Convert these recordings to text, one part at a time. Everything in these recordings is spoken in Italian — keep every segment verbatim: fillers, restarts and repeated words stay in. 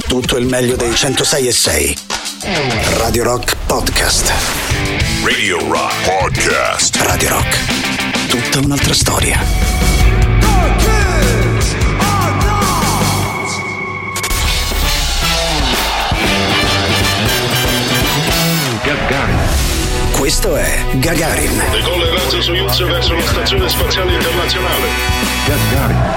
tutto il meglio dei centosei e sei. Radio Rock Podcast. Radio Rock Podcast. Radio Rock. Tutta un'altra storia. Gagarin. Questo è Gagarin. Decolla il razzo Soyuz verso la stazione spaziale internazionale. Gagarin.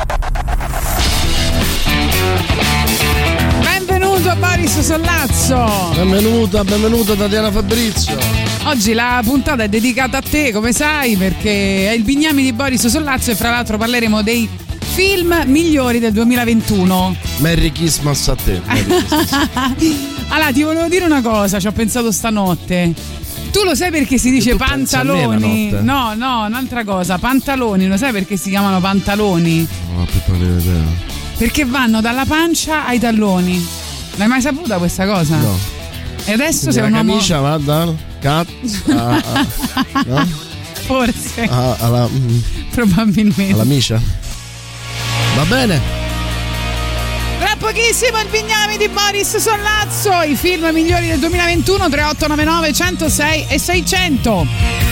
Benvenuto Boris Sollazzo. Benvenuta, benvenuta Tatiana Fabrizio. Oggi la puntata è dedicata a te, come sai, perché è il Bignami di Boris Sollazzo e fra l'altro parleremo dei film migliori del duemilaventuno. Merry Christmas a te. Merry Christmas. Allora, ti volevo dire una cosa, ci ho pensato stanotte. Tu lo sai perché si dice pantaloni? No, no, un'altra cosa, pantaloni, lo sai perché si chiamano pantaloni? Non ho più pallida idea. Perché vanno dalla pancia ai talloni. L'hai mai saputa questa cosa? No. E adesso Quindi sei un la uomo... camicia va dal cat a, a, no? Forse. a, alla, mm, Probabilmente. alla micia. Va bene. Tra pochissimo il Bignami di Boris Sollazzo, i film migliori del duemilaventuno. Tre otto nove nove centosei e seicento.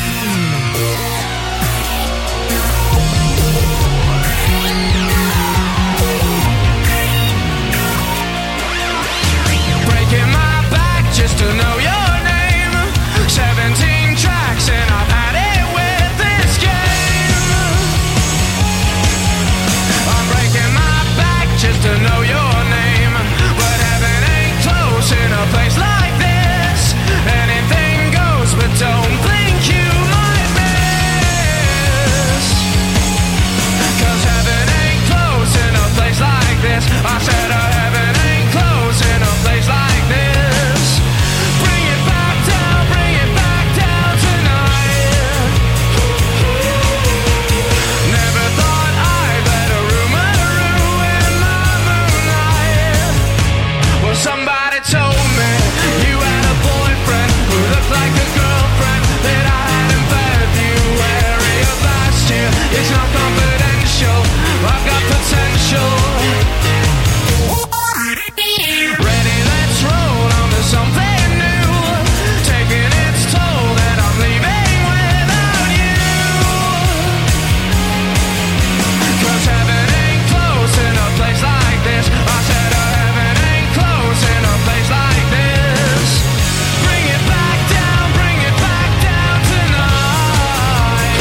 Breaking my back just to know your name. Seventeen tracks and I've had it with this game. I'm breaking my back just to know your name. But heaven ain't close in a place like this. Anything goes, but don't think you might miss. Cause heaven ain't close in a place like this. I said uh, heaven ain't close in a place like this. Bring it back down, bring it back down tonight. Never thought I'd let a rumor ruin my moonlight. Well, somebody told me you had a boyfriend who looked like a girlfriend that I had in February of last year. It's not confidential, I've got potential. Ready, let's roll on to something new. Taking its toll that I'm leaving without you. Cause heaven ain't close in a place like this. I said uh, heaven ain't close in a place like this. Bring it back down, bring it back down tonight.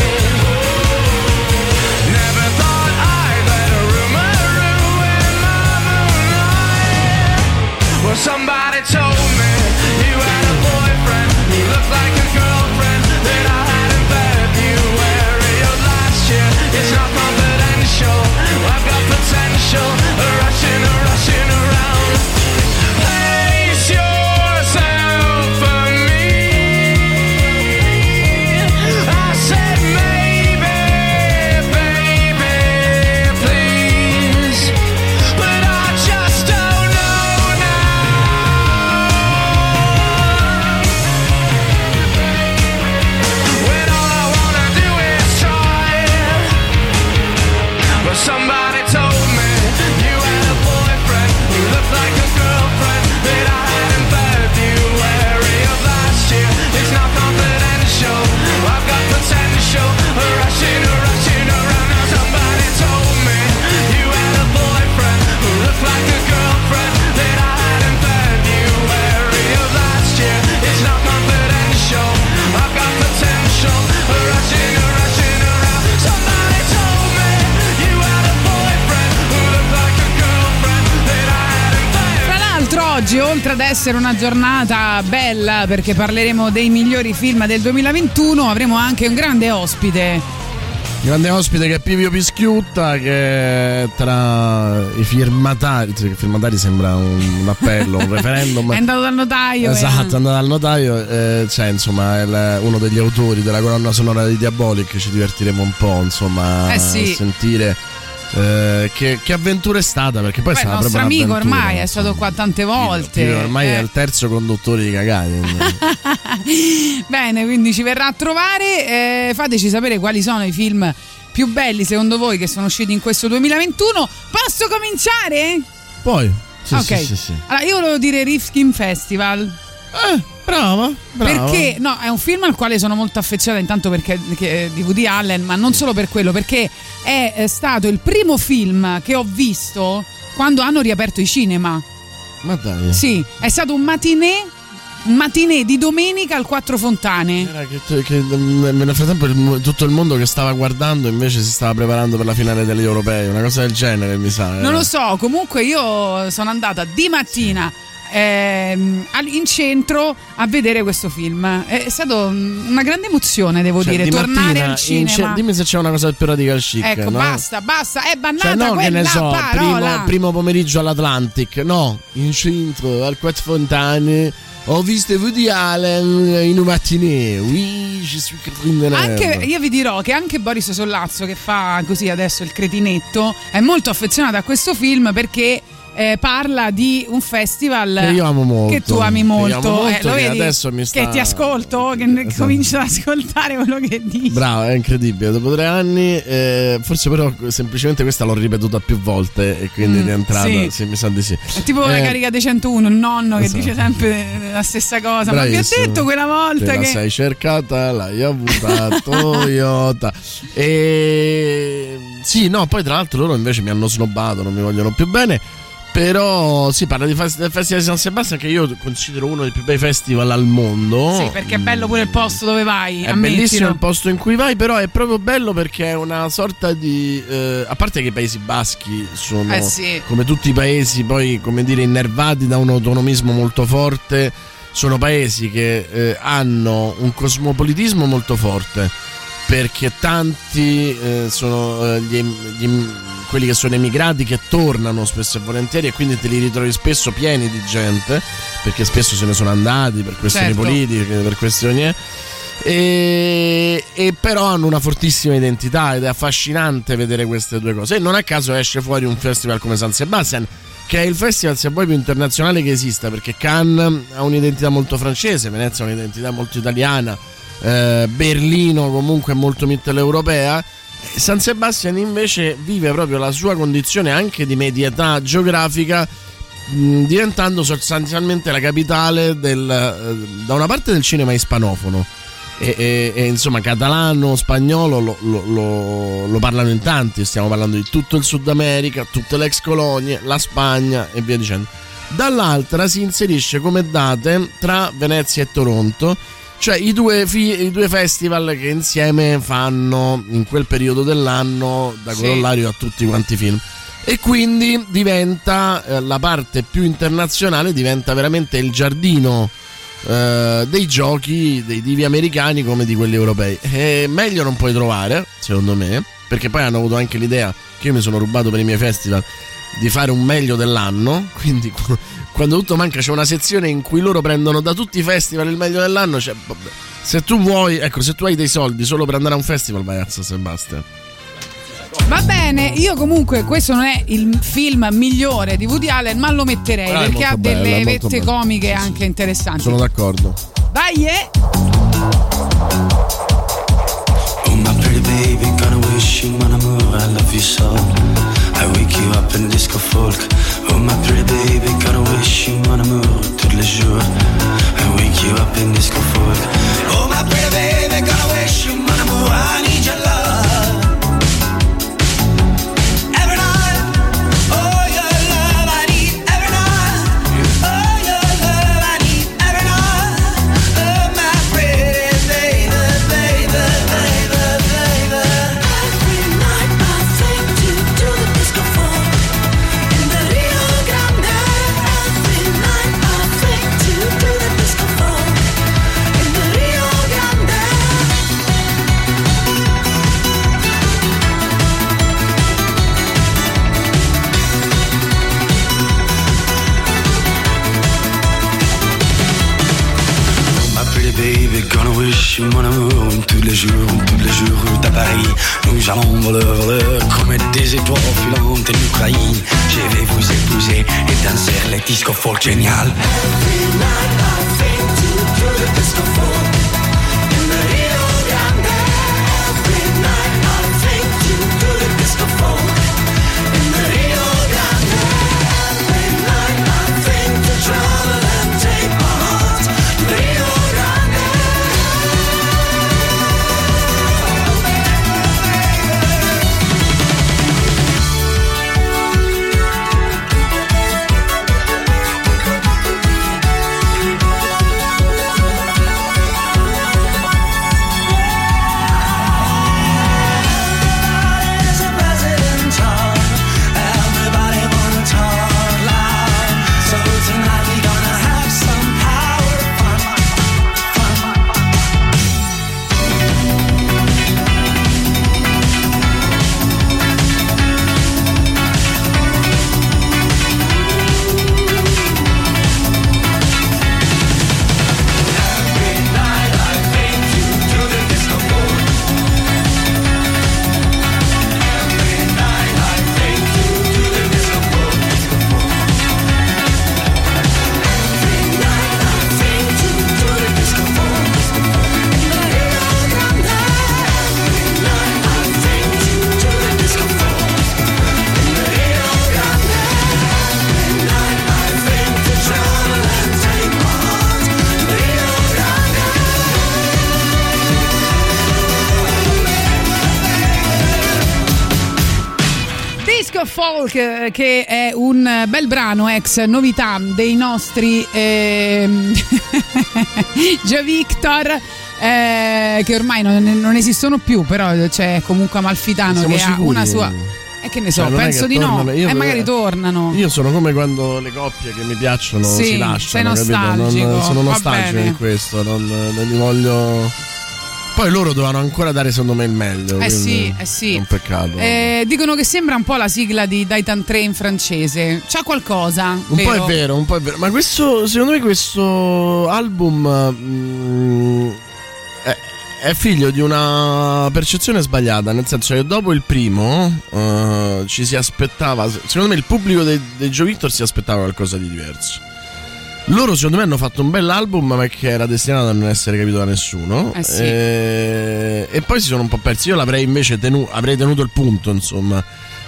Never thought I'd let a rumor ruin my moonlight. Well, somebody told me you had a boyfriend who looked like a girlfriend that I had in February of last year. It's not confidential, I've got potential, rushing, rushing around. Place yourself for me. I said maybe, baby, please, but I just don't know now. When all I wanna do is try. But somebody told me you had a boyfriend who looked like a girlfriend that I had in February of last year. It's not confidential, I've got potential, rushing, rushing around. Now somebody told me you had a boyfriend who looked like a girlfriend that I had in February of last year. It's not confidential, I've got potential, rushing, rushing around. Somebody told me you had a boyfriend who looked like a girlfriend that I had in February. Tra l'altro oggi, oltre ad essere una giornata bella perché parleremo dei migliori film del duemilaventuno, avremo anche un grande ospite. Grande ospite che è Pipio Pischiutta, che tra i firmatari, cioè, i firmatari sembra un, un appello, un referendum. È andato dal notaio. Esatto, e... è andato dal notaio, eh, cioè insomma è il- uno degli autori della colonna sonora di Diabolic. Ci divertiremo un po', insomma, Eh sì. a sentire eh, che, che avventura è stata, perché poi Beh, è il stata nostro proprio amico un'avventura, ormai è insomma. stato qua tante volte. Pipio ormai Eh. è il terzo conduttore di Cagati. Bene, quindi ci verrà a trovare. Eh, fateci sapere quali sono i film più belli secondo voi che sono usciti in questo duemilaventuno. Posso cominciare? Poi Sì, ok. sì, sì, sì. Allora, io volevo dire Rifkin Festival. Eh, bravo, bravo. Perché no, è un film al quale sono molto affezionata, intanto perché, perché di Woody Allen, ma non solo per quello, perché è, è stato il primo film che ho visto quando hanno riaperto i cinema. Ma dai. Sì, è stato un matinée, un matinée di domenica al Quattro Fontane. Era che, che nel frattempo il, tutto il mondo che stava guardando invece si stava preparando per la finale degli europei, una cosa del genere, mi sa. Non lo so, comunque io sono andata di mattina ehm, in centro a vedere questo film. È stato una grande emozione, devo Cioè, dire, di tornare al in cinema. ce- dimmi se c'è una cosa più radical chic. Ecco, no? basta, basta, è bannata Cioè, no, che quella ne so, parola. primo, primo pomeriggio all'Atlantic, no, in centro al Quattro Fontane. Ho visto Woody Allen in un matinée. Oui, je suis Catherine Deneuve. Anche io vi dirò che anche Boris Sollazzo, che fa così adesso il cretinetto, è molto affezionato a questo film perché eh, parla di un festival che io amo molto, che tu ami Che molto, io amo molto, eh, lo che vedi? adesso mi sta... Che ti ascolto, che Esatto. comincio ad ascoltare quello che dici. Bravo, è incredibile. Dopo tre anni, eh, forse però semplicemente questa l'ho ripetuta più volte e quindi Mm, di entrata sì. sì, mi sa di sì. È tipo la Eh, carica dei centouno, il nonno che esatto. dice sempre la stessa cosa. Ma vi ho Bravissimo. detto quella volta Te la che sei cercata, l'hai avuta Toyota. E sì, no, poi tra l'altro loro invece mi hanno snobbato, non mi vogliono più bene. Però si parla di fest- del Festival di San Sebastian, che io considero uno dei più bei festival al mondo. sì, perché è bello pure il posto dove vai. È ammettilo. bellissimo il posto in cui vai, però è proprio bello perché è una sorta di... Eh, a parte che i Paesi Baschi sono, Eh sì. come tutti i paesi, poi come dire innervati da un autonomismo molto forte, sono paesi che eh, hanno un cosmopolitismo molto forte, perché tanti eh, sono eh, gli, gli, quelli che sono emigrati che tornano spesso e volentieri, e quindi te li ritrovi spesso pieni di gente, perché spesso se ne sono andati per questioni Certo. politiche, per questioni eh. e, e però hanno una fortissima identità ed è affascinante vedere queste due cose, e non a caso esce fuori un festival come San Sebastian, che è il festival se vuoi più internazionale che esista, perché Cannes ha un'identità molto francese, Venezia ha un'identità molto italiana, eh, Berlino comunque è molto mitteleuropea. San Sebastian invece vive proprio la sua condizione anche di medietà geografica, mh, diventando sostanzialmente la capitale del, eh, da una parte del cinema ispanofono, e, e, e insomma catalano, spagnolo lo, lo, lo, lo parlano in tanti, stiamo parlando di tutto il Sud America, tutte le ex colonie, la Spagna e via dicendo. Dall'altra si inserisce come date tra Venezia e Toronto, cioè i due, fi- i due festival che insieme fanno in quel periodo dell'anno da Sì. corollario a tutti quanti i film, e quindi diventa eh, la parte più internazionale, diventa veramente il giardino eh, dei giochi dei divi americani come di quelli europei, e meglio non puoi trovare, secondo me, perché poi hanno avuto anche l'idea che io mi sono rubato per i miei festival di fare un meglio dell'anno, quindi quando tutto manca c'è una sezione in cui loro prendono da tutti i festival il meglio dell'anno, cioè, se tu vuoi, ecco, se tu hai dei soldi solo per andare a un festival vai a San Sebastian. Va bene, io comunque questo non è il film migliore di Woody Allen, ma lo metterei Ah, è perché ha molto bello, delle è molto vette bello. comiche anche interessanti. Sono d'accordo. Vai, eh! Oh my pretty baby, gonna wish you mon amour, I love you so. I wake you up in disco folk. Oh my pretty baby, gonna wish you mon amour tous les jours. I wake you up in disco folk. Oh my pretty baby, gonna wish you mon amour, I need your love. Every night, oh your love I need every night. Oh your love I need every night. Oh my pretty baby, baby, baby, baby. Every night I take you to the disco folk in the Rio Grande. Every night I take you to the disco folk in the Rio Grande. Ma pretty baby, gonna wish you mon amour tous les jours, tous les jours à Paris. Nous allons voler, voler comme des étoiles filantes en Ukraine. Je vais vous épouser et danser les disco folk génial. Every night I take you to the disco folk in the Rio Grande. Every night I take you to the disco folk in the Rio Grande. Every night Folk, eh, che è un bel brano ex novità dei nostri ehm, Joe Victor, eh, che ormai non, non esistono più, però c'è comunque Amalfitano Siamo che sicuri? ha una sua. E che ne so, Cioè, non è penso che di tornano- no. io- E magari tornano. Io sono come quando le coppie che mi piacciono Sì, si lasciano, sei capito? nostalgico, Non, sono va nostalgico bene. in questo, non, non li voglio. Poi loro dovevano ancora dare secondo me il meglio. Eh quindi sì, eh sì. È un peccato. Eh, dicono che sembra un po' la sigla di Titan tre in francese. C'ha qualcosa? Un po' è vero, un po' è vero. Ma questo, secondo me, questo album mm, è, è figlio di una percezione sbagliata. Nel senso che dopo il primo eh, ci si aspettava. Secondo me, il pubblico dei, dei Joe Victor si aspettava qualcosa di diverso. Loro, secondo me, hanno fatto un bell'album, ma che era destinato a non essere capito da nessuno. Eh sì. e, e poi si sono un po' persi. Io l'avrei invece tenuto, avrei tenuto il punto, insomma.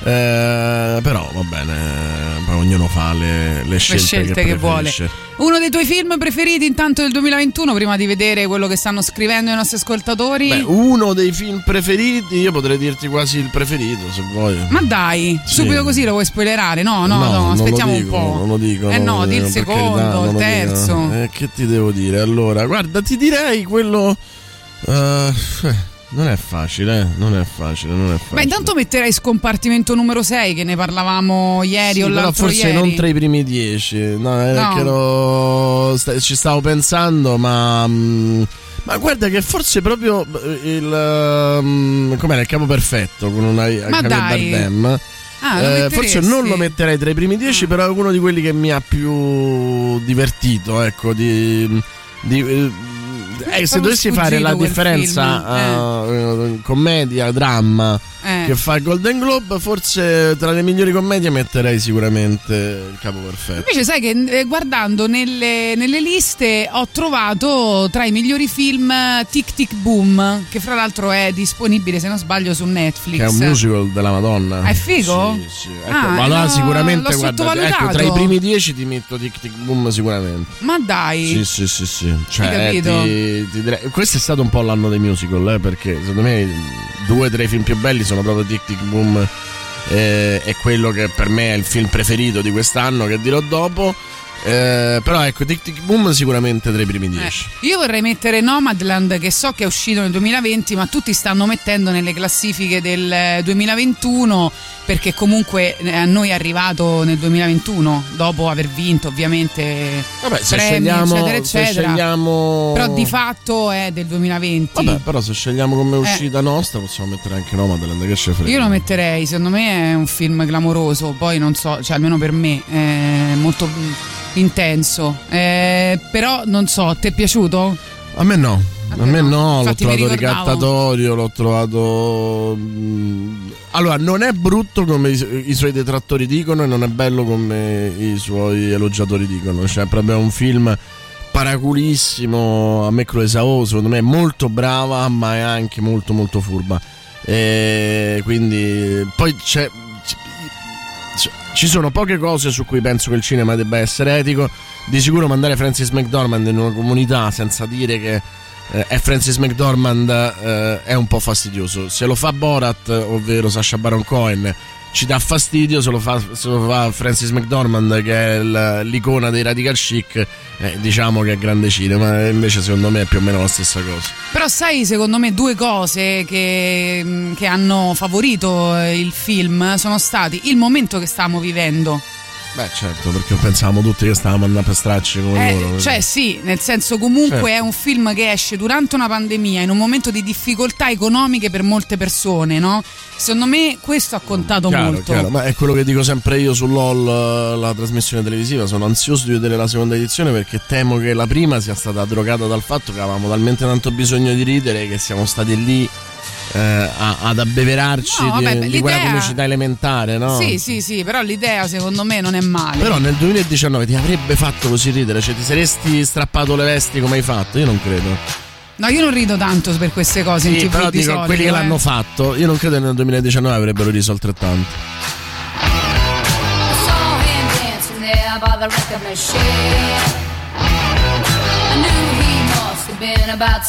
Eh, però va bene, poi ognuno fa le, le scelte, Le scelte che, vuole. preferisce. Uno dei tuoi film preferiti intanto del duemilaventuno, prima di vedere quello che stanno scrivendo i nostri ascoltatori? Beh, uno dei film preferiti, io potrei dirti quasi il preferito, se vuoi. Ma dai, Sì. subito così lo vuoi spoilerare? No, no, no, non aspettiamo lo dico, un po'. Non lo dico. Eh non no, lo di il dico, per secondo, carità, non il lo terzo. dico. Eh, che ti devo dire? Allora, guarda, ti direi quello. eh, non è facile, eh, non è facile, non è facile. Beh, intanto metterei Scompartimento numero sei, che ne parlavamo ieri Sì, o però l'altro forse ieri. non tra i primi dieci. No, è No. che ero- sta- ci stavo pensando, ma. mm, Ma guarda che forse proprio il. mm, com'era il Capo Perfetto con una Ma Javier dai. Bardem. Ah, lo Eh, metteresti? forse non lo metterei tra i primi dieci, Ah. però è uno di quelli che mi ha più divertito. Ecco, di. di eh, eh, se proprio dovessi fare sfuggito la quel differenza film, eh, commedia, dramma Eh. che fa il Golden Globe, forse tra le migliori commedie metterei sicuramente il Capo Perfetto. Invece sai che eh, guardando nelle, nelle liste ho trovato tra i migliori film eh, Tic Tic Boom, che fra l'altro è disponibile se non sbaglio su Netflix. Che è un musical della Madonna. Ah, è figo? Sì, sì. Ecco, Ah, ma allora l'ho- sicuramente l'ho guarda, sottovalutato. ecco, tra i primi dieci ti metto Tic Tic Boom sicuramente. Ma dai. Sì, sì, sì, sì. Cioè, Hai capito? ti- ti direi- questo è stato un po' l'anno dei musical, eh, perché secondo me due tra i film più belli sono proprio Tic Tic Boom eh, e quello che per me è il film preferito di quest'anno, che dirò dopo. Eh, però ecco, Tic Tic Boom sicuramente tra i primi dieci. Eh, io vorrei mettere Nomadland, che so che è uscito nel duemilaventi, ma tutti stanno mettendo nelle classifiche del eh, duemilaventuno, perché comunque eh, a noi è arrivato nel duemilaventuno, dopo aver vinto ovviamente Vabbè, se premi, scegliamo, eccetera, se eccetera. scegliamo... Però di fatto è del duemilaventi. Vabbè, però se scegliamo come Eh. uscita nostra possiamo mettere anche Nomadland, che ce frega. Io lo metterei, secondo me è un film clamoroso, poi non so, cioè almeno per me è molto mm, intenso, eh, però non so, ti è piaciuto? A me no, a me no, l'ho Infatti mi trovato ricordavo. ricattatorio, l'ho trovato... mm, Allora, non è brutto come i, i suoi detrattori dicono e non è bello come i suoi elogiatori dicono, cioè è proprio un film paraculissimo. A me Chloe Zhao secondo me è molto brava, ma è anche molto molto furba, e quindi poi c'è... ci sono poche cose su cui penso che il cinema debba essere etico. Di sicuro mandare Francis McDormand in una comunità senza dire che eh, è Francis McDormand eh, è un po' fastidioso. Se lo fa Borat, ovvero Sacha Baron Cohen, ci dà fastidio. Se lo fa, se lo fa Francis McDormand, che è l- l'icona dei radical chic, eh, diciamo che è grande cinema. Invece secondo me è più o meno la stessa cosa. Però sai, secondo me due cose che, che hanno favorito il film sono stati il momento che stiamo vivendo. Beh, certo, perché pensavamo tutti che stavamo andando per stracci come Eh, loro. cioè sì, nel senso comunque Certo. è un film che esce durante una pandemia, in un momento di difficoltà economiche per molte persone, no? Secondo me questo ha contato Chiaro, molto. chiaro, ma è quello che dico sempre io su LOL, la trasmissione televisiva. Sono ansioso di vedere la seconda edizione, perché temo che la prima sia stata drogata dal fatto che avevamo talmente tanto bisogno di ridere che siamo stati lì eh, a- ad abbeverarci No, di, vabbè, di quella l'idea- comicità elementare, no? Sì, sì, sì, però l'idea secondo me non è male. Però nel duemiladiciannove ti avrebbe fatto così ridere? Cioè ti saresti strappato le vesti come hai fatto? Io non credo. No, io non rido tanto per queste cose in Sì, tivù però di dico, solito, quelli che eh. l'hanno fatto, io non credo che nel duemiladiciannove avrebbero riso altrettanto. I saw him dancing there by the record machine. I knew he must have been about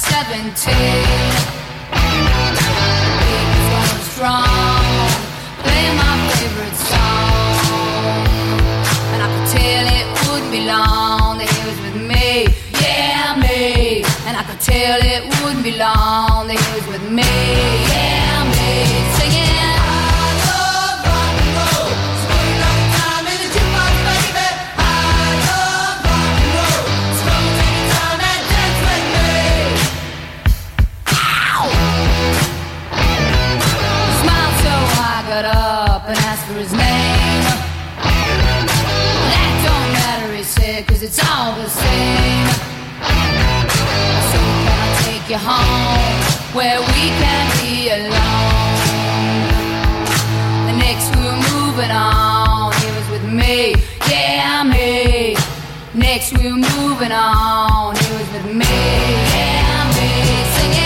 seventeen. He was going strong, playing my favorite song. And I could tell it wouldn't be long that he was with me, yeah, me. And I could tell it wouldn't be long that he was with me, yeah, me. Singing up and asked for his name. That don't matter, he said, cause it's all the same. So can I take you home where we can be alone? The next we were moving on, he was with me, yeah, me. Next we were moving on, he was with me, yeah, me. Singing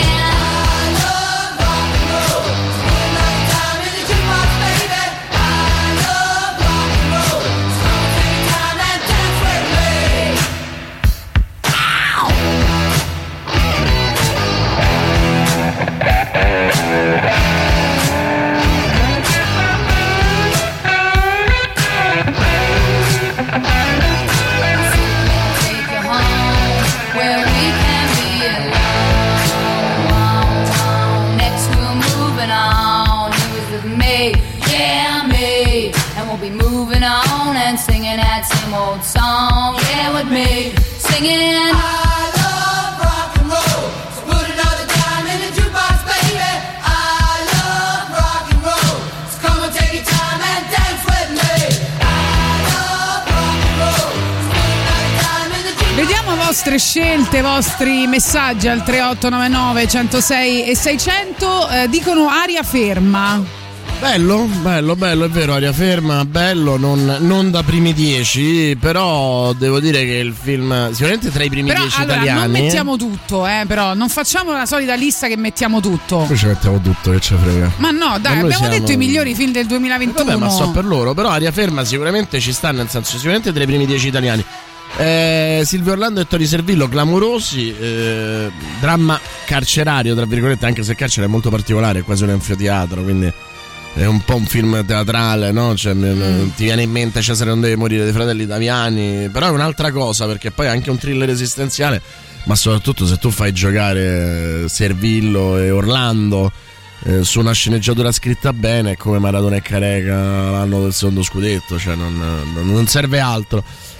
be moving on and singing that same old song, yeah, with me, singing I love rock and roll, so put another dime in the jukebox, baby. I love rock and roll, so come and take your time and dance with me. I love rock and roll, so put another dime in the jukebox. Vediamo vostre scelte, vostri messaggi al tre otto nove nove, uno zero sei e seicento. Eh, dicono aria ferma. Bello, bello, bello, è vero, aria ferma, bello, non, non da primi dieci, però devo dire che il film sicuramente tra i primi però, dieci allora, italiani. Non mettiamo tutto, eh, però non facciamo la solita lista che mettiamo tutto. Poi ci mettiamo tutto, che ci frega. Ma no, dai, abbiamo siamo... detto i migliori film del duemilaventuno. Vabbè, ma so per loro, però aria ferma sicuramente ci sta, nel senso sicuramente tra i primi dieci italiani. Eh, Silvio Orlando e Tony Servillo, clamorosi, eh, dramma carcerario, tra virgolette, anche se il carcere è molto particolare, è quasi un anfiteatro, quindi è un po' un film teatrale, no? Cioè, mm. ti viene in mente Cesare non deve morire dei fratelli Daviani, però è un'altra cosa, perché poi è anche un thriller esistenziale, ma soprattutto se tu fai giocare Servillo e Orlando eh, su una sceneggiatura scritta bene, è come Maradona e Careca l'anno del secondo scudetto, cioè non, non serve altro.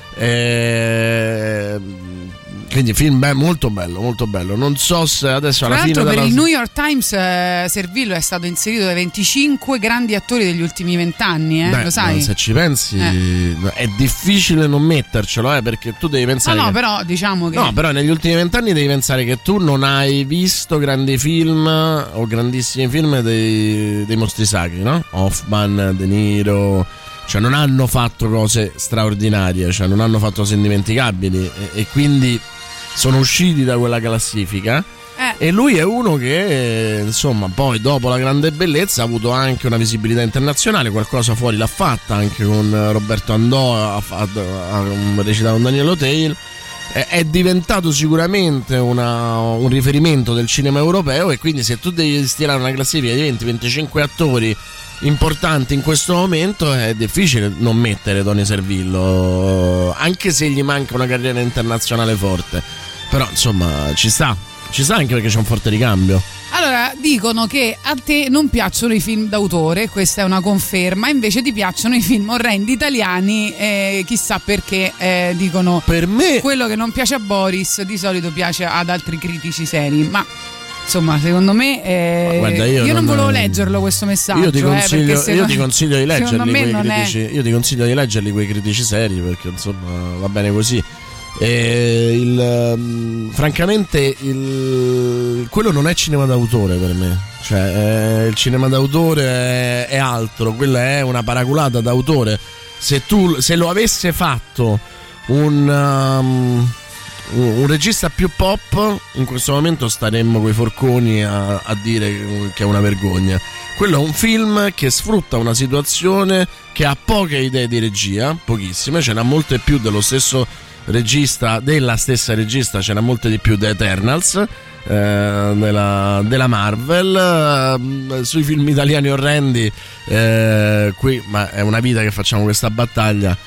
E... quindi film beh, molto bello, molto bello. Non so se adesso alla Tra fine l'altro per della... il New York Times eh, Servillo è stato inserito dai venticinque grandi attori degli ultimi vent'anni, eh? Beh, lo sai? Se ci pensi eh. è difficile non mettercelo, eh, perché tu devi pensare no, no, che... però diciamo che No, però negli ultimi vent'anni devi pensare che tu non hai visto grandi film o grandissimi film dei, dei mostri sacri, no? Hoffman, De Niro, cioè non hanno fatto cose straordinarie, cioè non hanno fatto cose indimenticabili e, e quindi sono usciti da quella classifica eh. e lui è uno che insomma poi dopo la grande bellezza ha avuto anche una visibilità internazionale, qualcosa fuori l'ha fatta anche con Roberto Andò, ha, fatto, ha recitato con Daniel Tail, è, è diventato sicuramente una, un riferimento del cinema europeo, e quindi se tu devi stilare una classifica di venti venticinque attori importanti in questo momento è difficile non mettere Tony Servillo, anche se gli manca una carriera internazionale forte, però insomma ci sta, ci sta anche perché c'è un forte ricambio. Allora, dicono che a te non piacciono i film d'autore, questa è una conferma, invece ti piacciono i film orrendi italiani, eh, chissà perché, eh, dicono per me quello che non piace a Boris di solito piace ad altri critici seri, ma insomma, secondo me eh, guarda, io, io non, non volevo leggerlo questo messaggio. Io ti consiglio, eh, secondo, io ti consiglio di leggerli quei critici. È... Io ti consiglio di leggerli quei critici seri, perché insomma va bene così. E il, um, francamente il, quello non è cinema d'autore per me. Cioè eh, il cinema d'autore è, è altro. Quella è una paraculata d'autore. Se tu se lo avesse fatto un um, un regista più pop, in questo momento staremmo coi forconi a, a dire che è una vergogna. Quello è un film che sfrutta una situazione, che ha poche idee di regia, pochissime, ce n'ha molte più dello stesso regista, della stessa regista, ce n'ha molte di più da Eternals, eh, della, della Marvel. Eh, sui film italiani orrendi, eh, qui, ma è una vita che facciamo questa battaglia.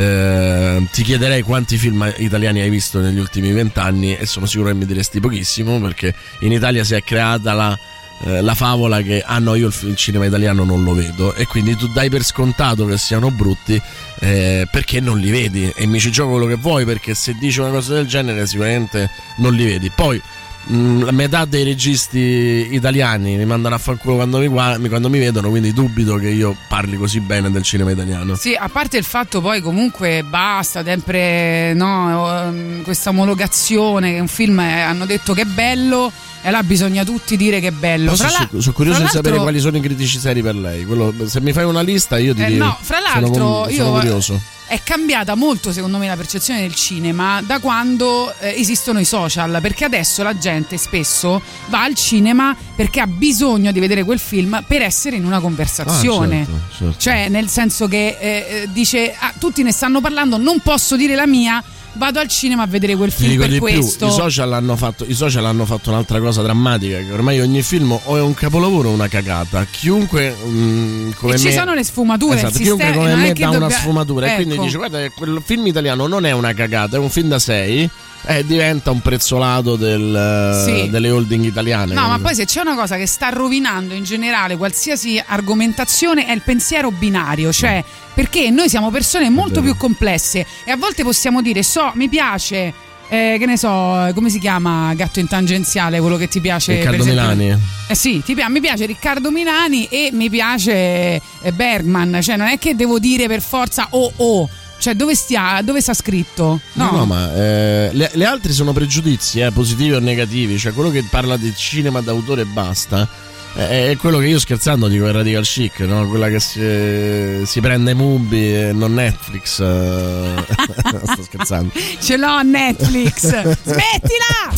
Eh, ti chiederei quanti film italiani hai visto negli ultimi vent'anni e sono sicuro che mi diresti pochissimo, perché in Italia si è creata la, eh, la favola che ah no, io il, il cinema italiano non lo vedo, e quindi tu dai per scontato che siano brutti eh, perché non li vedi, e mi ci gioco quello che vuoi, perché se dici una cosa del genere sicuramente non li vedi. Poi la metà dei registi italiani mi mandano a fanculo quando mi, quando mi vedono, quindi dubito che io parli così bene del cinema italiano. Sì, a parte il fatto poi comunque basta sempre, no, questa omologazione che un film è, hanno detto che è bello e là bisogna tutti dire che è bello. Fra la, sono, sono curioso di sapere quali sono i critici seri per lei. Quello, se mi fai una lista io ti eh, dico. No, fra l'altro sono, sono io curioso. È cambiata molto secondo me la percezione del cinema da quando eh, esistono i social, perché adesso la gente spesso va al cinema perché ha bisogno di vedere quel film per essere in una conversazione. Ah, certo, certo. Cioè nel senso che eh, dice ah, tutti ne stanno parlando, non posso dire la mia, vado al cinema a vedere quel film per di questo. Più, i social hanno fatto i social hanno fatto un'altra cosa drammatica, che ormai ogni film o è un capolavoro o una cagata. Chiunque mh, come e me ci sono le sfumature, esatto, il chiunque sistema, come non me è che dà una dobbia- sfumatura, ecco. e quindi dice guarda che quel film italiano non è una cagata, è un film da sei, e diventa un prezzolato del, Sì. delle holding italiane. No, ma poi se c'è una cosa che sta rovinando in generale qualsiasi argomentazione è il pensiero binario, cioè perché noi siamo persone molto più complesse e a volte possiamo dire so, mi piace, eh, che ne so, come si chiama Gatto in tangenziale, quello che ti piace, Riccardo per esempio? Milani. Eh sì, ti, pi- mi piace Riccardo Milani e mi piace eh, Bergman, cioè non è che devo dire per forza oh oh. Cioè dove stia, dove sta scritto? No, no, ma eh, le, le altre sono pregiudizi, eh, positivi o negativi. Cioè quello che parla di cinema d'autore e basta eh, è quello che io scherzando dico è radical chic, no? Quella che si, si prende Mubi e non Netflix. eh. Sto scherzando. Ce l'ho a Netflix. Smettila!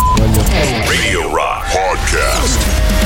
Radio Rock Podcast.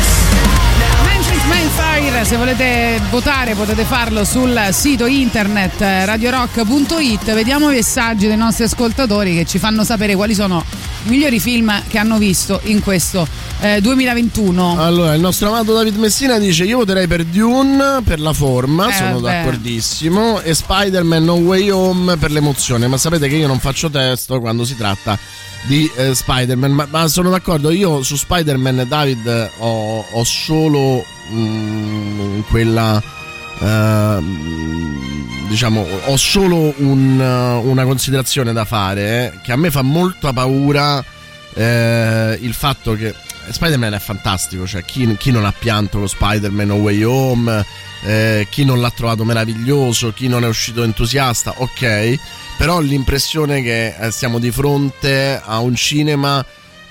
Memphis Man Fire, se volete votare potete farlo sul sito internet radio rock punto it. Vediamo i messaggi dei nostri ascoltatori che ci fanno sapere quali sono i migliori film che hanno visto in questo eh, duemilaventuno. Allora, il nostro amato David Messina dice io voterei per Dune per la forma, Eh, sono vabbè. d'accordissimo, e Spider-Man No Way Home per l'emozione, ma sapete che io non faccio testo quando si tratta di eh, Spider-Man, ma, ma sono d'accordo. Io su Spider-Man, David, ho, ho solo mm, quella eh, diciamo ho solo un, una considerazione da fare, eh, che a me fa molta paura eh, il fatto che Spider-Man è fantastico, cioè chi, chi non ha pianto lo Spider-Man No Way Home, eh, chi non l'ha trovato meraviglioso, chi non è uscito entusiasta, ok, però ho l'impressione che eh, siamo di fronte a un cinema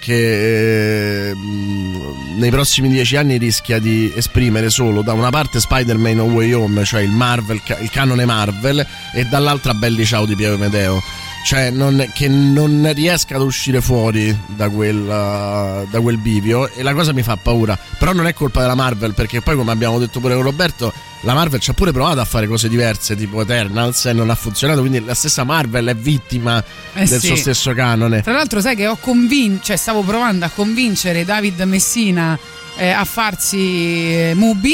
che eh, mh, nei prossimi dieci anni rischia di esprimere solo da una parte Spider-Man No Way Home, cioè il Marvel, il canone Marvel, e dall'altra Belli Ciao di Piero Medeo, cioè non, che non riesca ad uscire fuori da quel, uh, da quel bivio, e la cosa mi fa paura. Però non è colpa della Marvel, perché poi, come abbiamo detto pure con Roberto, la Marvel ci ha pure provato a fare cose diverse tipo Eternals e non ha funzionato, quindi la stessa Marvel è vittima Eh del sì. suo stesso canone. Tra l'altro sai che ho convinto, cioè stavo provando a convincere David Messina eh, a farsi eh, Mubi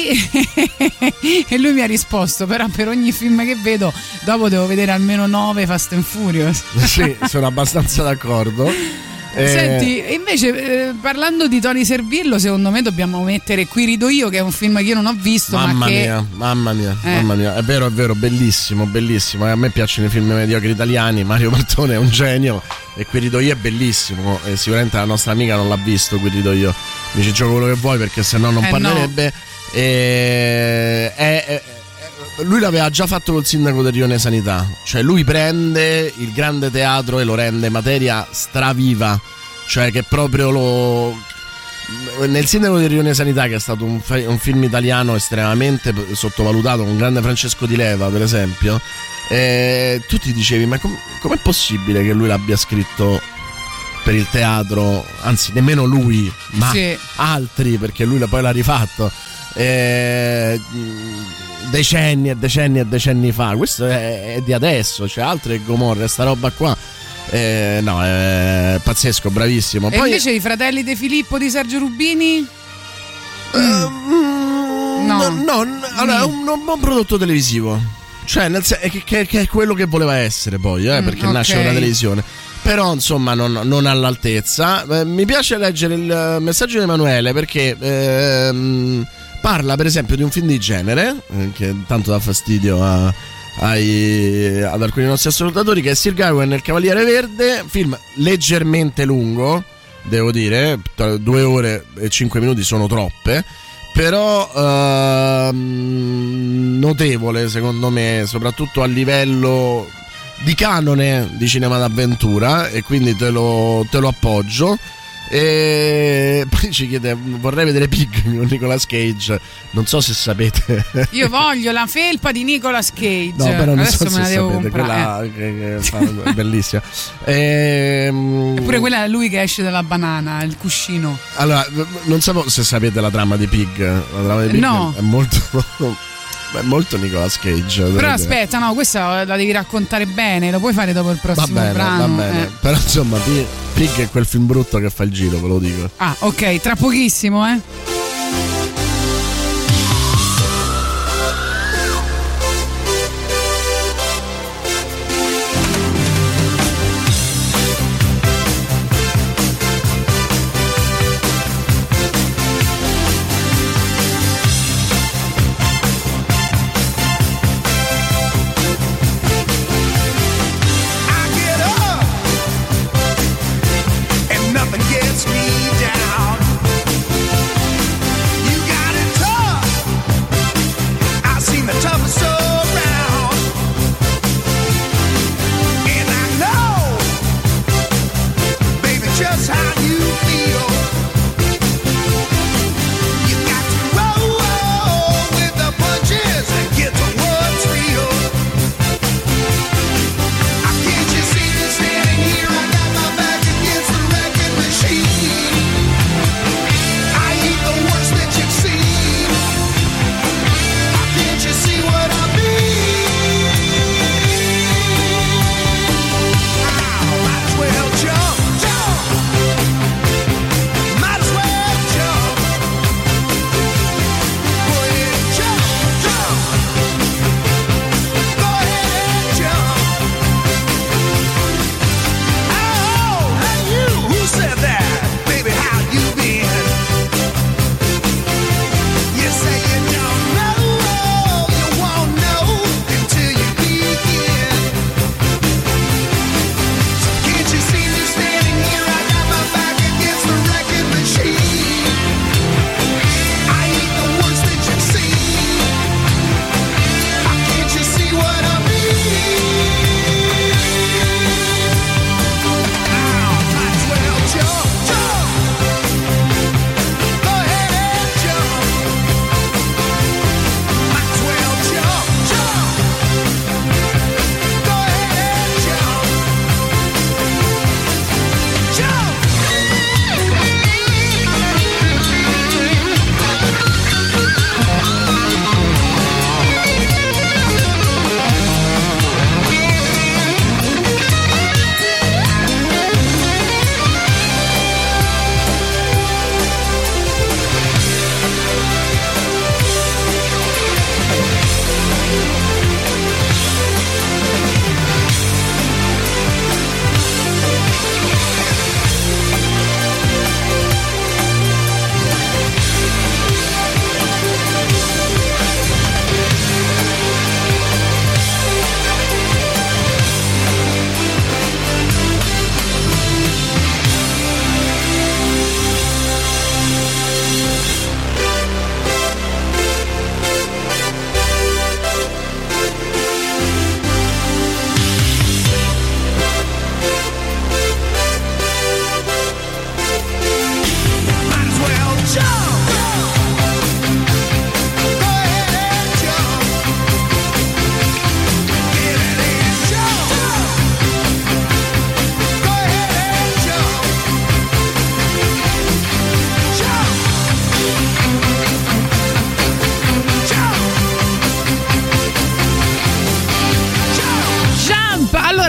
e lui mi ha risposto però per ogni film che vedo dopo devo vedere almeno nove Fast and Furious. Sì, sono abbastanza d'accordo. Eh, Senti, e invece eh, parlando di Tony Servillo, secondo me dobbiamo mettere Qui rido io, che è un film che io non ho visto, Mamma ma che mia, mamma mia, Eh. mamma mia, è vero, è vero, bellissimo, bellissimo. A me piacciono i film mediocri italiani. Mario Martone è un genio e Qui rido io è bellissimo. E sicuramente la nostra amica non l'ha visto. Qui rido io, mi ci gioco quello che vuoi perché sennò non Eh, parlerebbe. E, è- è- è- lui l'aveva già fatto col sindaco del Rione Sanità, cioè lui prende il grande teatro e lo rende materia straviva, cioè che proprio lo... Nel sindaco del Rione Sanità, che è stato un, fe- un film italiano estremamente sottovalutato, con grande Francesco Di Leva per esempio, eh, tu ti dicevi ma com- com'è possibile che lui l'abbia scritto per il teatro, anzi nemmeno lui ma Sì. altri, perché lui poi l'ha rifatto eh, decenni e decenni e decenni fa. Questo è, è di adesso, c'è altro che Gomorra, sta roba qua. Eh, no, è pazzesco, bravissimo. E Poi, invece i Fratelli De Filippo di Sergio Rubini? eh, mm, No. no, no, n- allora, è un, un buon prodotto televisivo. Cioè, nel sen- che, che- che è quello che voleva essere poi, eh, Mm, perché ok. nasce da una televisione. Però, insomma, non, non all'altezza. Eh, mi piace leggere il messaggio di Emanuele perché ehm, parla, per esempio, di un film di genere, eh, che tanto dà fastidio a, ai, ad alcuni nostri ascoltatori, che è Sir Gawain e il Cavaliere Verde, film leggermente lungo, devo dire, due ore e cinque minuti sono troppe, però ehm, notevole secondo me, soprattutto a livello di canone di cinema d'avventura, e quindi te lo, te lo appoggio. E poi ci chiede, vorrei vedere Pig con Nicolas Cage, non so se sapete. Io voglio la felpa di Nicolas Cage. No, però non Adesso so me la se devo sapete, comprare. quella che, che fa, è bellissima. Ehm, Eppure quella è lui che esce dalla banana, il cuscino. Allora, non so se sapete la trama di Pig. La trama di Pig No. è molto è molto Nicolas Cage. devo Però dire. aspetta, no, questa la devi raccontare bene, lo puoi fare dopo il Va prossimo bene, brano. va bene. eh. Però insomma, Pig, Pig è quel film brutto che fa il giro, ve lo dico. Ah, ok, tra pochissimo, eh. I get up and nothing gets me down.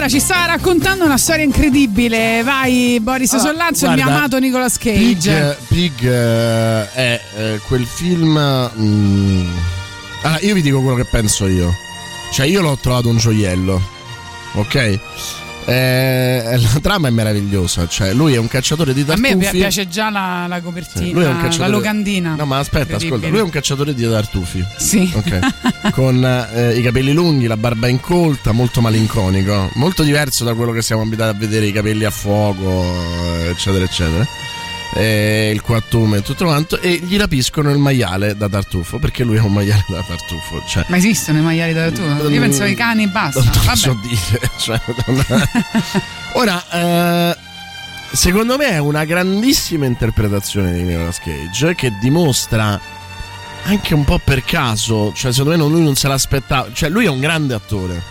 ci stava raccontando una storia incredibile. Vai Boris Allora, Sollazzo, il mio guarda, amato Nicolas Pig, Cage. Pig eh, è eh, quel film. mm, Allora, io vi dico quello che penso io. Cioè, io l'ho trovato un gioiello, ok? Eh, la trama è meravigliosa. Cioè, lui è un cacciatore di A tartufi. me pi- piace già la, la Sì, copertina, lui è un la cacciatore- locandina. No, ma aspetta, ascolta. Incredibile. Lui è un cacciatore di tartufi. Sì. Ok. Con eh, i capelli lunghi, la barba incolta, molto malinconico. Molto diverso da quello che siamo abituati a vedere, i capelli a fuoco, eccetera, eccetera. E il coattume e tutto quanto. E gli rapiscono il maiale da tartufo, perché lui è un maiale da tartufo. Cioè, Ma esistono i maiali da tu? Io pensavo ai cani e basta. non te lo Vabbè. so dire. Cioè, non- Ora, eh, secondo me è una grandissima interpretazione di Nicolas Cage che dimostra anche un po' per caso, cioè secondo me non- lui non se l'aspettava, cioè lui è un grande attore.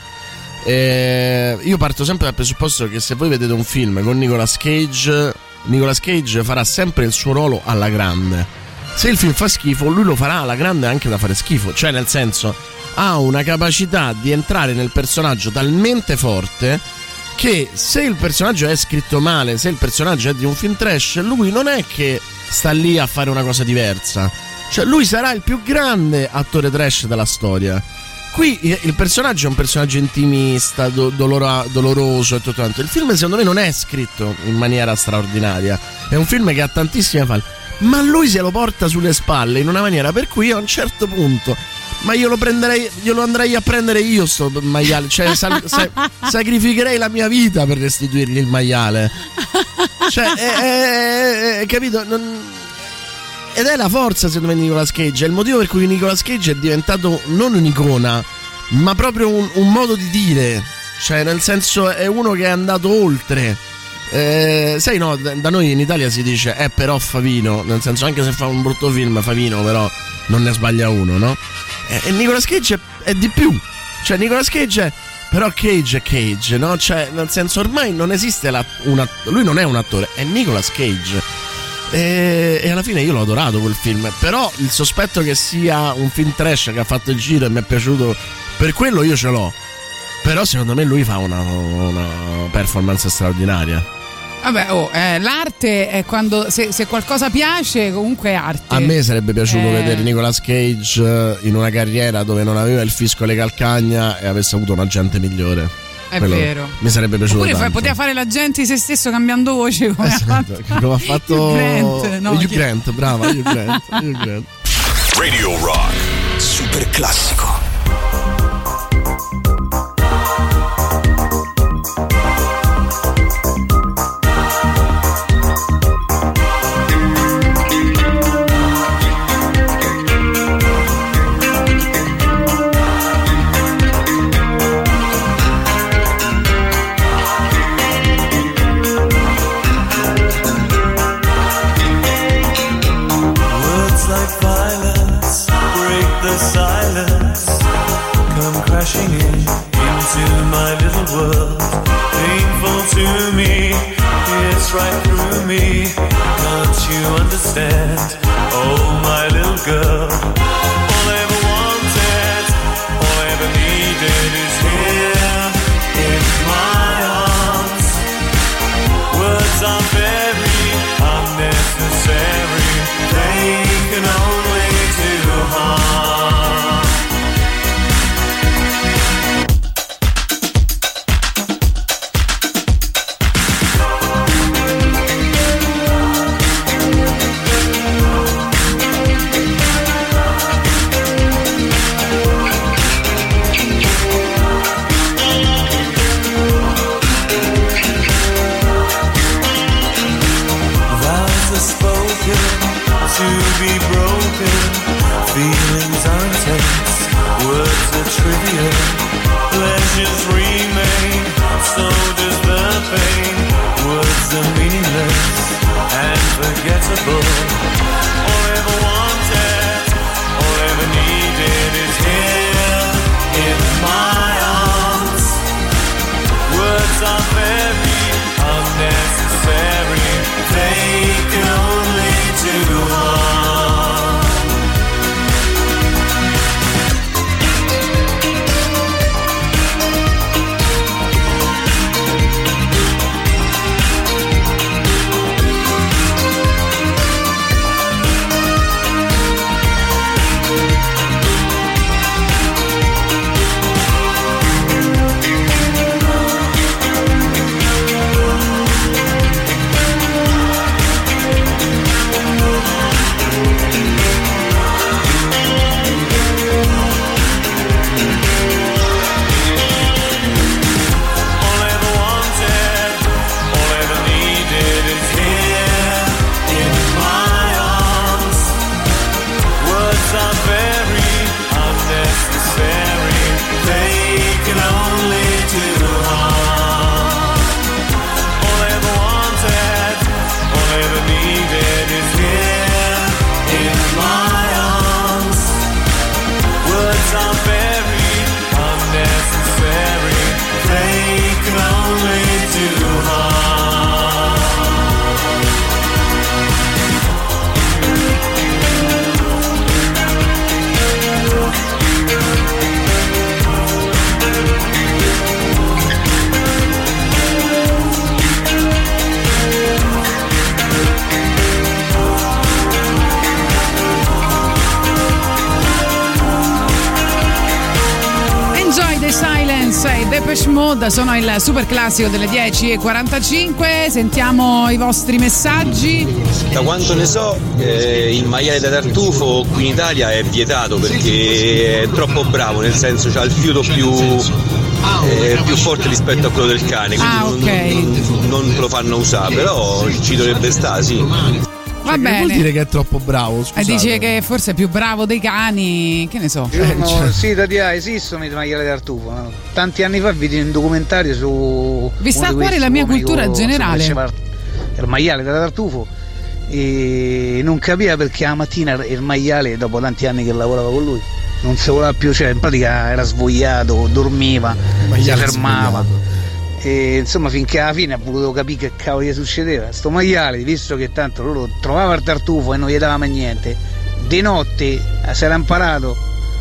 Eh, io parto sempre dal presupposto che se voi vedete un film con Nicolas Cage, Nicolas Cage farà sempre il suo ruolo alla grande. Se il film fa schifo, lui lo farà alla grande anche da fare schifo, cioè nel senso ha una capacità di entrare nel personaggio talmente forte che se il personaggio è scritto male, se il personaggio è di un film trash, lui non è che sta lì a fare una cosa diversa. Cioè lui sarà il più grande attore trash della storia. Qui il personaggio è un personaggio intimista, do- dolora- doloroso e tutto quanto. Il film secondo me non è scritto in maniera straordinaria. È un film che ha tantissime falle, ma lui se lo porta sulle spalle in una maniera per cui a un certo punto, ma io lo prenderei, io lo andrei a prendere io sto maiale, cioè sa- sa- sacrificherei la mia vita per restituirgli il maiale. Cioè, è, è- è- capito? Non... Ed è la forza secondo me di Nicolas Cage, è il motivo per cui Nicolas Cage è diventato non un'icona, ma proprio un, un modo di dire. Cioè, nel senso, è uno che è andato oltre. Eh, sai, no, da da noi in Italia si dice eh però Favino, nel senso, anche se fa un brutto film Favino però non ne sbaglia uno, no? E, e Nicolas Cage è, è di più. Cioè Nicolas Cage è, però Cage è Cage, no? Cioè nel senso ormai non esiste la, una, lui non è un attore, è Nicolas Cage. E, e alla fine io l'ho adorato quel film. Però il sospetto che sia un film trash che ha fatto il giro e mi è piaciuto per quello io ce l'ho. Però secondo me lui fa una, una performance straordinaria. Vabbè, oh, eh, l'arte è quando se, se qualcosa piace, comunque è arte. A me sarebbe piaciuto Eh. vedere Nicolas Cage eh, in una carriera dove non aveva il fisco e le calcagna e avesse avuto un agente migliore. È Quello vero. Mi sarebbe piaciuto Oppure fa- tanto. poteva fare l'agente di se stesso cambiando voce come Esatto, ha fatto, come ha fatto Hugh Grant, no, Hugh chi- Grant, brava, Hugh Grant, Hugh Grant. Radio Rock. Super classico. Words like violence break the silence, come crashing in into my little world. Painful to me, it's right through me. Can't you understand? Oh, my little girl. All I ever wanted, all I ever needed is here in my arms. Words are very unnecessary, they can only do harm. Vows are spoken to be broken. Feelings are intense, words are trivial. Pleasures remain, so does the pain. Words are meaningless and forgettable. All I ever wanted, all I ever needed is here in my arms. Words are very unnecessary, they can only do harm. Depeche Mode, sono il super classico delle dieci e quarantacinque. Sentiamo i vostri messaggi. Da quanto ne so, eh, il maiale da tartufo qui in Italia è vietato perché è troppo bravo, nel senso c'ha il fiuto più, eh, più forte rispetto a quello del cane, quindi Ah, ok. non, non lo fanno usare, però ci dovrebbe stare, sì. Va Che bene. vuol dire che è troppo bravo? E Scusate. dice che forse è più bravo dei cani, che ne so. No, sì, da dire, esistono i maiali da tartufo. No? Tanti anni fa vidi un documentario su. Vi sta uno a di cuore questi la mia uomini cultura con- generale. insomma, che faceva il maiale da tartufo e non capiva perché la mattina il maiale, dopo tanti anni che lavorava con lui, non si voleva più, cioè in pratica era svogliato, dormiva, si Maiale fermava. svogliato. E insomma finché alla fine ha voluto capire che cavolo gli succedeva. Sto maiale, visto che tanto loro trovava il tartufo e non gli dava mai niente, di notte eh, si era imparato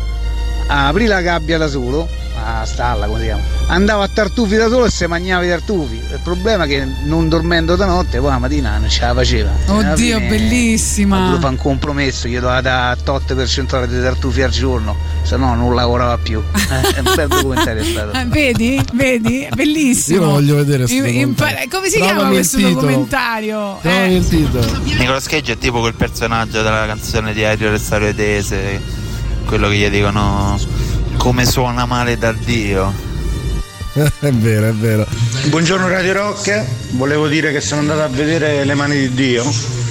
a aprire la gabbia da solo, a stalla come si chiama, andava a tartufi da solo e si mangiava i tartufi. Il problema è che non dormendo da notte poi la mattina non ce la faceva. Alla Oddio, fine bellissima. Ha dovuto fare un compromesso, gli doveva dare tot percentuale di tartufi al giorno, se no non lavorava più. Eh, è un bel documentario è stato. Ah, vedi? Vedi? È bellissimo. Io lo voglio vedere sto Im- documentario. impara- Come si Trovami chiama il questo titolo. documentario? Trovami Eh. il titolo. Nicolas Cage è tipo quel personaggio della canzone di Aereo Restauro Tese, quello che gli dicono come suona male da Dio. È vero, è vero. Buongiorno Radio Rock, volevo dire che sono andato a vedere Le mani di Dio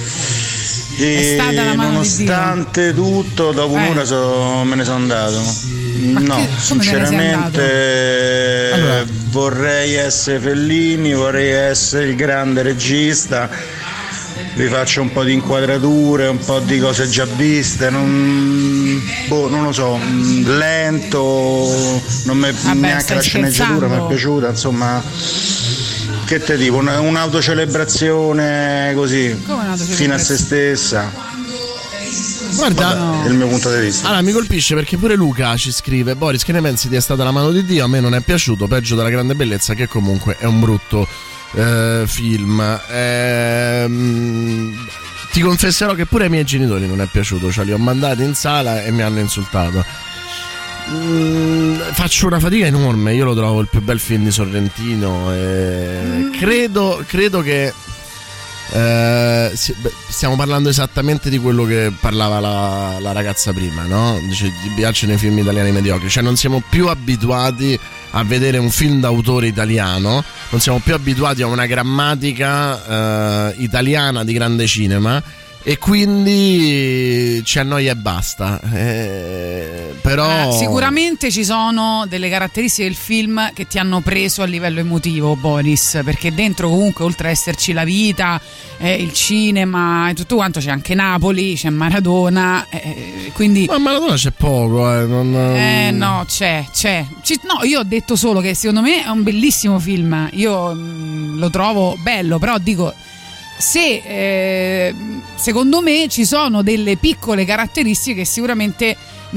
È stata la e mano nonostante tutto dopo Eh. un'ora so- me ne sono andato. Ma No, che- come te ne sei sinceramente Allora. vorrei essere Fellini, vorrei essere il grande regista, vi faccio un po' di inquadrature, un po' di cose già viste, non, boh, non lo so, mh, lento, non mi Vabbè, neanche stai la sceneggiatura mi è scherzando? piaciuta, insomma, che te dico, una- un'autocelebrazione così, Come un'autocelebrazione? fino a se stessa. Guarda, Vabbè, è il mio punto di vista. allora mi colpisce perché pure Luca ci scrive: Boris, che ne pensi di È stata la mano di Dio? A me non è piaciuto, peggio della grande bellezza, che comunque è un brutto eh, film. Ehm, ti confesserò che pure ai miei genitori non è piaciuto, cioè li ho mandati in sala e mi hanno insultato. Mm, faccio una fatica enorme, io lo trovo il più bel film di Sorrentino e credo, credo che eh, si- beh, stiamo parlando esattamente di quello che parlava la, la ragazza prima, no? Dice ti piacciono i film italiani mediocri, cioè non siamo più abituati a vedere un film d'autore italiano, non siamo più abituati a una grammatica eh, italiana di grande cinema e quindi ci annoia e basta. Eh, però Eh, sicuramente ci sono delle caratteristiche del film che ti hanno preso a livello emotivo, Boris, perché dentro comunque oltre a esserci la vita, eh, il cinema e tutto quanto c'è anche Napoli, c'è Maradona, eh, quindi ma a Maradona c'è poco, eh, non, eh no, c'è, c'è. Ci- no, io ho detto solo che secondo me è un bellissimo film. Io mh, lo trovo bello, però dico se eh, secondo me ci sono delle piccole caratteristiche che sicuramente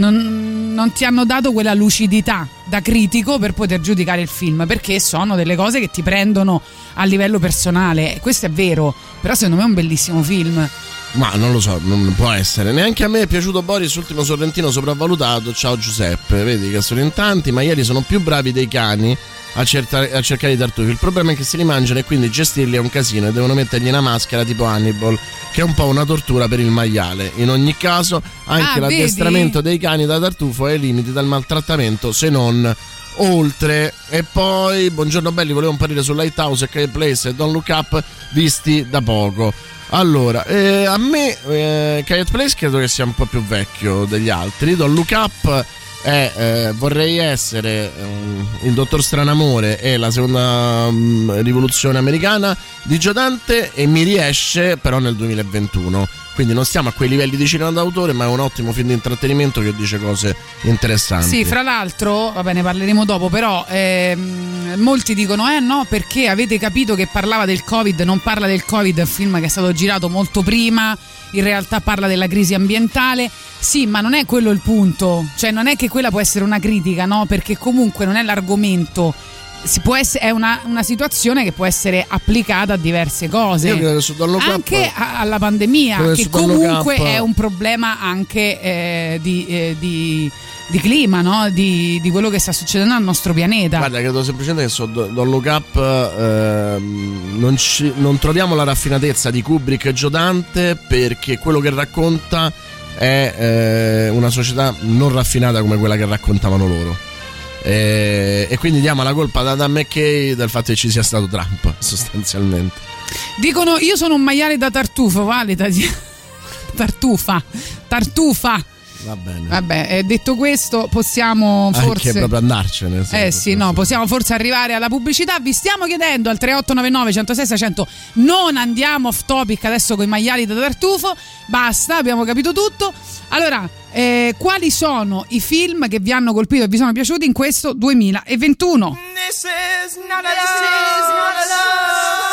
non, non ti hanno dato quella lucidità da critico per poter giudicare il film, perché sono delle cose che ti prendono a livello personale. Questo è vero, però secondo me è un bellissimo film. Ma non lo so, non può essere. Neanche a me è piaciuto Boris, ultimo Sorrentino sopravvalutato. Ciao Giuseppe, vedi che sono in tanti, ma ieri sono più bravi dei cani a, cercare, a cercare i tartufi. Il problema è che se li mangiano e quindi gestirli è un casino e devono mettergli una maschera tipo Hannibal, che è un po' una tortura per il maiale. In ogni caso anche Ah, l'addestramento vedi? dei cani da tartufo è ai limiti del maltrattamento, se non oltre. E poi buongiorno belli, volevo parere su Lighthouse e Quiet Place e Don't Look Up, visti da poco. Allora, eh, a me eh, Quiet Place credo che sia un po' più vecchio degli altri. Don't Look Up è eh, vorrei essere eh, il dottor Stranamore e la seconda mh, rivoluzione americana di Joe Dante, e mi riesce però nel duemilaventuno. Quindi non stiamo a quei livelli di cinema d'autore, ma è un ottimo film di intrattenimento che dice cose interessanti. Sì, fra l'altro, vabbè, ne parleremo dopo, però ehm, molti dicono eh no, perché avete capito che parlava del Covid, non parla del Covid, è un film che è stato girato molto prima, in realtà parla della crisi ambientale. Sì, ma non è quello il punto, cioè non è che quella può essere una critica, no? Perché comunque non è l'argomento. Si può essere, è una, una situazione che può essere applicata a diverse cose, Io credo che su Don't Look Up- anche a- alla pandemia, credo che su Don't Look comunque Up- è un problema anche eh, di, eh, di di clima, no? Di, di quello che sta succedendo al nostro pianeta. Guarda, credo semplicemente che su Don't Look Up ehm, non, ci, non troviamo la raffinatezza di Kubrick e Joe Dante, perché quello che racconta è eh, una società non raffinata come quella che raccontavano loro. E, e quindi diamo la colpa ad Adam McKay del fatto che ci sia stato Trump, sostanzialmente. Dicono: io sono un maiale da tartufo, vale tartufa, tartufa. Va bene. Vabbè, eh, detto questo, possiamo forse anche proprio andarcene. Eh sì, no, possiamo forse arrivare alla pubblicità. Vi stiamo chiedendo al tre otto nove nove uno zero sei sei zero zero. Non andiamo off topic adesso con i maiali da tartufo. Basta, abbiamo capito tutto. Allora, eh, quali sono i film che vi hanno colpito e vi sono piaciuti in questo duemilaventuno? This is not a love.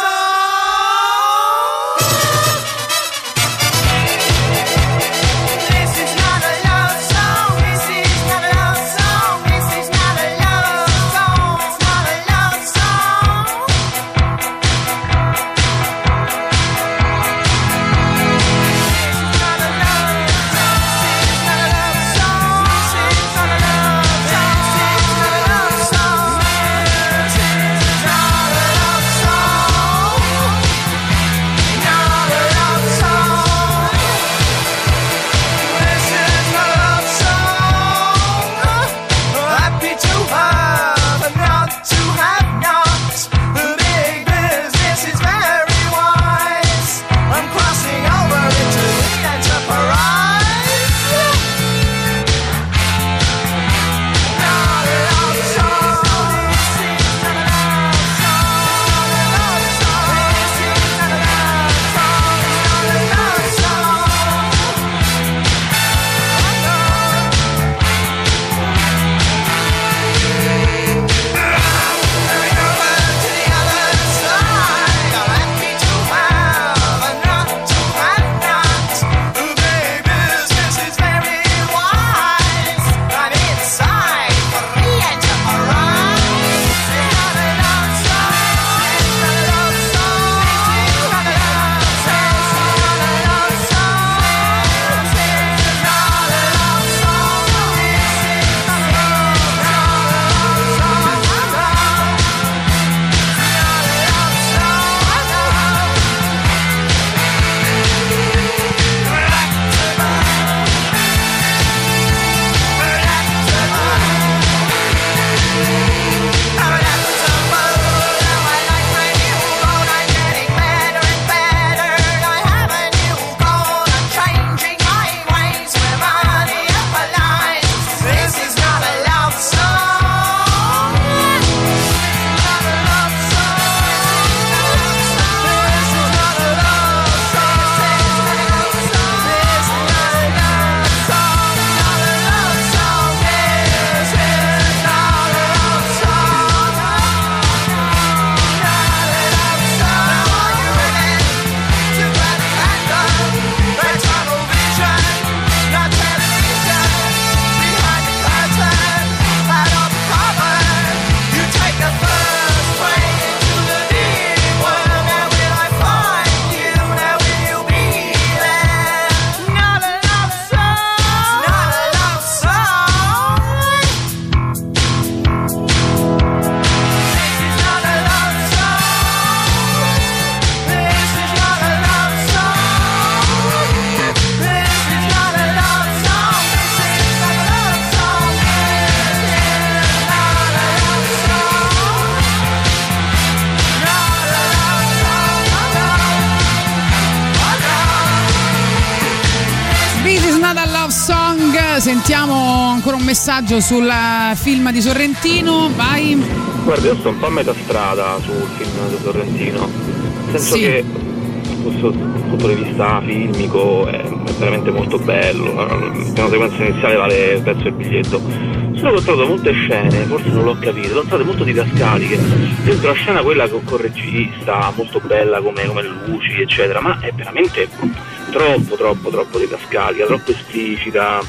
Sentiamo ancora un messaggio sul film di Sorrentino, vai. Guarda, io sto un po' a metà strada sul film di Sorrentino, nel senso sì. che dal punto di vista filmico è veramente molto bello, la sequenza iniziale vale penso il biglietto, solo che ho trovato molte scene, forse non l'ho capito, sono state molto didascaliche, dentro la scena quella con il regista, molto bella come, come luci eccetera, ma è veramente troppo troppo troppo didascalica, troppo esplicita.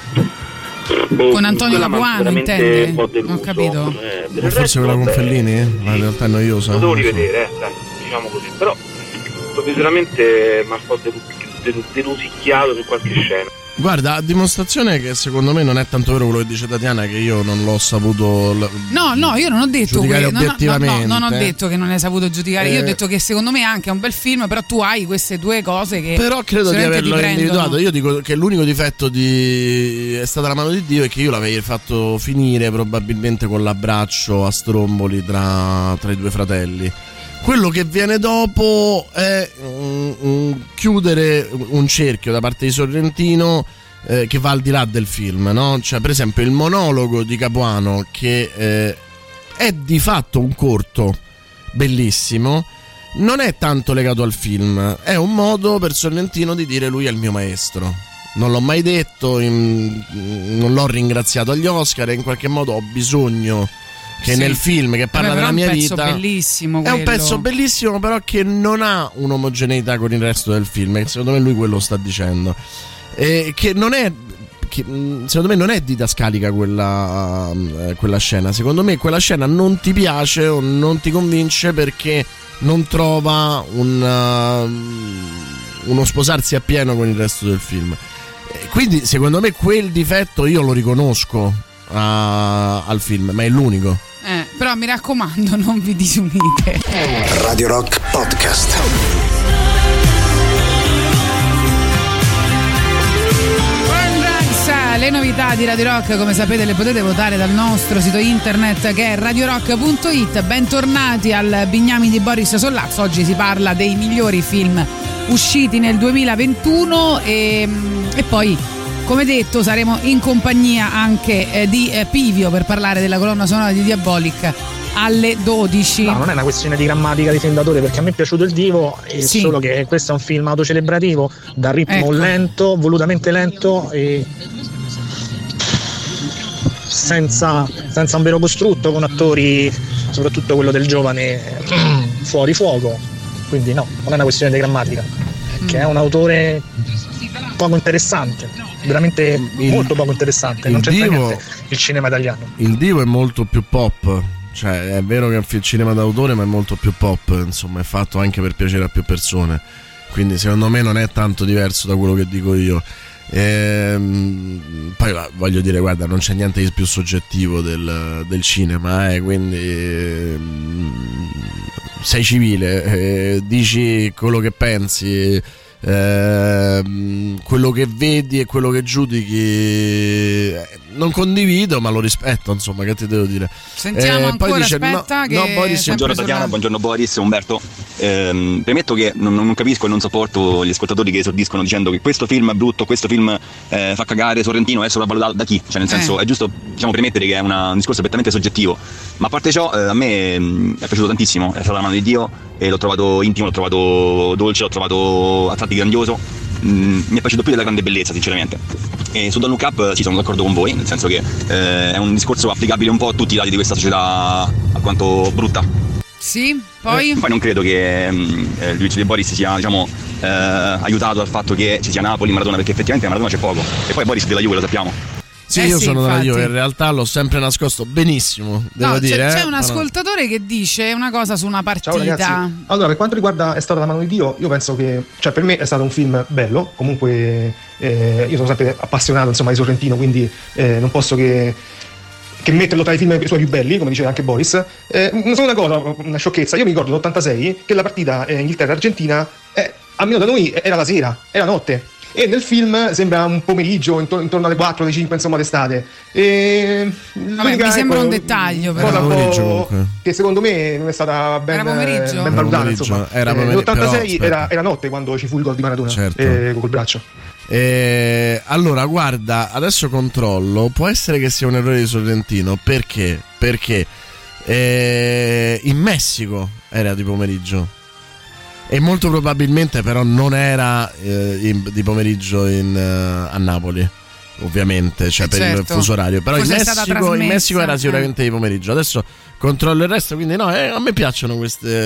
Boh, con Antonio Lapuano intende? Ho capito. Eh, ma forse quella con Fellini? Ma in realtà è noiosa. Lo devo rivedere, eh, dai, diciamo così. Però sicuramente mi ha un po' delusicchiato su qualche scena. Guarda, a dimostrazione che secondo me non è tanto vero quello che dice Tatiana, che io non l'ho saputo l- No, no, io non ho detto giudicare que- no, no, obiettivamente. no, no, non ho detto che non hai saputo giudicare. Eh. Io ho detto che secondo me è anche un bel film, però tu hai queste due cose che Però credo di sicuramente averlo ti prendono. individuato. Io dico che l'unico difetto di È stata la mano di Dio è che io l'avevi fatto finire probabilmente con l'abbraccio a stromboli tra, tra i due fratelli. Quello che viene dopo è um, um, chiudere un cerchio da parte di Sorrentino eh, che va al di là del film, no? Cioè, per esempio, il monologo di Capuano, che eh, è di fatto un corto bellissimo, non è tanto legato al film, è un modo per Sorrentino di dire: lui è il mio maestro. Non l'ho mai detto, in, non l'ho ringraziato agli Oscar, e in qualche modo ho bisogno che Sì. nel film che parla Vabbè, della però mia è un pezzo vita bellissimo è un quello. pezzo bellissimo, però che non ha un'omogeneità con il resto del film, e secondo me lui quello sta dicendo, e che non è che, secondo me non è didascalica quella, eh, quella scena. Secondo me quella scena non ti piace o non ti convince perché non trova un, uh, uno sposarsi appieno con il resto del film. E quindi secondo me quel difetto io lo riconosco a, al film, ma è l'unico. Eh, però mi raccomando, non vi disunite. Radio Rock Podcast. Le novità di Radio Rock, come sapete, le potete votare dal nostro sito internet che è radio rock punto it. Bentornati al Bignami di Boris Sollazzo. Oggi si parla dei migliori film usciti nel duemilaventuno e, e poi, come detto, saremo in compagnia anche eh, di eh, Pivio per parlare della colonna sonora di Diabolic alle dodici. No, non è una questione di grammatica di film d'autore, perché a me è piaciuto il divo, è Sì. solo che questo è un film autocelebrativo, dal ritmo Ecco. lento, volutamente lento e senza, senza un vero costrutto, con attori, soprattutto quello del giovane, fuori fuoco. Quindi no, non è una questione di grammatica, è che è un autore poco interessante, veramente Il- molto poco interessante, il non c'entra divo- niente il cinema italiano. Il divo è molto più pop, cioè è vero che è un cinema d'autore, ma è molto più pop, insomma è fatto anche per piacere a più persone, quindi secondo me non è tanto diverso da quello che dico io. Ehm, poi va, voglio dire, guarda, non c'è niente di più soggettivo del, del cinema, eh, quindi ehm, sei civile, eh, dici quello che pensi, ehm, quello che vedi e quello che giudichi, eh, non condivido ma lo rispetto, insomma, che ti devo dire. Sentiamo Eh, poi ancora, dice, aspetta, no, che no, poi dice- sempre Buongiorno sulla- Tatiana, buongiorno Boris, Umberto. Ehm, premetto che non, non capisco e non sopporto gli ascoltatori che esordiscono dicendo che questo film è brutto, questo film eh, fa cagare, Sorrentino è sopravvalutato. Da chi? Cioè, nel senso, Eh. è giusto, diciamo, premettere che è una- un discorso prettamente soggettivo. Ma a parte ciò, eh, a me mh, è piaciuto tantissimo, è stata la mano di Dio e l'ho trovato intimo, l'ho trovato dolce, l'ho trovato a tratti grandioso. Mm, mi è piaciuto più della grande bellezza, sinceramente. E su Don't Look Up sì, sono d'accordo con voi, nel senso che eh, è un discorso applicabile un po' a tutti i lati di questa società alquanto brutta. Sì, poi Poi non credo che mh, eh, Luigi De Boris sia, diciamo, eh, aiutato dal fatto che ci sia Napoli, Maradona, perché effettivamente a Maradona c'è poco. E poi Boris della Juve, lo sappiamo. Sì, Eh io sì, sono della infatti. Juve, in realtà l'ho sempre nascosto benissimo, devo no, dire. c'è, c'è eh, un ma no. ascoltatore che dice una cosa su una partita. Ciao ragazzi, allora per quanto riguarda È stata la mano di Dio, io penso che, cioè per me è stato un film bello, comunque eh, io sono sempre appassionato insomma di Sorrentino, quindi eh, non posso che, che metterlo tra i film suoi più belli, come diceva anche Boris. Eh, una sola cosa, una sciocchezza, io mi ricordo nell'ottantasei che la partita eh, Inghilterra-Argentina, eh, almeno da noi era la sera, era notte. E nel film sembra un pomeriggio intorno, intorno alle quattro, alle cinque insomma d'estate. E Vabbè, mi sembra un dettaglio, però. cosa un Pomeriggio, po' comunque. che secondo me non è stata ben, Era pomeriggio? ben Era valutata pomeriggio, insomma. era Eh, pomeriggio, nell'ottantasei però, era, aspetta. era notte quando ci fu il gol di Maradona, Certo. eh, col braccio. Eh, allora, guarda, adesso controllo. Può essere che sia un errore di Sorrentino. Perché? Perché eh, in Messico era di pomeriggio. E molto probabilmente però non era eh, in- di pomeriggio in, eh, a Napoli. Ovviamente, cioè Eh, per il certo. fuso orario. Però in Forse è stata Messico, in trasmessa, Messico era eh. sicuramente di pomeriggio. Adesso controllo il resto. Quindi no, eh, a me piacciono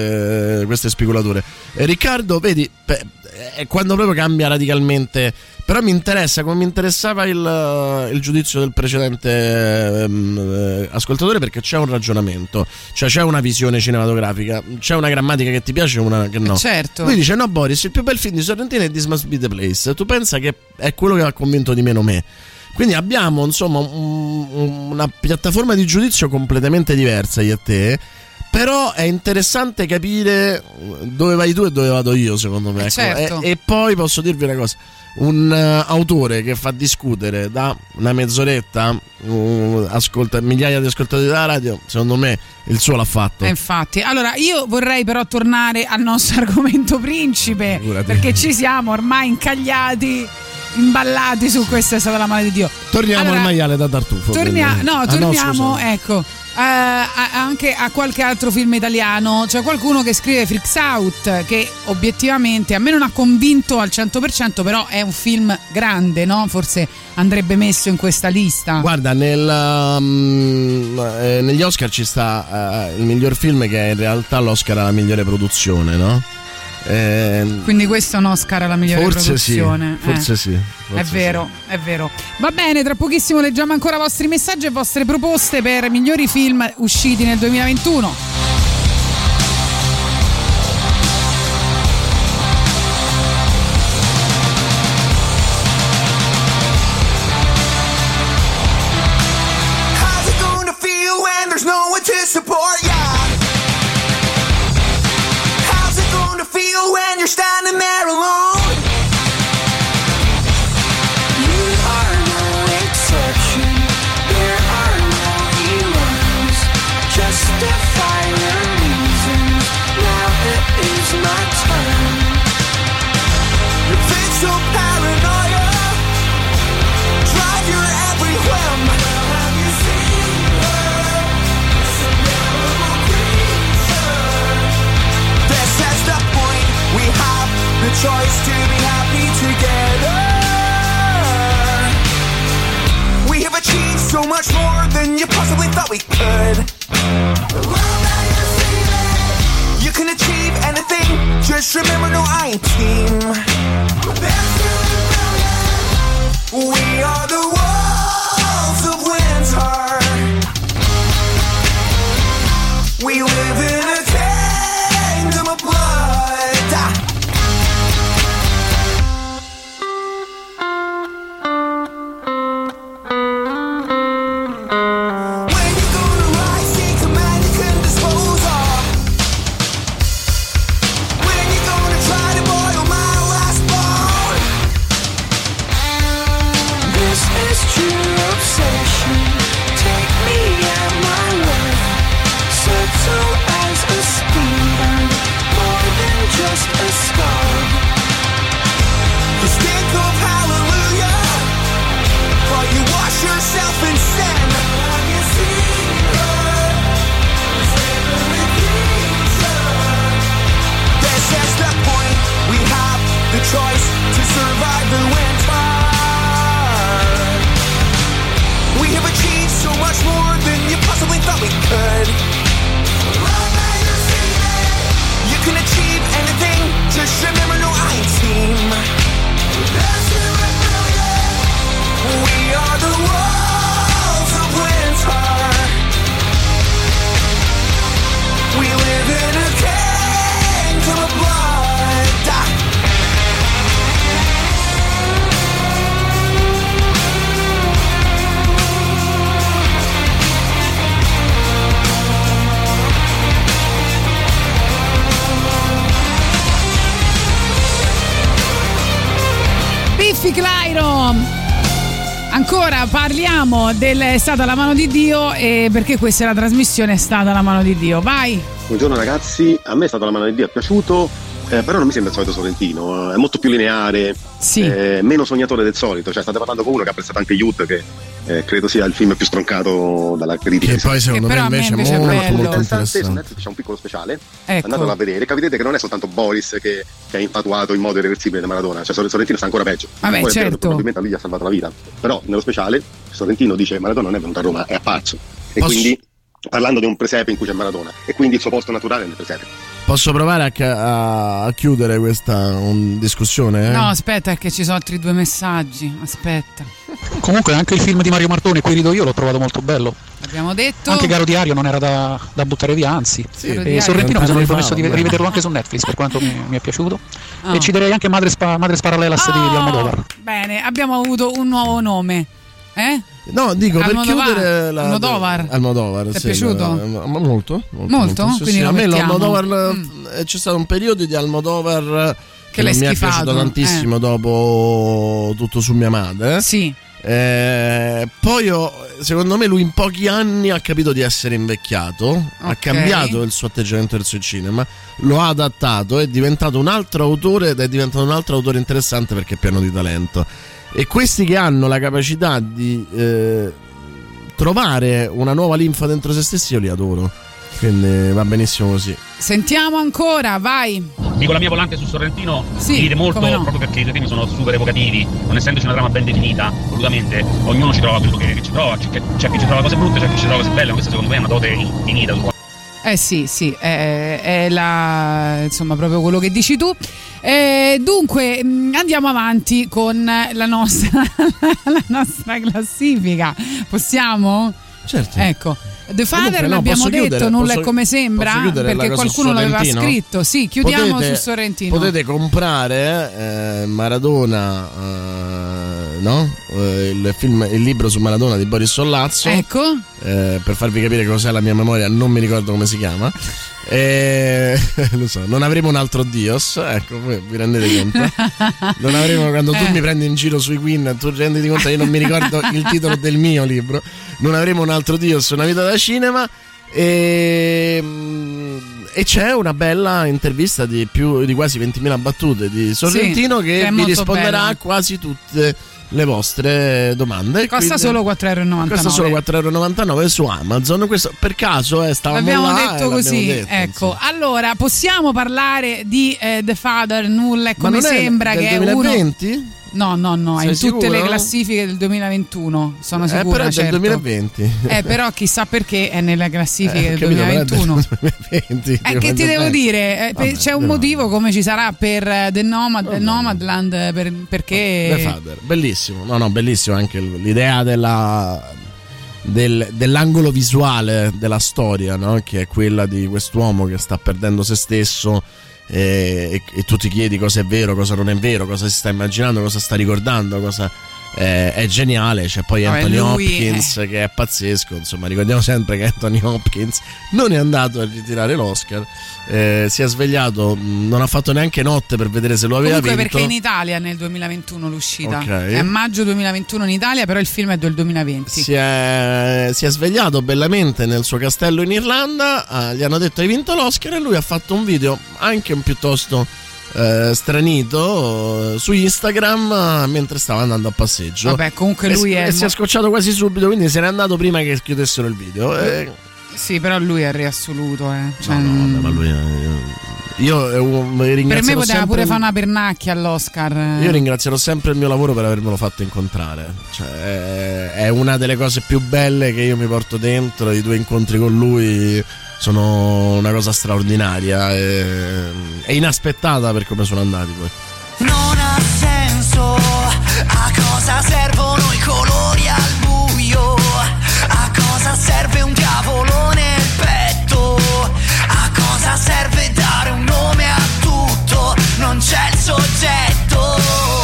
queste, queste spigolature. Eh, Riccardo, vedi, pe- è quando proprio cambia radicalmente. Però Però mi interessa, come mi interessava il, il giudizio del precedente ehm, ascoltatore, perché c'è un ragionamento, cioè c'è una visione cinematografica, c'è una grammatica che ti piace e una che no. Certo. Lui dice: no Boris, il più bel film di Sorrentino è This Must Be the Place. Tu pensa che è quello che ha convinto di meno me. Quindi abbiamo insomma un, una piattaforma di giudizio completamente diversa io e te. Però è interessante capire dove vai tu e dove vado io, secondo me. Ecco. Certo. E, e poi posso dirvi una cosa: un uh, autore che fa discutere da una mezz'oretta uh, ascolta migliaia di ascoltatori della radio, secondo me il suo l'ha fatto. Eh, infatti. Allora io vorrei però tornare al nostro argomento principe, Figurati. perché ci siamo ormai incagliati, imballati su Questa è stata la mano di Dio. Torniamo Allora, al maiale da tartufo. Tornia- quindi. no, Ah, torniamo, no, scusa. ecco, eh, a- anche a qualche altro film italiano. C'è qualcuno che scrive Freaks Out, che obiettivamente a me non ha convinto al cento per cento, però è un film grande, no? Forse andrebbe messo in questa lista. Guarda, nel, um, eh, negli Oscar ci sta uh, il miglior film, che è in realtà l'Oscar alla migliore produzione, no? Eh, Quindi questo è un Oscar alla migliore forse produzione. sì, forse Eh. sì. Forse È vero, è vero. Va bene, tra pochissimo leggiamo ancora i vostri messaggi e vostre proposte per migliori film usciti nel duemilaventuno. How's it gonna feel when there's no one to support ya? How's it gonna feel when you're standing there alone? You are no exception. There are no heroes. Justify your reasons. Now it is my turn. Your face so paranoia. Drive your every whim. Have you seen her? It's a terrible creature. This is the point. We have the choice to be happy together. We have achieved so much more than you possibly thought we could. You can achieve anything. Just remember, no, I ain't team. We are the wolves of winter. We live in a kingdom of blood. When you gonna rise, see command you can dispose of. When you gonna try to boil my last bone? This is true obsession. Take me at my word. Subtle as a speeder, more than just a scar. The stink of hallelujah, while you wash yourself in sin. Have you seen her? This is the point. We have the choice to survive the winter. We have achieved so much more than you possibly thought we could. You can achieve anything. Just remember, no, I ain't team. We are the wolves of winter. We live in a kingdom of blood. Biffy Clyro. Ancora parliamo del È stata la mano di Dio, e perché questa è la trasmissione È stata la mano di Dio. Vai. Buongiorno ragazzi, a me è stata la mano di Dio, è piaciuto, eh, però non mi sembra il solito Sorrentino, è molto più lineare, sì. eh, meno sognatore del solito, cioè state parlando con uno che ha apprezzato anche Youth, che eh, credo sia il film più stroncato dalla critica. Che poi secondo Che me però a me invece, invece è è molto bello. molto Interessante, su interessante. Netflix c'è un piccolo speciale, Ecco. andatelo a vedere, capite che non è soltanto Boris che, che è infatuato in modo irreversibile da Maradona, cioè Sor- Sorrentino sta ancora peggio. Vabbè, Poi è vero che certo. probabilmente a lui gli ha salvato la vita, però nello speciale Sorrentino dice Maradona non è venuto a Roma, è apparso, e Posso- quindi parlando di un presepe in cui c'è Maradona e quindi il suo posto naturale è nel presepe. Posso provare a, a, a chiudere questa un, discussione? Eh? No, aspetta, che ci sono altri due messaggi. Aspetta. Comunque anche il film di Mario Martoni, Qui rido io, l'ho trovato molto bello. Abbiamo detto. Anche Caro Diario non era da, da buttare via, anzi. Sì, e Sorrentino mi sono ripromesso di vabbè. rivederlo anche su Netflix, per quanto mi, mi è piaciuto. Oh. E ci direi anche Madres, pa- Madres Paralelas di, di Almodovar. Bene, abbiamo avuto un nuovo nome. Eh? No, dico Almodovar. per chiudere la Almodovar. Almodovar, Ti è sì, piaciuto? no, ma molto, molto, Molto? Sì, Quindi sì. lo A me mettiamo. l'Almodovar Mm. eh, c'è stato un periodo di Almodovar che, Che non l'hai mi è schifato, piaciuto tantissimo eh. dopo Tutto su mia madre. Sì. Eh, poi ho, secondo me lui in pochi anni ha capito di essere invecchiato, ha Ok. cambiato il suo atteggiamento verso il cinema, lo ha adattato, è diventato un altro autore ed è diventato un altro autore interessante perché è pieno di talento. E questi che hanno la capacità di eh, trovare una nuova linfa dentro se stessi io li adoro, quindi va benissimo così. Sentiamo ancora, vai. Dico la mia volante su Sorrentino, Sì, divide molto come no. proprio perché i suoi temi sono super evocativi, non essendoci una trama ben definita, assolutamente, ognuno ci trova quello che, che ci trova, c'è, c'è chi ci trova cose brutte, c'è chi ci trova cose belle, ma questa secondo me è una dote infinita. Eh sì, sì, è, è la, insomma proprio quello che dici tu. Eh, dunque mh, andiamo avanti con la nostra, la nostra classifica. Possiamo? Certo. Ecco. The Father Comunque, no, l'abbiamo posso detto, chiudere? nulla Posso- è come sembra, posso chiudere la perché cosa su qualcuno l'aveva Sorrentino? scritto. Sì, chiudiamo Potete- su Sorrentino. Potete comprare eh, Maradona, eh, no? Eh, il, film, il libro su Maradona di Boris Sollazzo. Ecco. Eh, per farvi capire cos'è la mia memoria, non mi ricordo come si chiama. Eh, lo so, non avremo un altro Dios. Ecco, voi vi rendete conto? Non avremo, quando tu Eh. mi prendi in giro sui Queen, tu renditi conto che io non mi ricordo il titolo del mio libro. Non avremo un altro Dios, una vita da cinema. E, e c'è una bella intervista di più di quasi ventimila battute di Sorrentino Sì, che, che è vi molto risponderà bella. a quasi tutte le vostre domande. Costa Quindi- solo quattro virgola novantanove euro. Costa solo quattro virgola novantanove su Amazon. Questo per caso eh, stavamo L'abbiamo là e detto l'abbiamo così, detto, ecco. Allora, possiamo parlare di eh, The Father, nulla è Ma come non è sembra, del che è duemilaventi? uno. No, no, no, è Sei in tutte sicuro? le classifiche del duemilaventuno, sono Eh, sicura, però è del certo. duemilaventi. Eh, però chissà perché è nelle classifiche Eh, del capito, però è del duemilaventuno. duemilaventi, Eh, che ti devo dire? Eh, Vabbè, c'è un no. motivo come ci sarà per eh, The Nomad, Nomadland, per- The perché Father, bellissimo. No, no, bellissimo anche l'idea della del- dell'angolo visuale della storia, no? Che è quella di quest'uomo che sta perdendo se stesso e, e- e tu ti chiedi cosa è vero, cosa non è vero, cosa si sta immaginando, cosa sta ricordando, cosa eh, è geniale. C'è poi Vabbè, Anthony lui Hopkins che è pazzesco, insomma ricordiamo sempre che Anthony Hopkins non è andato a ritirare l'Oscar, eh, si è svegliato, mh, non ha fatto neanche notte per vedere se lo aveva comunque vinto. perché in Italia è nel duemilaventuno l'uscita. Ok. È a maggio duemilaventuno in Italia, però il film è del duemilaventi. Si è, si è svegliato bellamente nel suo castello in Irlanda, ah, gli hanno detto hai vinto l'Oscar e lui ha fatto un video anche un piuttosto eh, stranito eh, su Instagram eh, mentre stava andando a passeggio. Vabbè, comunque E lui si- è e si è mo- scocciato quasi subito, quindi se n'è andato prima che chiudessero il video. eh. Sì, però lui è riassoluto, eh. Cioè, No, no, vabbè, ma lui eh, io eh, un- per me ringrazierò poteva sempre pure fare una pernacchia all'Oscar. eh. Io ringrazierò sempre il mio lavoro per avermelo fatto incontrare. Cioè, è- è una delle cose più belle che io mi porto dentro. I due incontri con lui sono una cosa straordinaria e, e inaspettata per come sono andati poi. Non ha senso, a cosa servono i colori al buio? A cosa serve un diavolo nel petto? A cosa serve dare un nome a tutto? Non c'è il soggetto.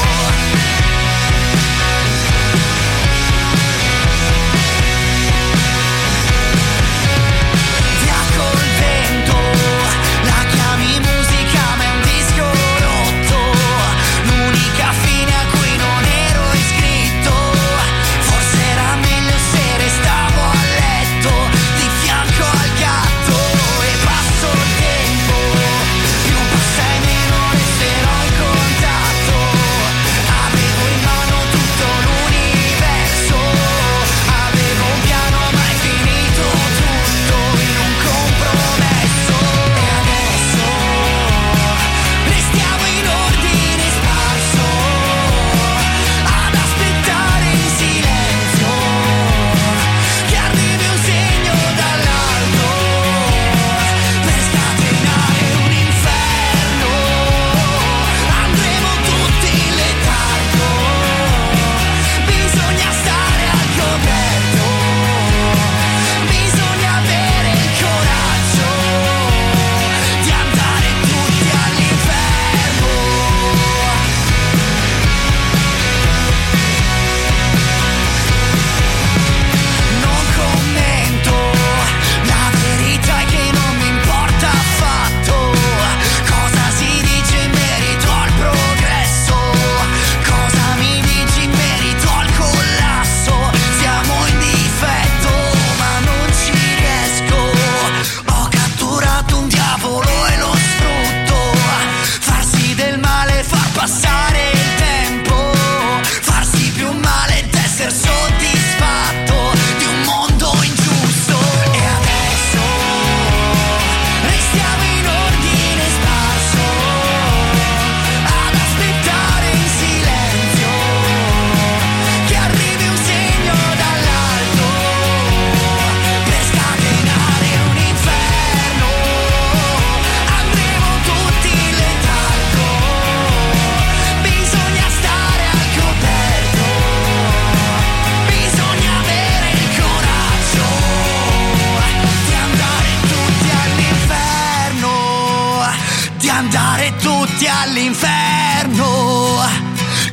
Via col vento, la chiami musica ma è un disco rotto. L'unica fine a cui non ero iscritto. Forse era meglio se restavo a letto di fianco al gatto. E passo il tempo,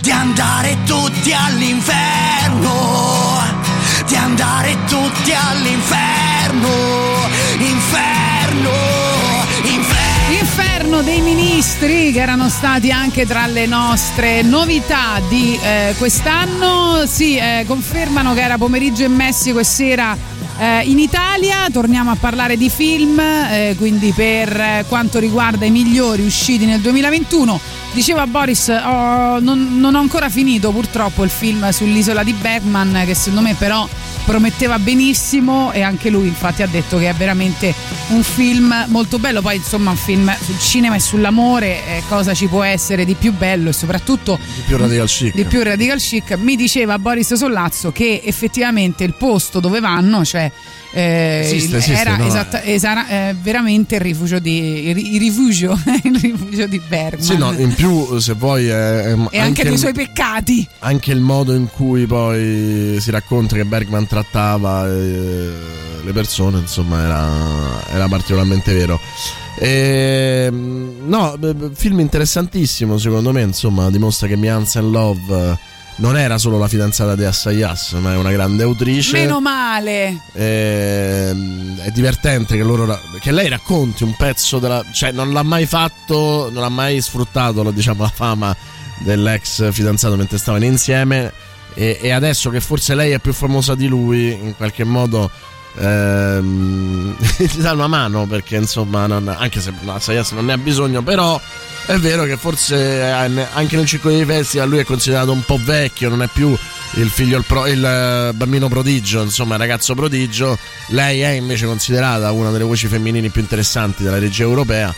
di andare tutti all'inferno, di andare tutti all'inferno, inferno, inferno. Inferno dei Ministri, che erano stati anche tra le nostre novità di eh, quest'anno. Sì, eh, confermano che era pomeriggio in Messico e sera eh, in Italia. Torniamo a parlare di film, eh, quindi per eh, quanto riguarda i migliori usciti nel duemilaventuno. Diceva Boris, oh, non, non ho ancora finito purtroppo il film sull'isola di Bergman, che secondo me però prometteva benissimo, e anche lui infatti ha detto che è veramente un film molto bello. Poi insomma un film sul cinema e sull'amore, eh, cosa ci può essere di più bello e soprattutto di più radical chic. Di più radical chic. Mi diceva Boris Sollazzo che effettivamente il posto dove vanno, cioè eh, esiste, il, esiste, era no? esatta, esara, eh, veramente il rifugio di il, il rifugio il rifugio di Bergman. Sì, no, in più se vuoi è, è e anche, anche dei il, suoi peccati, anche il modo in cui poi si racconta che Bergman trattava eh, le persone, insomma, era, era particolarmente vero. E, no, film interessantissimo secondo me, insomma, dimostra che Mia Hansen Love non era solo la fidanzata di Assayas, ma è una grande autrice. Meno male. E, è divertente che loro che lei racconti un pezzo della, cioè non l'ha mai fatto, non ha mai sfruttato, diciamo, la fama dell'ex fidanzato mentre stavano insieme, e, e adesso che forse lei è più famosa di lui, in qualche modo ehm, gli dà una mano, perché insomma non, anche se Assayas non ne ha bisogno, però è vero che forse anche nel circolo dei festival lui è considerato un po' vecchio, non è più il figlio, il, pro, il bambino prodigio, insomma il ragazzo prodigio. Lei è invece considerata una delle voci femminili più interessanti della regia europea.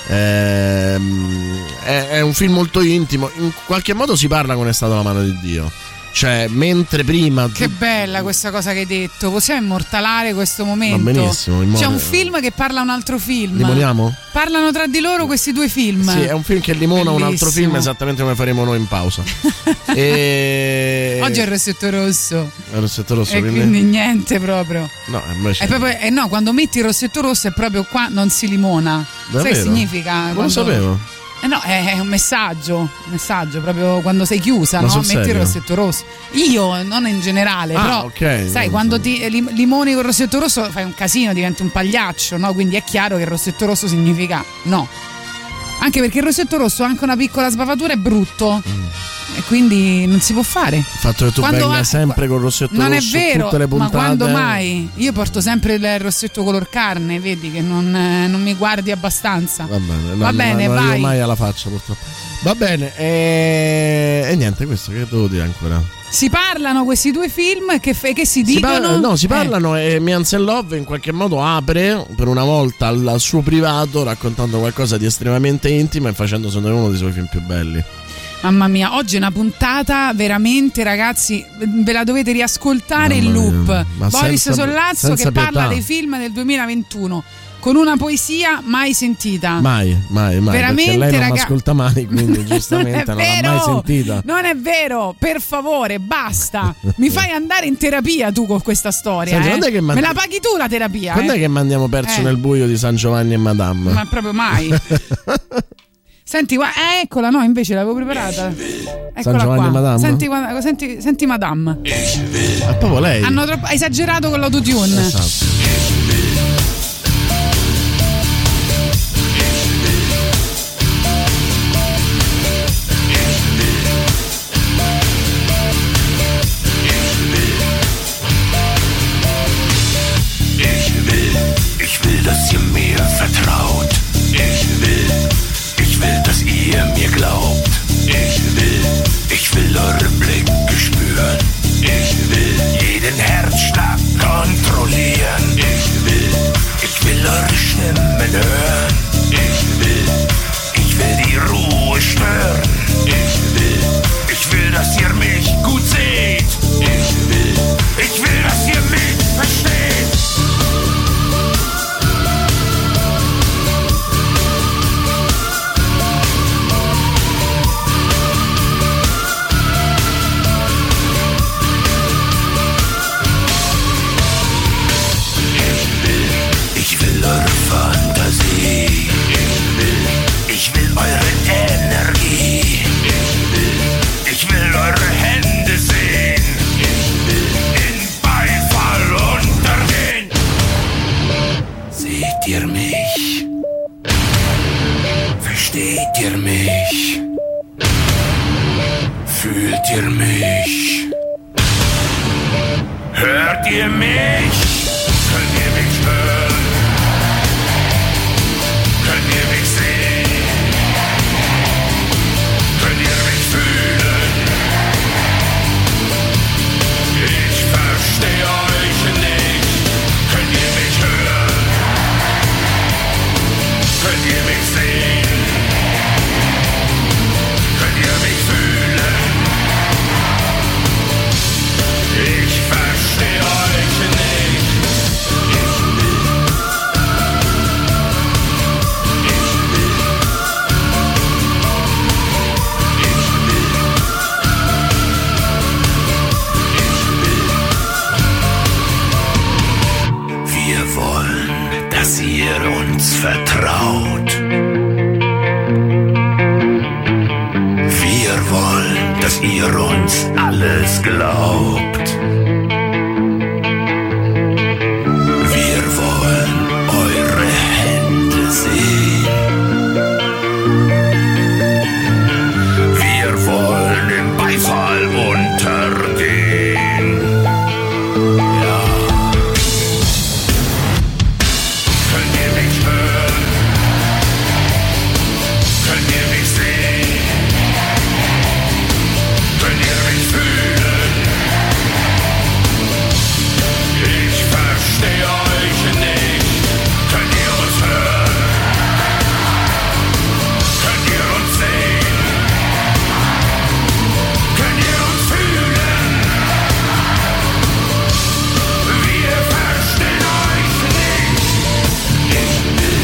Ehm, è, è un film molto intimo, in qualche modo si parla con È stata la mano di Dio. Cioè, mentre prima. Che bella questa cosa che hai detto. Possiamo immortalare questo momento. Va benissimo. C'è un film che parla a un altro film. Limoniamo? Parlano tra di loro questi due film. Sì, è un film che limona Bellissimo. Un altro film, esattamente come faremo noi in pausa. e... Oggi è il rossetto rosso. È il rossetto rosso. E quindi... quindi niente proprio. No, invece. È proprio, eh no, quando metti il rossetto rosso è proprio qua, non si limona. Davvero? Sai che significa? Non quando... lo sapevo. Eh no, è un messaggio, un messaggio proprio quando sei chiusa, Ma no? sul Metti serio? il rossetto rosso. Io, non in generale, Ah, però ok. sai, Non quando so. ti lim- limoni col rossetto rosso fai un casino, diventi un pagliaccio, no? Quindi è chiaro che il rossetto rosso significa no. Anche perché il rossetto rosso ha anche una piccola sbavatura, è brutto. Mm. E quindi non si può fare. Il fatto che tu Quando venga va- sempre col rossetto Non è rosso vero, tutte le ma puntate. quando mai? Io porto sempre il rossetto color carne, vedi che non, eh, non mi guardi abbastanza. Va bene, Va no, bene, non arrivo vai. mai alla faccia, purtroppo. Va bene, e, e niente, questo che devo dire ancora? Si parlano questi due film che, che si Si dicono. parla- no, si Eh. parlano e Mia Hansen Love in qualche modo apre per una volta al suo privato, raccontando qualcosa di estremamente intimo e facendo secondo me uno dei suoi film più belli. Mamma mia, oggi è una puntata veramente, ragazzi, ve la dovete riascoltare in Mamma loop. mia, ma Boris senza- Sollazzo senza che parla pietà. dei film del duemilaventuno con una poesia mai sentita. Mai, mai, mai. Veramente, perché lei non raga- mi ascolta mai, quindi giustamente non, Non è l'ha mai vero! sentita. Non è vero, per favore, basta. Mi fai andare in terapia tu con questa storia. Senti, eh? quando è che mandi- Me la paghi tu la terapia? Quando eh? è che mandiamo perso Eh. nel buio di San Giovanni e Madame? Ma proprio mai. Senti, guarda, eh, eccola, no, invece l'avevo preparata. Eccola Giovanni qua. e Madame? Senti, guarda, senti, senti Madame. È proprio lei. Hanno troppo esagerato con l'autotune. Esatto. Ich will, ich will, dass ihr mir vertraut. Ich will, ich will, dass ihr mir glaubt. Ich will, ich will eure Blicke spüren. Ich will jeden Herzschlag kontrollieren. Fühlt ihr mich? Hört ihr mich? Könnt ihr mich hören? Könnt ihr mich sehen? Könnt ihr mich fühlen? Ich verstehe euch nicht. Könnt ihr mich hören? Könnt ihr mich sehen? Könnt ihr mich fühlen? Ich verstehe euch nicht. Wir wollen, dass ihr uns vertraut. Wir wollen, dass ihr uns alles glaubt. Wir wollen eure Hände sehen. Wir wollen im Beifall untergehen. Ja. Könnt ihr mich hören? Könnt ihr mich sehen? Könnt ihr mich fühlen? Ich verstehe euch nicht. Könnt ihr uns hören? Könnt ihr uns sehen? Könnt ihr uns fühlen? Wir verstehen euch nicht. Ich will.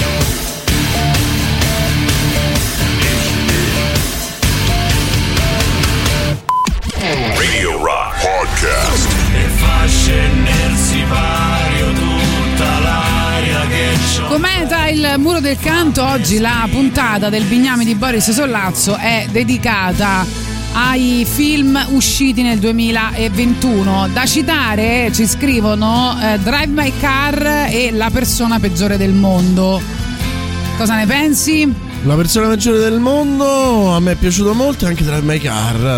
Radio Rock Podcast. E fasce nel sipario tutta l'aria che c'ho. Cometa il muro del canto, oggi la puntata del Bignami di Boris Sollazzo è dedicata ai film usciti nel duemilaventuno. Da citare ci scrivono eh, Drive My Car e La persona peggiore del mondo. Cosa ne pensi? La persona peggiore del mondo a me è piaciuto molto, anche Drive My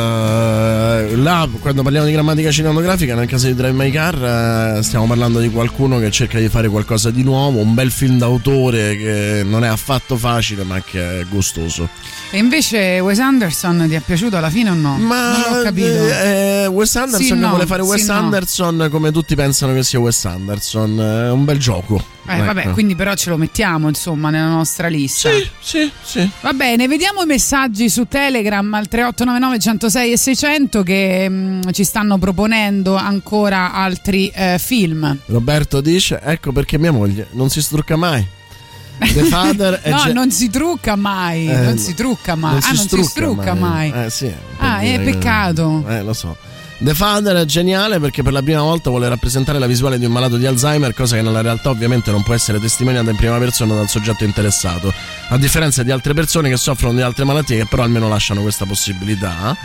Car. Uh, là, quando parliamo di grammatica cinematografica, nel caso di Drive My Car, uh, stiamo parlando di qualcuno che cerca di fare qualcosa di nuovo, un bel film d'autore che non è affatto facile, ma che è gustoso. E invece Wes Anderson ti è piaciuto alla fine o no? Ma non l'ho capito. Eh, Wes Anderson Sì, che no, vuole fare Wes sì, no. Anderson come tutti pensano che sia Wes Anderson. È un bel gioco. Eh, Ecco. vabbè, quindi però ce lo mettiamo insomma nella nostra lista. Sì, sì, sì. Va bene, vediamo i messaggi su Telegram al tre otto nove nove uno zero sei e seicento che mh, ci stanno proponendo ancora altri eh, film. Roberto dice: ecco perché mia moglie non si strucca mai. The Father è No, ge- non si trucca mai, Eh, non si trucca mai. non ah, si non strucca si strucca mai. mai. Eh, sì, Ah, per è dire che- peccato. Eh, lo so. The Father è geniale perché per la prima volta vuole rappresentare la visuale di un malato di Alzheimer, cosa che nella realtà ovviamente non può essere testimoniata in prima persona dal soggetto interessato, a differenza di altre persone che soffrono di altre malattie che però almeno lasciano questa possibilità.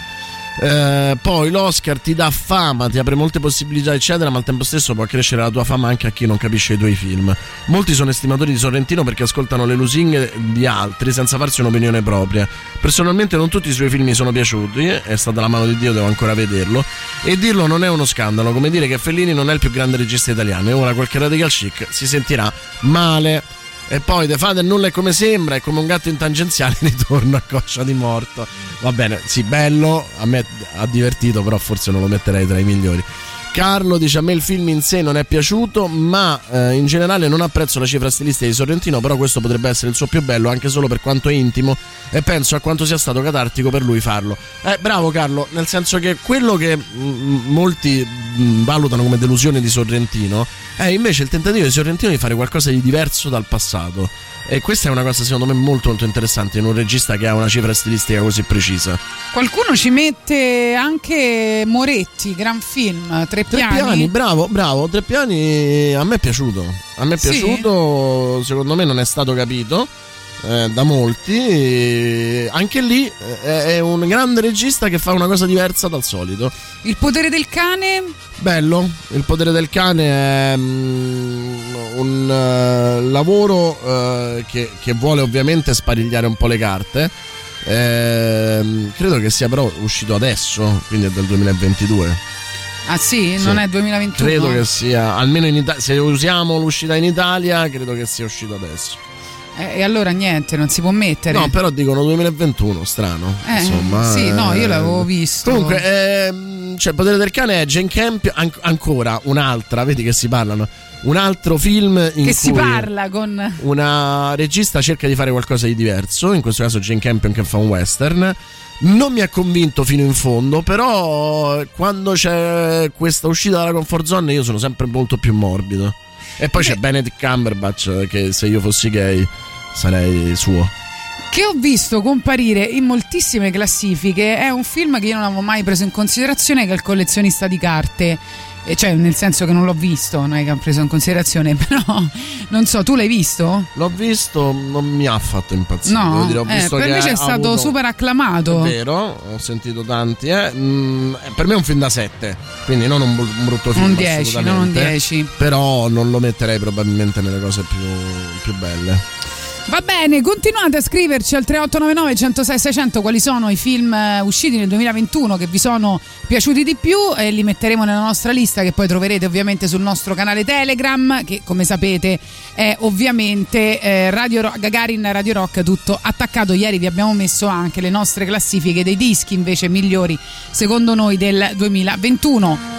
Eh, poi l'Oscar ti dà fama, ti apre molte possibilità eccetera, ma al tempo stesso può crescere la tua fama anche a chi non capisce i tuoi film. Molti sono estimatori di Sorrentino perché ascoltano le lusinghe di altri senza farsi un'opinione propria. Personalmente non tutti i suoi film mi sono piaciuti, è stata la mano di Dio, devo ancora vederlo, e dirlo non è uno scandalo, come dire che Fellini non è il più grande regista italiano, e ora qualche radical chic si sentirà male. E poi The Father nulla è come sembra, è come un gatto in tangenziale, ritorno a coscia di morto. Va bene, sì, bello, a me ha divertito, però forse non lo metterei tra i migliori. Carlo dice: a me il film in sé non è piaciuto, ma eh, in generale non apprezzo la cifra stilistica di Sorrentino, però questo potrebbe essere il suo più bello anche solo per quanto è intimo, e penso a quanto sia stato catartico per lui farlo. Eh, bravo Carlo, nel senso che quello che mh, molti mh, valutano come delusione di Sorrentino è invece il tentativo di Sorrentino di fare qualcosa di diverso dal passato. E questa è una cosa secondo me molto molto interessante in un regista che ha una cifra stilistica così precisa. Qualcuno ci mette anche Moretti, gran film, Tre Tre piani. piani, bravo, bravo. Tre piani a me è piaciuto. A me è Sì? piaciuto, secondo me non è stato capito eh, da molti. E anche lì eh, è un grande regista che fa una cosa diversa dal solito. Il potere del cane? Bello, Il potere del cane è mm, un uh, lavoro uh, che, che vuole ovviamente sparigliare un po' le carte, Ehm, credo che sia però uscito adesso, quindi è del duemilaventidue. Ah sì? Sì. Non è duemilaventuno? Credo che sia, almeno in Italia, se usiamo l'uscita in Italia, credo che sia uscito adesso. Eh, e allora niente, non si può mettere. No, però dicono duemilaventuno, strano. Eh, Insomma, sì, no, io eh, l'avevo visto. Comunque, ehm, cioè, Potere del Cane è Jane Campion, an- ancora un'altra, vedi che si parlano. Un altro film in che cui si parla con una regista cerca di fare qualcosa di diverso, in questo caso Jane Campion che fa un western. Non mi ha convinto fino in fondo, però quando c'è questa uscita dalla comfort zone io sono sempre molto più morbido. E poi c'è Benedict Cumberbatch che se io fossi gay sarei suo. Che ho visto comparire in moltissime classifiche. È un film che io non avevo mai preso in considerazione, che è Il collezionista di carte. E cioè, nel senso che non l'ho visto, non è che ho preso in considerazione, però non so, tu l'hai visto? L'ho visto, non mi ha fatto impazzire. No, devo dire, ho eh, visto per che invece è ha stato avuto... super acclamato. È vero, ho sentito tanti. Eh. Mm, per me è un film da sette, quindi non un, un brutto film. Un dieci, non un dieci. Però non lo metterei probabilmente nelle cose più, più belle. Va bene, continuate a scriverci al tre otto nove nove, centosei, seicento quali sono i film usciti nel duemilaventuno che vi sono piaciuti di più e li metteremo nella nostra lista, che poi troverete ovviamente sul nostro canale Telegram, che come sapete è ovviamente eh, Radio Rock, Gagarin Radio Rock tutto attaccato. Ieri vi abbiamo messo anche le nostre classifiche dei dischi invece migliori secondo noi del duemilaventuno.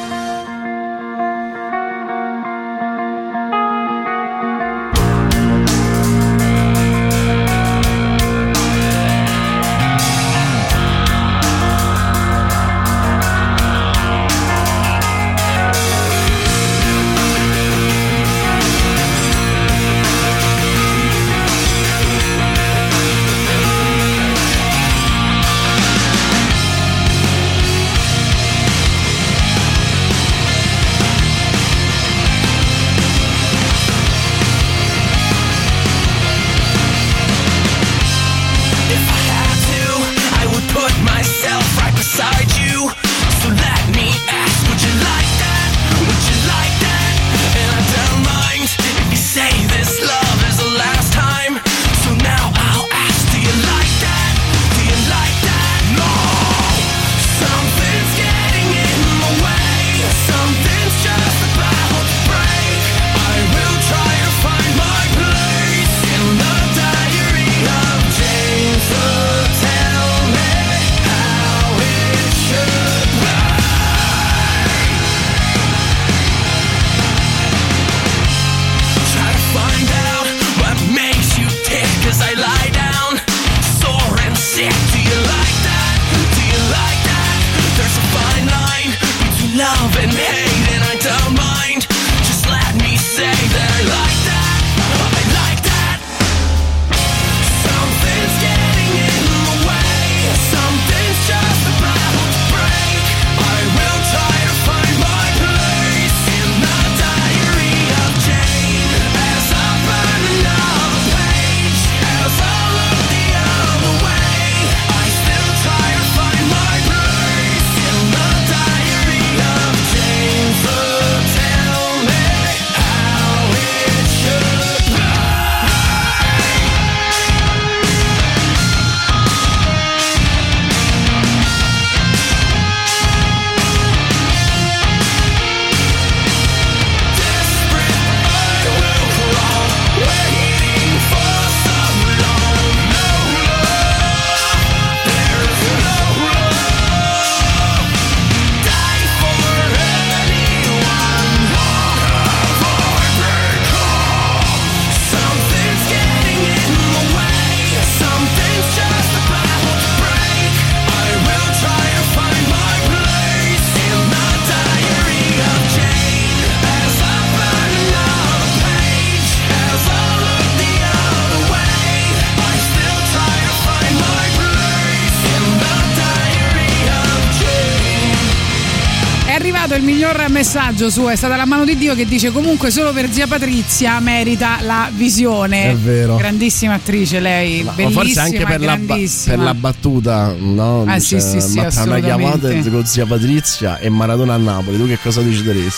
Il miglior messaggio su È stata la mano di Dio, che dice comunque solo per zia Patrizia merita la visione. È vero. Grandissima attrice lei, ma, bellissima, ma forse anche per la, ba- per la battuta, no? Ah, sì, sì, sì, ma tra una chiamata assolutamente. con zia Patrizia e Maradona a Napoli, tu che cosa decideresti?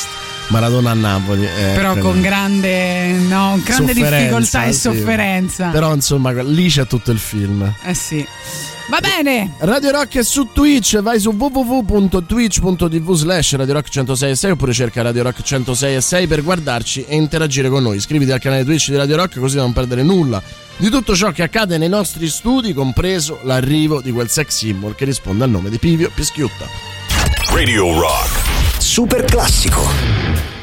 Maradona a Napoli. Eh, Però quello. con grande, no, grande Sofferenza, difficoltà e sì. sofferenza. Però insomma lì c'è tutto il film. Eh sì. Va bene. Radio Rock è su Twitch, vai su w w w punto twitch punto t v slash Radio Rock centosei e sei oppure cerca Radio Rock centosei e sei per guardarci e interagire con noi. Iscriviti al canale Twitch di Radio Rock così da non perdere nulla di tutto ciò che accade nei nostri studi, compreso l'arrivo di quel sex symbol che risponde al nome di Pivio Pischiutta. Radio Rock. Super classico.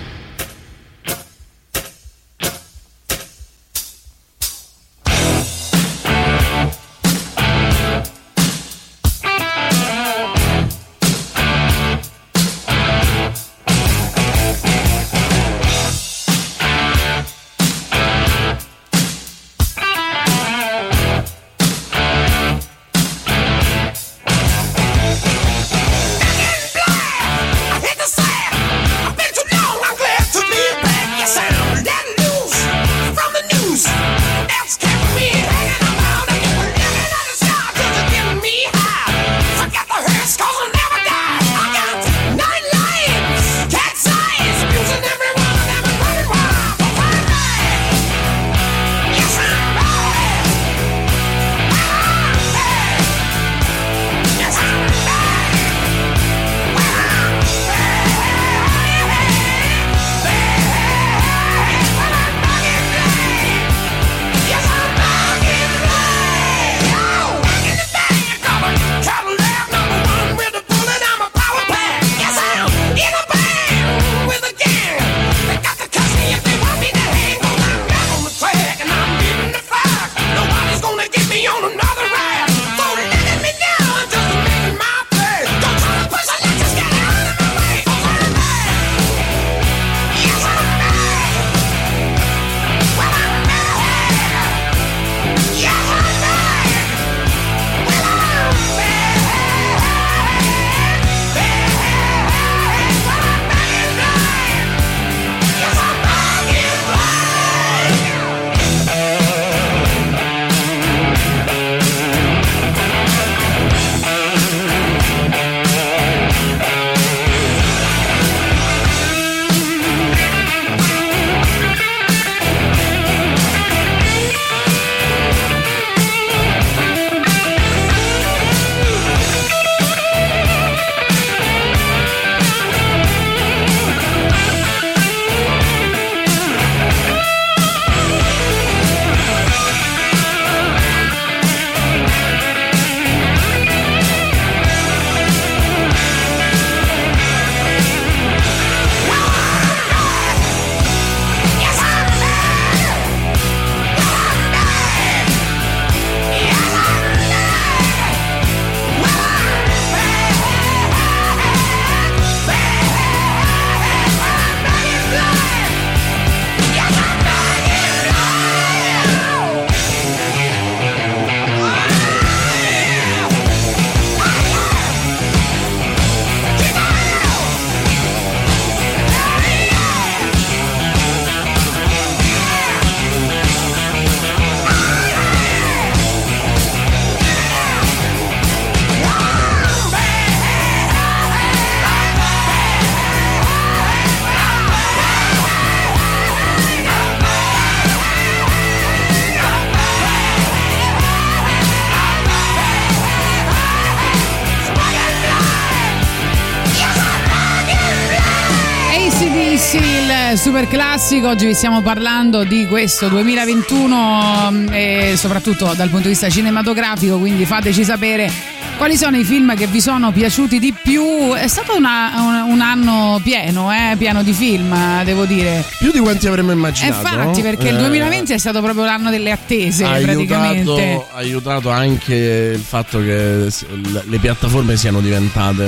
Super classico, oggi vi stiamo parlando di questo duemilaventuno e soprattutto dal punto di vista cinematografico, quindi fateci sapere quali sono i film che vi sono piaciuti di più. È stato una, un, un anno pieno, eh, pieno di film, devo dire. Più di quanti avremmo immaginato. E infatti, perché eh, il duemilaventi è stato proprio l'anno delle attese, ha praticamente. Aiutato, ha aiutato anche il fatto che le piattaforme siano diventate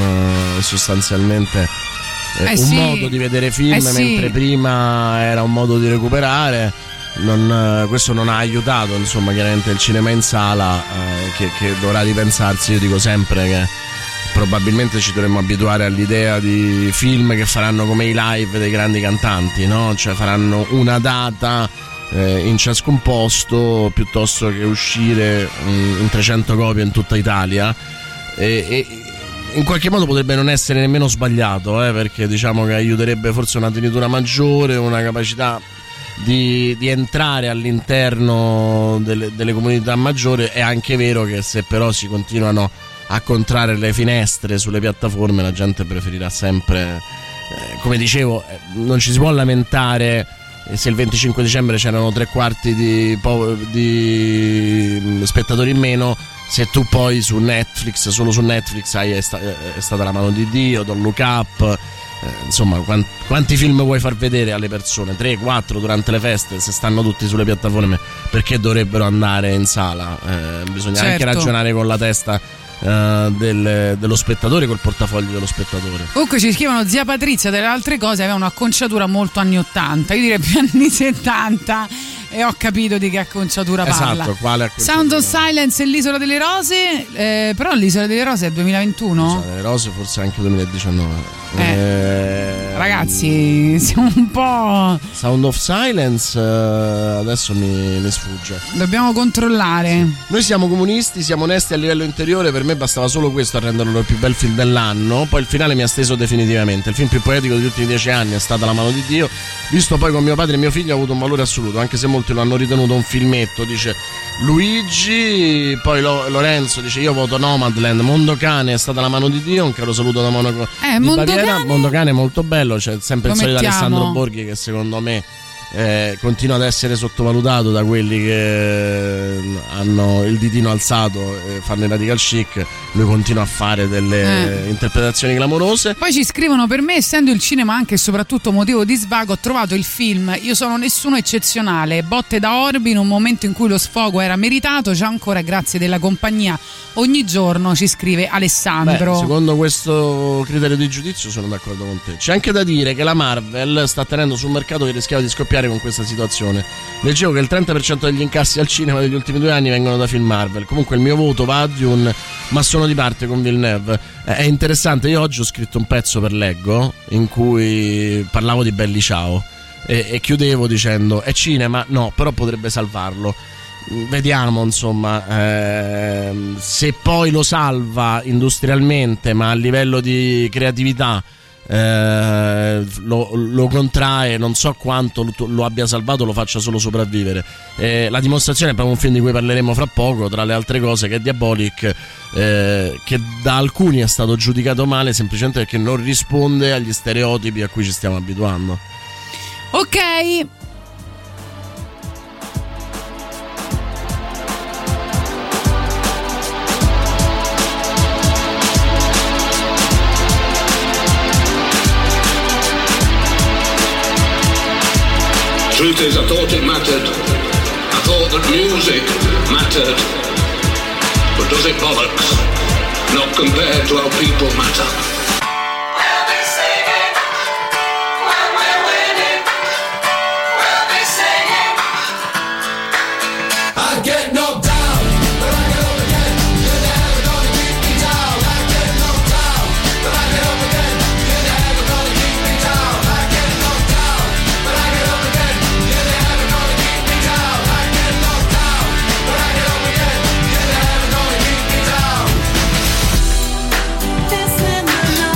un sostanzialmente eh, eh un sì. modo di vedere film, eh sì. mentre prima era un modo di recuperare. Non, questo non ha aiutato, insomma, chiaramente il cinema in sala, eh, che, che dovrà ripensarsi. Io dico sempre che probabilmente ci dovremmo abituare all'idea di film che faranno come i live dei grandi cantanti, no? Cioè faranno una data eh, in ciascun posto piuttosto che uscire in, in trecento copie in tutta Italia, e, e in qualche modo potrebbe non essere nemmeno sbagliato, eh, perché diciamo che aiuterebbe forse una tenitura maggiore, una capacità di, di entrare all'interno delle, delle comunità maggiori. È anche vero che se però si continuano a contrarre le finestre sulle piattaforme, la gente preferirà sempre, eh, come dicevo, eh, non ci si può lamentare se il venticinque dicembre c'erano tre quarti di, po- di spettatori in meno, se tu poi su Netflix, solo su Netflix hai È, sta- è stata la mano di Dio, Don't Look Up, eh, insomma quant- quanti film vuoi far vedere alle persone? tre quattro durante le feste, se stanno tutti sulle piattaforme perché dovrebbero andare in sala? Eh, bisogna certo. anche ragionare con la testa Uh, del, dello spettatore, col portafoglio dello spettatore. Comunque ci scrivono: zia Patrizia delle altre cose aveva un'acconciatura molto anni ottanta, io direi più anni settanta, e ho capito di che acconciatura parla. Esatto, quale acconciatura? Sound of Silence e l'Isola delle Rose, eh, però l'Isola delle Rose è duemilaventuno? L'Isola delle Rose forse anche duemiladiciannove. Eh. Eh, Ragazzi, siamo un po'. Sound of Silence uh, adesso mi, mi sfugge. Dobbiamo controllare. Noi siamo comunisti, siamo onesti a livello interiore. Per me bastava solo questo a renderlo il più bel film dell'anno. Poi il finale mi ha steso definitivamente. Il film più poetico degli ultimi dieci anni è stata La mano di Dio. Visto poi con mio padre e mio figlio ha avuto un valore assoluto, anche se molti lo hanno ritenuto un filmetto, dice Luigi. Poi Lo- Lorenzo dice: io voto Nomadland. Mondocane è stata La mano di Dio. Un caro saluto da Monaco Eh, di Mondocane. Baviera. Mondocane è molto bello. C'è sempre Lo il solito mettiamo. Alessandro Borghi, che secondo me Eh, continua ad essere sottovalutato da quelli che hanno il ditino alzato e fanno i radical chic. Lui continua a fare delle Eh. interpretazioni clamorose. Poi ci scrivono: per me, essendo il cinema anche e soprattutto motivo di svago, ho trovato il film Io sono nessuno eccezionale, botte da orbi in un momento in cui lo sfogo era meritato. Già ancora grazie della compagnia ogni giorno, ci scrive Alessandro. Beh, secondo questo criterio di giudizio sono d'accordo con te. C'è anche da dire che la Marvel sta tenendo sul mercato che rischiava di scoppiare con questa situazione. Leggevo che il trenta per cento degli incassi al cinema degli ultimi due anni vengono da film Marvel. Comunque il mio voto va a Dune, ma sono di parte con Villeneuve. Eh, è interessante, io oggi ho scritto un pezzo per Leggo in cui parlavo di Belli Ciao e, e chiudevo dicendo: è cinema? No, però potrebbe salvarlo. Vediamo, insomma, ehm, se poi lo salva industrialmente, ma a livello di creatività eh, lo, lo contrae. Non so quanto lo, lo abbia salvato, lo faccia solo sopravvivere. Eh, la dimostrazione è proprio un film di cui parleremo fra poco, tra le altre cose, che è Diabolic, eh, che da alcuni è stato giudicato male semplicemente perché non risponde agli stereotipi a cui ci stiamo abituando. Ok. Truth is, I thought it mattered. I thought that music mattered. But does it bollocks? Not compared to how people matter. We'll be singing when we're winning. We'll be singing. I get knocked down, but I get up again. You're never gonna keep me down. I get knocked down, but I get up again. You're never gonna keep me down. I get knocked down, but I get up again. You're never gonna keep me down. I get knocked down, but I get up again. You're never gonna keep me down. This in the night.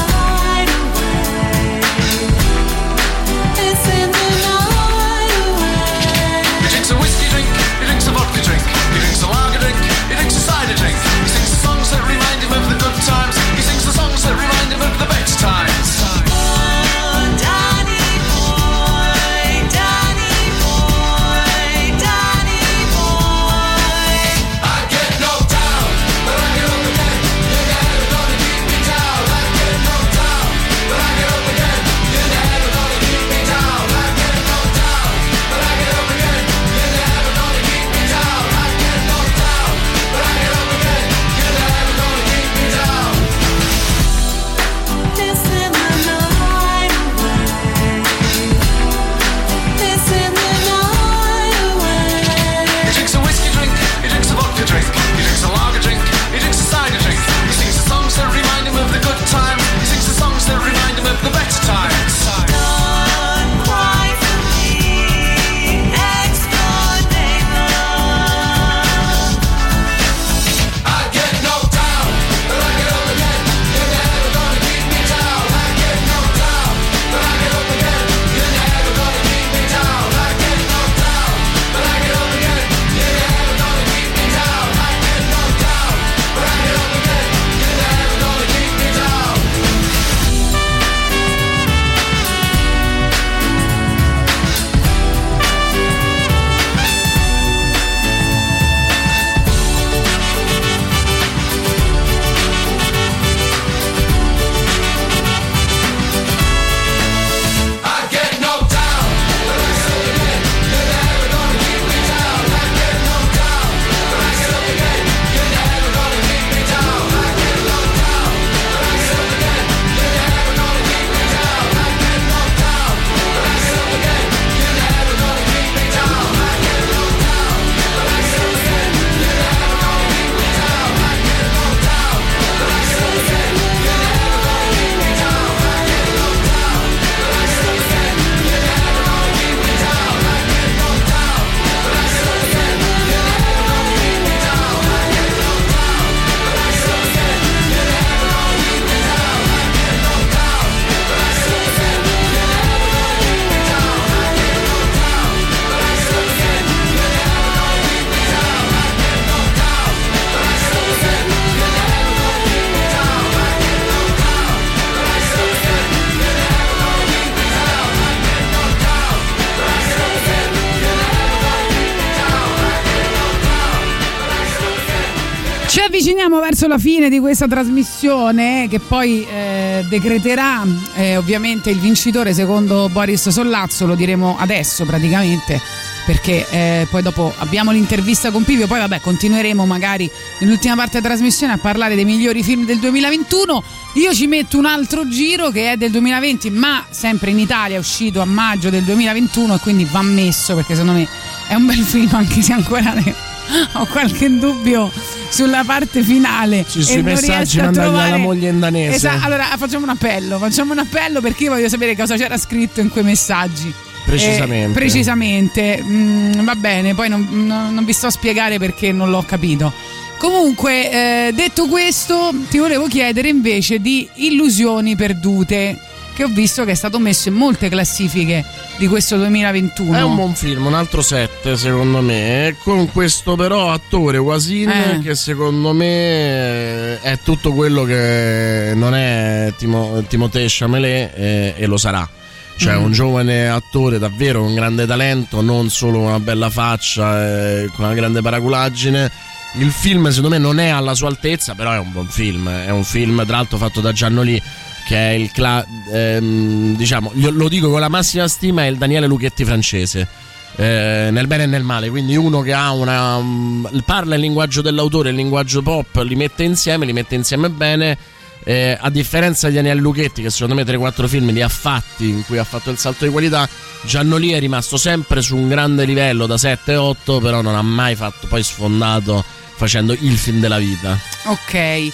avviciniamo verso la fine di questa trasmissione che poi eh, decreterà eh, ovviamente il vincitore secondo Boris Sollazzo, lo diremo adesso praticamente, perché eh, poi dopo abbiamo l'intervista con Pivio, poi vabbè continueremo magari nell'ultima parte della trasmissione a parlare dei migliori film del duemilaventuno. Io ci metto un altro giro che è del duemilaventi, ma sempre in Italia, è uscito a maggio del duemilaventuno, e quindi va messo perché secondo me è un bel film, anche se ancora ne ho qualche dubbio sulla parte finale. Sì, sui messaggi mandati trovare... dalla moglie in danese. Esatto, allora facciamo un appello, facciamo un appello perché io voglio sapere cosa c'era scritto in quei messaggi. Precisamente. Eh, precisamente. Mm, va bene, poi non, non, non vi sto a spiegare perché non l'ho capito. Comunque, eh, detto questo, ti volevo chiedere invece di Illusioni perdute, che ho visto che è stato messo in molte classifiche di questo duemilaventuno. È un buon film, un altro sette secondo me, con questo però attore Wasin Eh. che secondo me è tutto quello che non è Timo, Timothée Chalamet e, e lo sarà. Cioè Mm. un giovane attore davvero con grande talento, non solo una bella faccia e con una grande paraculaggine. Il film secondo me non è alla sua altezza, però è un buon film. È un film tra l'altro fatto da Giannoli, che è il cla- ehm, diciamo, io lo dico con la massima stima, è il Daniele Lucchetti francese, eh, nel bene e nel male, quindi uno che ha una um, parla il linguaggio dell'autore, il linguaggio pop, li mette insieme, li mette insieme bene. Eh, a differenza di Daniele Lucchetti, che secondo me tre quattro film li ha fatti, in cui ha fatto il salto di qualità, Giannoli è rimasto sempre su un grande livello da sette otto, però non ha mai fatto poi sfondato facendo il film della vita. Ok.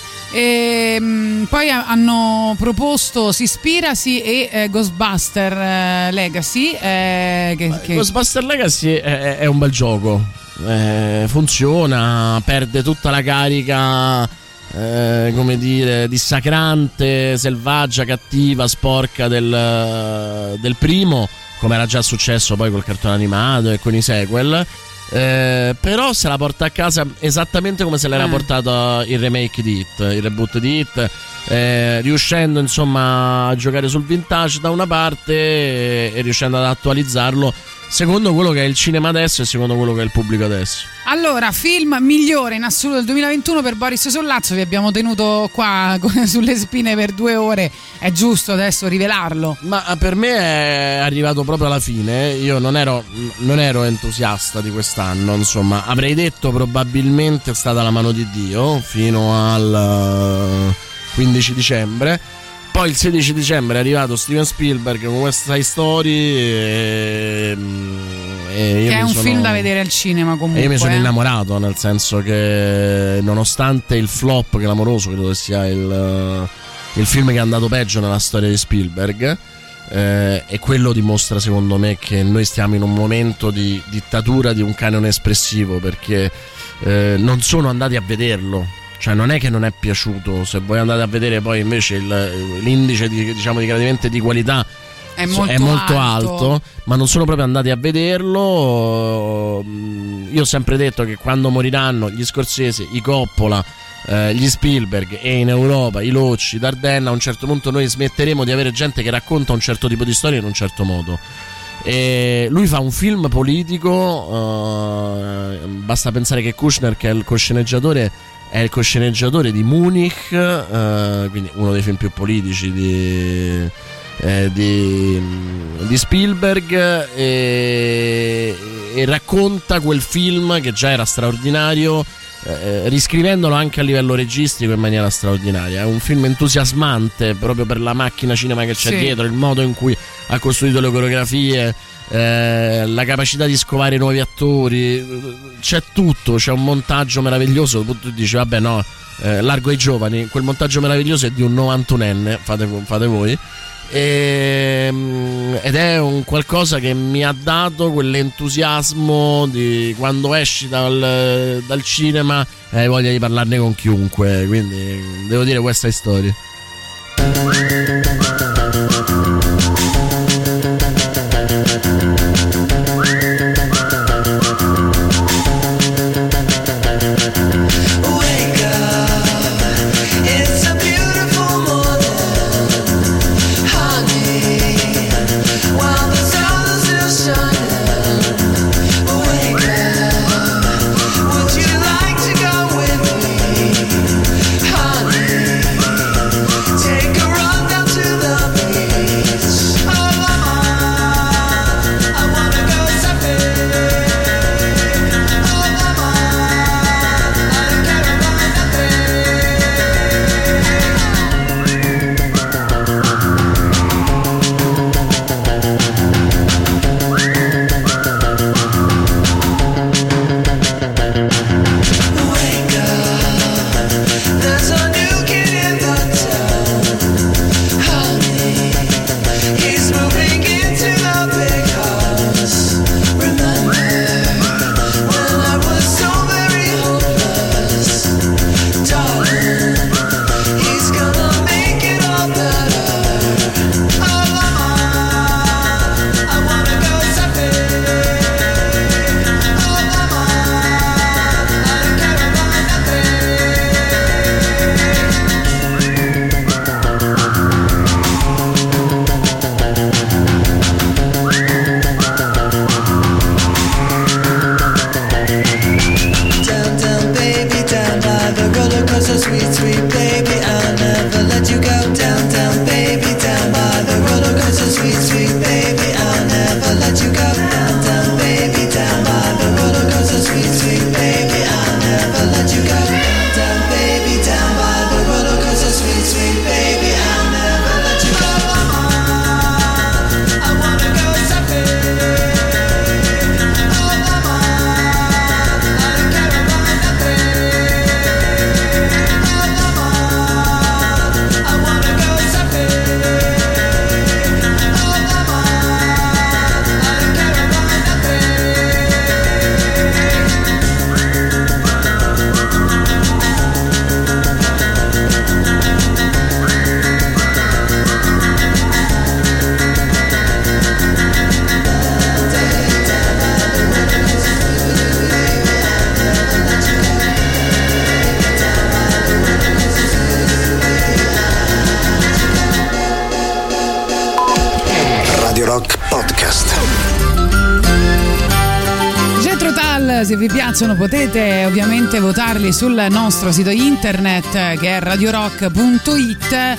E, poi hanno proposto Sispirasi e eh, Ghostbuster eh, Legacy. Eh, che, che... Ghostbuster Legacy è, è un bel gioco, eh, funziona, perde tutta la carica, eh, come dire, dissacrante, selvaggia, cattiva, sporca del, del primo, come era già successo poi col cartone animato e con i sequel. Eh, però se la porta a casa esattamente come se l'era Eh. portato il remake di It, il reboot di It, eh, riuscendo insomma a giocare sul vintage da una parte e, e riuscendo ad attualizzarlo secondo quello che è il cinema adesso e secondo quello che è il pubblico adesso. Allora, film migliore in assoluto del duemilaventuno per Boris Sollazzo. Vi abbiamo tenuto qua sulle spine per due ore. È giusto adesso rivelarlo? Ma per me è arrivato proprio alla fine. Io non ero, non ero entusiasta di quest'anno, insomma. Avrei detto probabilmente è stata la mano di Dio fino al quindici dicembre. Poi il sedici dicembre è arrivato Steven Spielberg con West Side Story e, e io Che è mi un sono, film da vedere al cinema comunque. e io mi sono eh. innamorato, nel senso che nonostante il flop clamoroso, credo che sia il, il film che è andato peggio nella storia di Spielberg, eh, e quello dimostra secondo me che noi stiamo in un momento di dittatura di un canone espressivo, perché eh, non sono andati a vederlo. Cioè non è che non è piaciuto, se voi andate a vedere poi invece il, l'indice di, diciamo, di gradimento e di qualità È molto, è molto alto. alto, ma non sono proprio andati a vederlo. Io ho sempre detto che quando moriranno gli Scorsese, i Coppola, eh, gli Spielberg e in Europa i Locci, Dardenne, a un certo punto noi smetteremo di avere gente che racconta un certo tipo di storia in un certo modo. E lui fa un film politico, eh, basta pensare che Kushner, che è il cosceneggiatore, è il cosceneggiatore di Munich, eh, quindi uno dei film più politici di, eh, di, di Spielberg, e, e racconta quel film che già era straordinario, eh, riscrivendolo anche a livello registico in maniera straordinaria. È un film entusiasmante proprio per la macchina cinema che c'è Sì. dietro, il modo in cui ha costruito le coreografie, eh, la capacità di scovare nuovi attori, c'è tutto, c'è un montaggio meraviglioso. Tu dici vabbè no, eh, largo ai giovani, quel montaggio meraviglioso è di un novantunenne, fate, fate voi, e, ed è un qualcosa che mi ha dato quell'entusiasmo di quando esci dal, dal cinema e hai voglia di parlarne con chiunque, quindi devo dire West Side Story. It's a beautiful morning, honey. While the sun is still shining, wake up. Would you like to go with me? go down, down, baby, down by the roller coaster, sweet, sweet baby. I'll never let you go down, down, baby, down by the roller coaster, sweet, sweet baby. I'll never let you go down, baby, down by the roller coaster, sweet, sweet baby. I'll never let you go. I wanna go shopping. Radio Rock Podcast. Jethro Tull, se vi piacciono potete ovviamente votarli sul nostro sito internet che è radio rock punto it.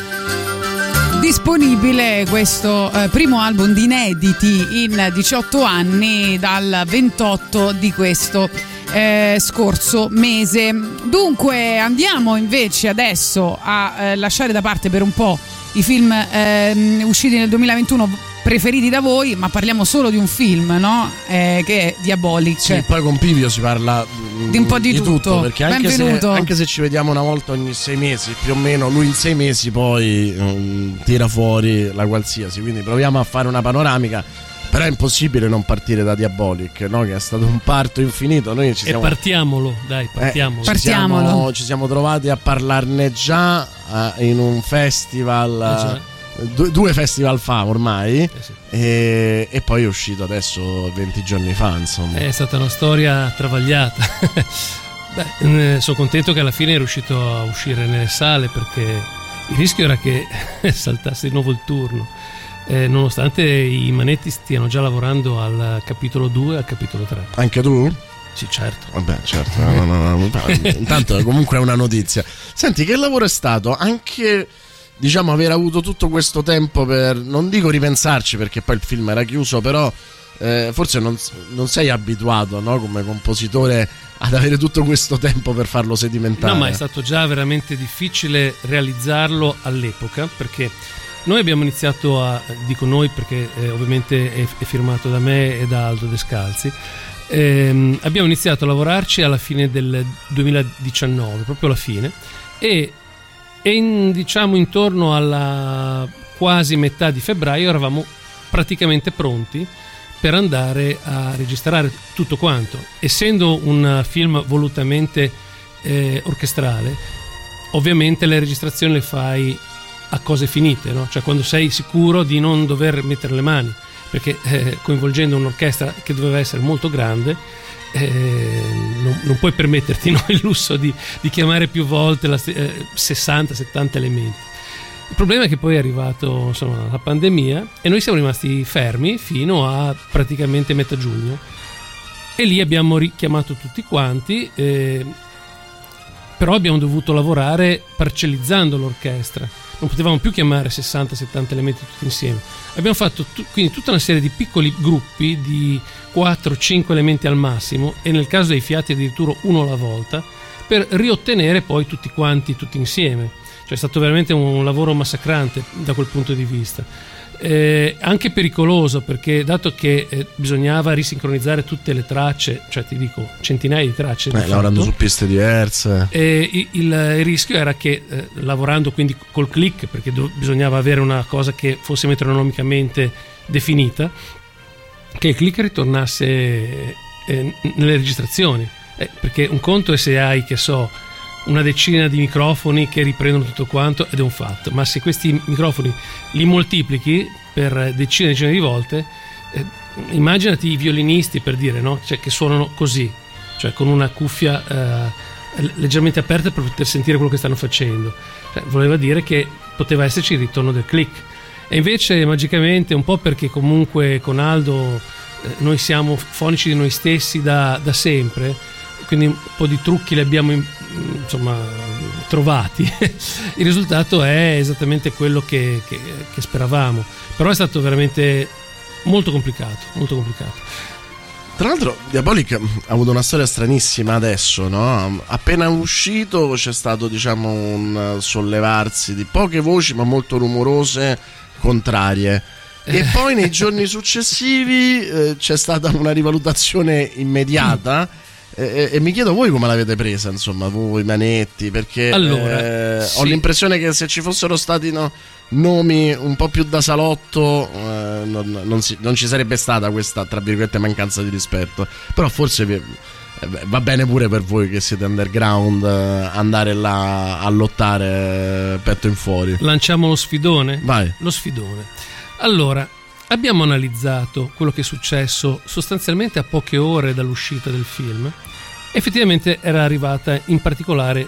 Disponibile questo eh, primo album di inediti in diciotto anni dal ventotto di questo eh, scorso mese. Dunque andiamo invece adesso a eh, lasciare da parte per un po' i film eh, usciti nel duemilaventuno preferiti da voi, ma parliamo solo di un film, no? Eh, che è Diabolic. Sì, poi con Pivio si parla di un po' di, di tutto, tutto, perché anche se, benvenuto. anche se ci vediamo una volta ogni sei mesi più o meno, lui in sei mesi poi um, tira fuori la qualsiasi, quindi proviamo a fare una panoramica. Però è impossibile non partire da Diabolic, no? Che è stato un parto infinito. Noi ci e siamo... partiamolo, dai, partiamolo. Eh, ci, siamo, ci siamo trovati a parlarne già uh, in un festival, uh, due, due festival fa ormai, eh sì. e, e poi è uscito adesso venti giorni fa, insomma. È stata una storia travagliata. Beh, sono contento che alla fine è riuscito a uscire nelle sale, perché il rischio era che saltasse di nuovo il turno. Eh, nonostante i manetti stiano già lavorando al capitolo due e al capitolo tre. Anche tu? Sì, certo. Vabbè, certo. No, no, no, intanto comunque è una notizia. Senti, che lavoro è stato? Anche, diciamo, aver avuto tutto questo tempo per, non dico ripensarci perché poi il film era chiuso, però eh, forse non, non sei abituato, no, come compositore ad avere tutto questo tempo per farlo sedimentare. No, ma è stato già veramente difficile realizzarlo all'epoca, perché noi abbiamo iniziato a, dico noi perché eh, ovviamente è, è firmato da me e da Aldo Descalzi, ehm, abbiamo iniziato a lavorarci alla fine del duemiladiciannove, proprio alla fine, e, e in, diciamo intorno alla quasi metà di febbraio eravamo praticamente pronti per andare a registrare tutto quanto. Essendo un film volutamente eh, orchestrale, ovviamente le registrazioni le fai a cose finite, no? Cioè quando sei sicuro di non dover mettere le mani, perché eh, coinvolgendo un'orchestra che doveva essere molto grande, eh, non, non puoi permetterti, no, il lusso di, di chiamare più volte la, eh, sessanta settanta elementi. Il problema è che poi è arrivato, insomma, la pandemia e noi siamo rimasti fermi fino a praticamente metà giugno, e lì abbiamo richiamato tutti quanti, eh, però abbiamo dovuto lavorare parcellizzando l'orchestra. Non potevamo più chiamare sessanta settanta elementi tutti insieme. Abbiamo fatto tu- quindi tutta una serie di piccoli gruppi di quattro cinque elementi al massimo, e nel caso dei fiati addirittura uno alla volta, per riottenere poi tutti quanti tutti insieme. Cioè è stato veramente un lavoro massacrante da quel punto di vista. Eh, anche pericoloso, perché dato che eh, bisognava risincronizzare tutte le tracce, cioè ti dico centinaia di tracce, eh, lavorando su piste diverse, eh, il, il rischio era che eh, lavorando quindi col click, perché do, bisognava avere una cosa che fosse metronomicamente definita, che il click ritornasse eh, nelle registrazioni, eh, perché un conto è se hai, che so, una decina di microfoni che riprendono tutto quanto, ed è un fatto, ma se questi microfoni li moltiplichi per decine e decine di volte, eh, immaginati i violinisti, per dire, no? Cioè, che suonano così, cioè con una cuffia eh, leggermente aperta per poter sentire quello che stanno facendo, cioè, voleva dire che poteva esserci il ritorno del click. E invece magicamente, un po' perché comunque con Aldo eh, noi siamo fonici di noi stessi da, da sempre, quindi un po' di trucchi li abbiamo insomma trovati. Il risultato è esattamente quello che, che, che speravamo, però è stato veramente molto complicato, molto complicato. Tra l'altro Diabolic ha avuto una storia stranissima adesso, no? Appena uscito c'è stato, diciamo, un sollevarsi di poche voci ma molto rumorose contrarie. E poi nei giorni successivi eh, c'è stata una rivalutazione immediata e, e mi chiedo voi come l'avete presa, insomma, voi Manetti, perché allora, eh, sì. ho l'impressione che se ci fossero stati no, nomi un po' più da salotto eh, non, non, si, non ci sarebbe stata questa, tra virgolette, mancanza di rispetto. Però forse vi, eh, va bene pure per voi che siete underground eh, andare là a lottare eh, petto in fuori. Lanciamo lo sfidone? Vai. Lo sfidone. Allora, abbiamo analizzato quello che è successo sostanzialmente a poche ore dall'uscita del film. Effettivamente era arrivata in particolare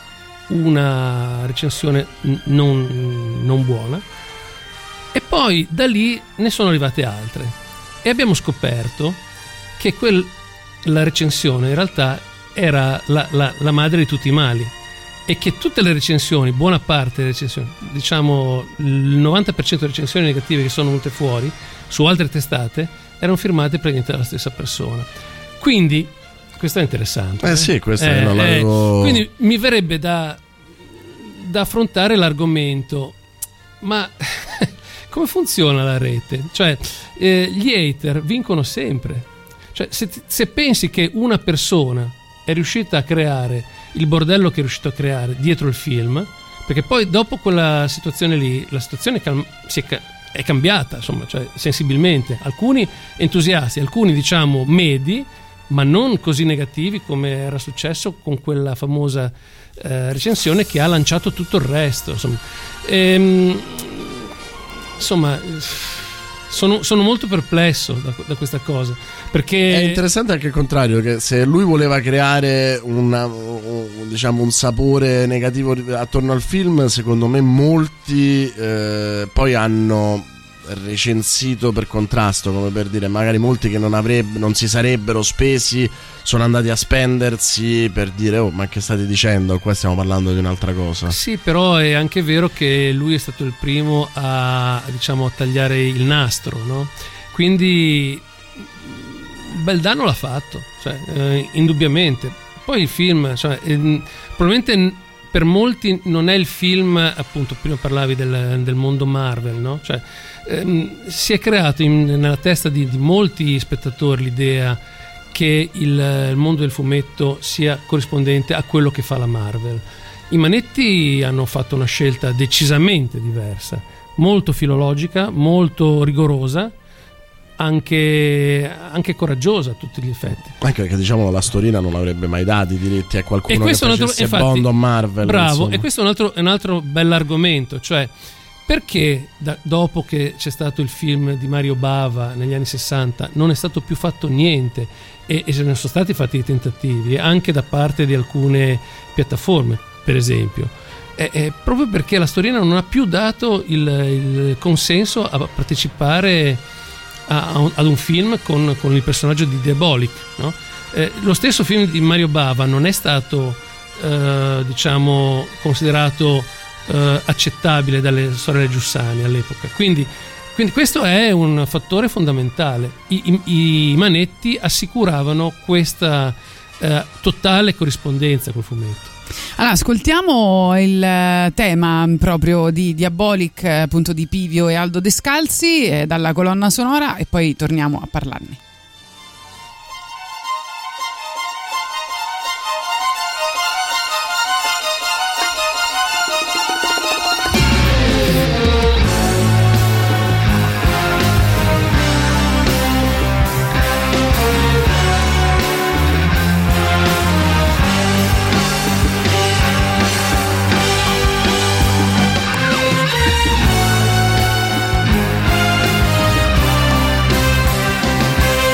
una recensione non, non buona e poi da lì ne sono arrivate altre e abbiamo scoperto che quel, la recensione in realtà era la, la, la madre di tutti i mali e che tutte le recensioni, buona parte delle recensioni, diciamo il novanta per cento delle recensioni negative che sono venute fuori su altre testate erano firmate praticamente dalla stessa persona. Quindi questo è interessante. Eh, eh? sì, questo eh, non l'avevo... eh, quindi mi verrebbe da, da affrontare l'argomento, ma come funziona la rete? Cioè, eh, gli hater vincono sempre. Cioè, se, se pensi che una persona è riuscita a creare il bordello che è riuscito a creare dietro il film, perché poi dopo quella situazione lì la situazione cal- si è, ca- è cambiata, insomma, cioè sensibilmente. Alcuni entusiasti, alcuni diciamo medi, ma non così negativi come era successo con quella famosa eh, recensione che ha lanciato tutto il resto, insomma. Ehm, insomma sono, sono molto perplesso da, da questa cosa, perché è interessante anche il contrario, che se lui voleva creare una, un, diciamo un sapore negativo attorno al film, secondo me molti eh, poi hanno recensito per contrasto, come per dire, magari molti che non avrebbero, non si sarebbero spesi sono andati a spendersi per dire oh ma che state dicendo, qua stiamo parlando di un'altra cosa. Sì, però è anche vero che lui è stato il primo a, diciamo, a tagliare il nastro, no? Quindi bel danno l'ha fatto, cioè, eh, indubbiamente. Poi il film, cioè, eh, probabilmente per molti non è il film, appunto, prima parlavi del, del mondo Marvel, no? Cioè, ehm, si è creato in, nella testa di, di molti spettatori l'idea che il, il mondo del fumetto sia corrispondente a quello che fa la Marvel. I Manetti hanno fatto una scelta decisamente diversa, molto filologica, molto rigorosa, anche, anche coraggiosa a tutti gli effetti. Anche perché, diciamo, la storina non avrebbe mai dato i diritti a qualcuno che facesse infatti, Bond o Marvel. Bravo, insomma. E questo è un altro, è un altro bell'argomento, cioè perché da, dopo che c'è stato il film di Mario Bava negli anni sessanta non è stato più fatto niente e, e se ne sono stati fatti i tentativi anche da parte di alcune piattaforme, per esempio, è, è proprio perché la storina non ha più dato il, il consenso a partecipare a, a un, ad un film con, con il personaggio di Diabolic, no? Eh, lo stesso film di Mario Bava non è stato eh, diciamo considerato eh, accettabile dalle sorelle Giussani all'epoca, quindi, quindi questo è un fattore fondamentale. I, i, i Manetti assicuravano questa eh, totale corrispondenza col fumetto. Allora, ascoltiamo il tema proprio di Diabolic, appunto, di Pivio e Aldo Descalzi, eh, dalla colonna sonora, e poi torniamo a parlarne. We'll be right back.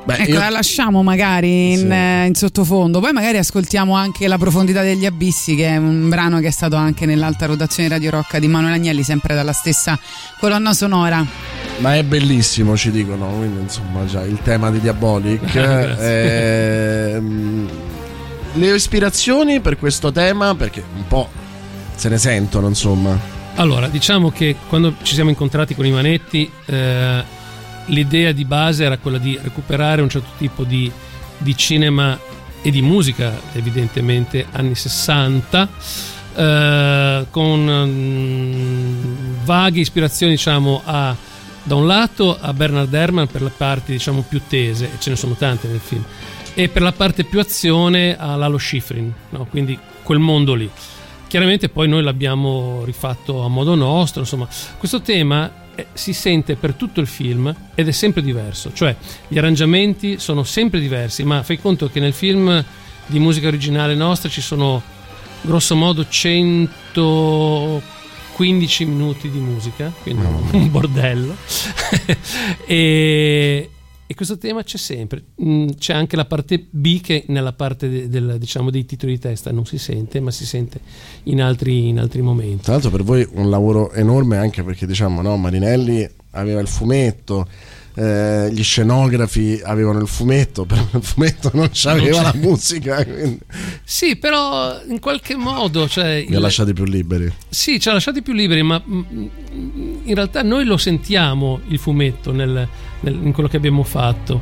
Beh, ecco, io- la lasciamo magari in, Sì. eh, in sottofondo. Poi magari ascoltiamo anche La profondità degli abissi, che è un brano che è stato anche nell'alta rotazione Radio Rock di Manuel Agnelli, sempre dalla stessa colonna sonora. Ma è bellissimo, ci dicono, quindi insomma già il tema di Diabolic. Grazie. ehm, le ispirazioni per questo tema, perché un po' se ne sentono, insomma. Allora, diciamo che quando ci siamo incontrati con i Manetti, eh, l'idea di base era quella di recuperare un certo tipo di, di cinema e di musica, evidentemente anni sessanta, eh, con mm, vaghe ispirazioni, diciamo, a, da un lato a Bernard Herrmann per le parti, diciamo, più tese, e ce ne sono tante nel film, e per la parte più azione a Lalo Schifrin, no? Quindi quel mondo lì. Chiaramente poi noi l'abbiamo rifatto a modo nostro, insomma, questo tema eh, si sente per tutto il film ed è sempre diverso, cioè gli arrangiamenti sono sempre diversi, ma fai conto che nel film di musica originale nostra ci sono grosso modo centoquindici minuti di musica, quindi un bordello. e E questo tema c'è sempre. Mm, c'è anche la parte B che nella parte de, del, diciamo, dei titoli di testa non si sente, ma si sente in altri, in altri momenti. Tra l'altro per voi un lavoro enorme, anche perché diciamo, no, Marinelli aveva il fumetto, eh, gli scenografi avevano il fumetto, però il fumetto non c'aveva Non la c'è. musica, quindi Sì, però in qualche modo, cioè, vi ha il- lasciati più liberi. Sì, ci ha lasciati più liberi, ma mm, in realtà noi lo sentiamo il fumetto nel, nel- in quello che abbiamo fatto,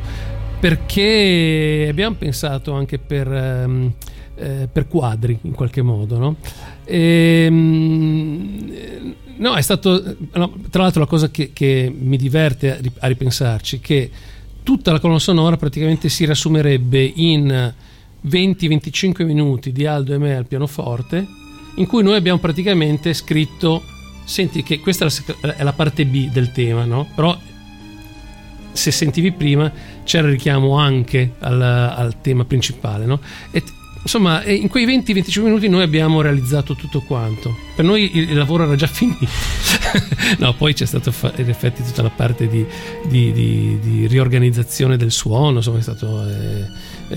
perché abbiamo pensato anche per, ehm, eh, per quadri in qualche modo, no? E, mm, no, è stato, no, tra l'altro la cosa che, che mi diverte a ri- a ripensarci, che tutta la colonna sonora praticamente si riassumerebbe in venti venticinque minuti di Aldo e me al pianoforte, in cui noi abbiamo praticamente scritto, senti che questa è la, sec- è la parte B del tema, no? Però se sentivi prima c'era il richiamo anche al, al tema principale, no? E t- insomma, e in quei venti venticinque minuti noi abbiamo realizzato tutto quanto. Per noi il, il lavoro era già finito. No, poi c'è stato fa- in effetti tutta la parte di, di, di, di riorganizzazione del suono, insomma è stato eh,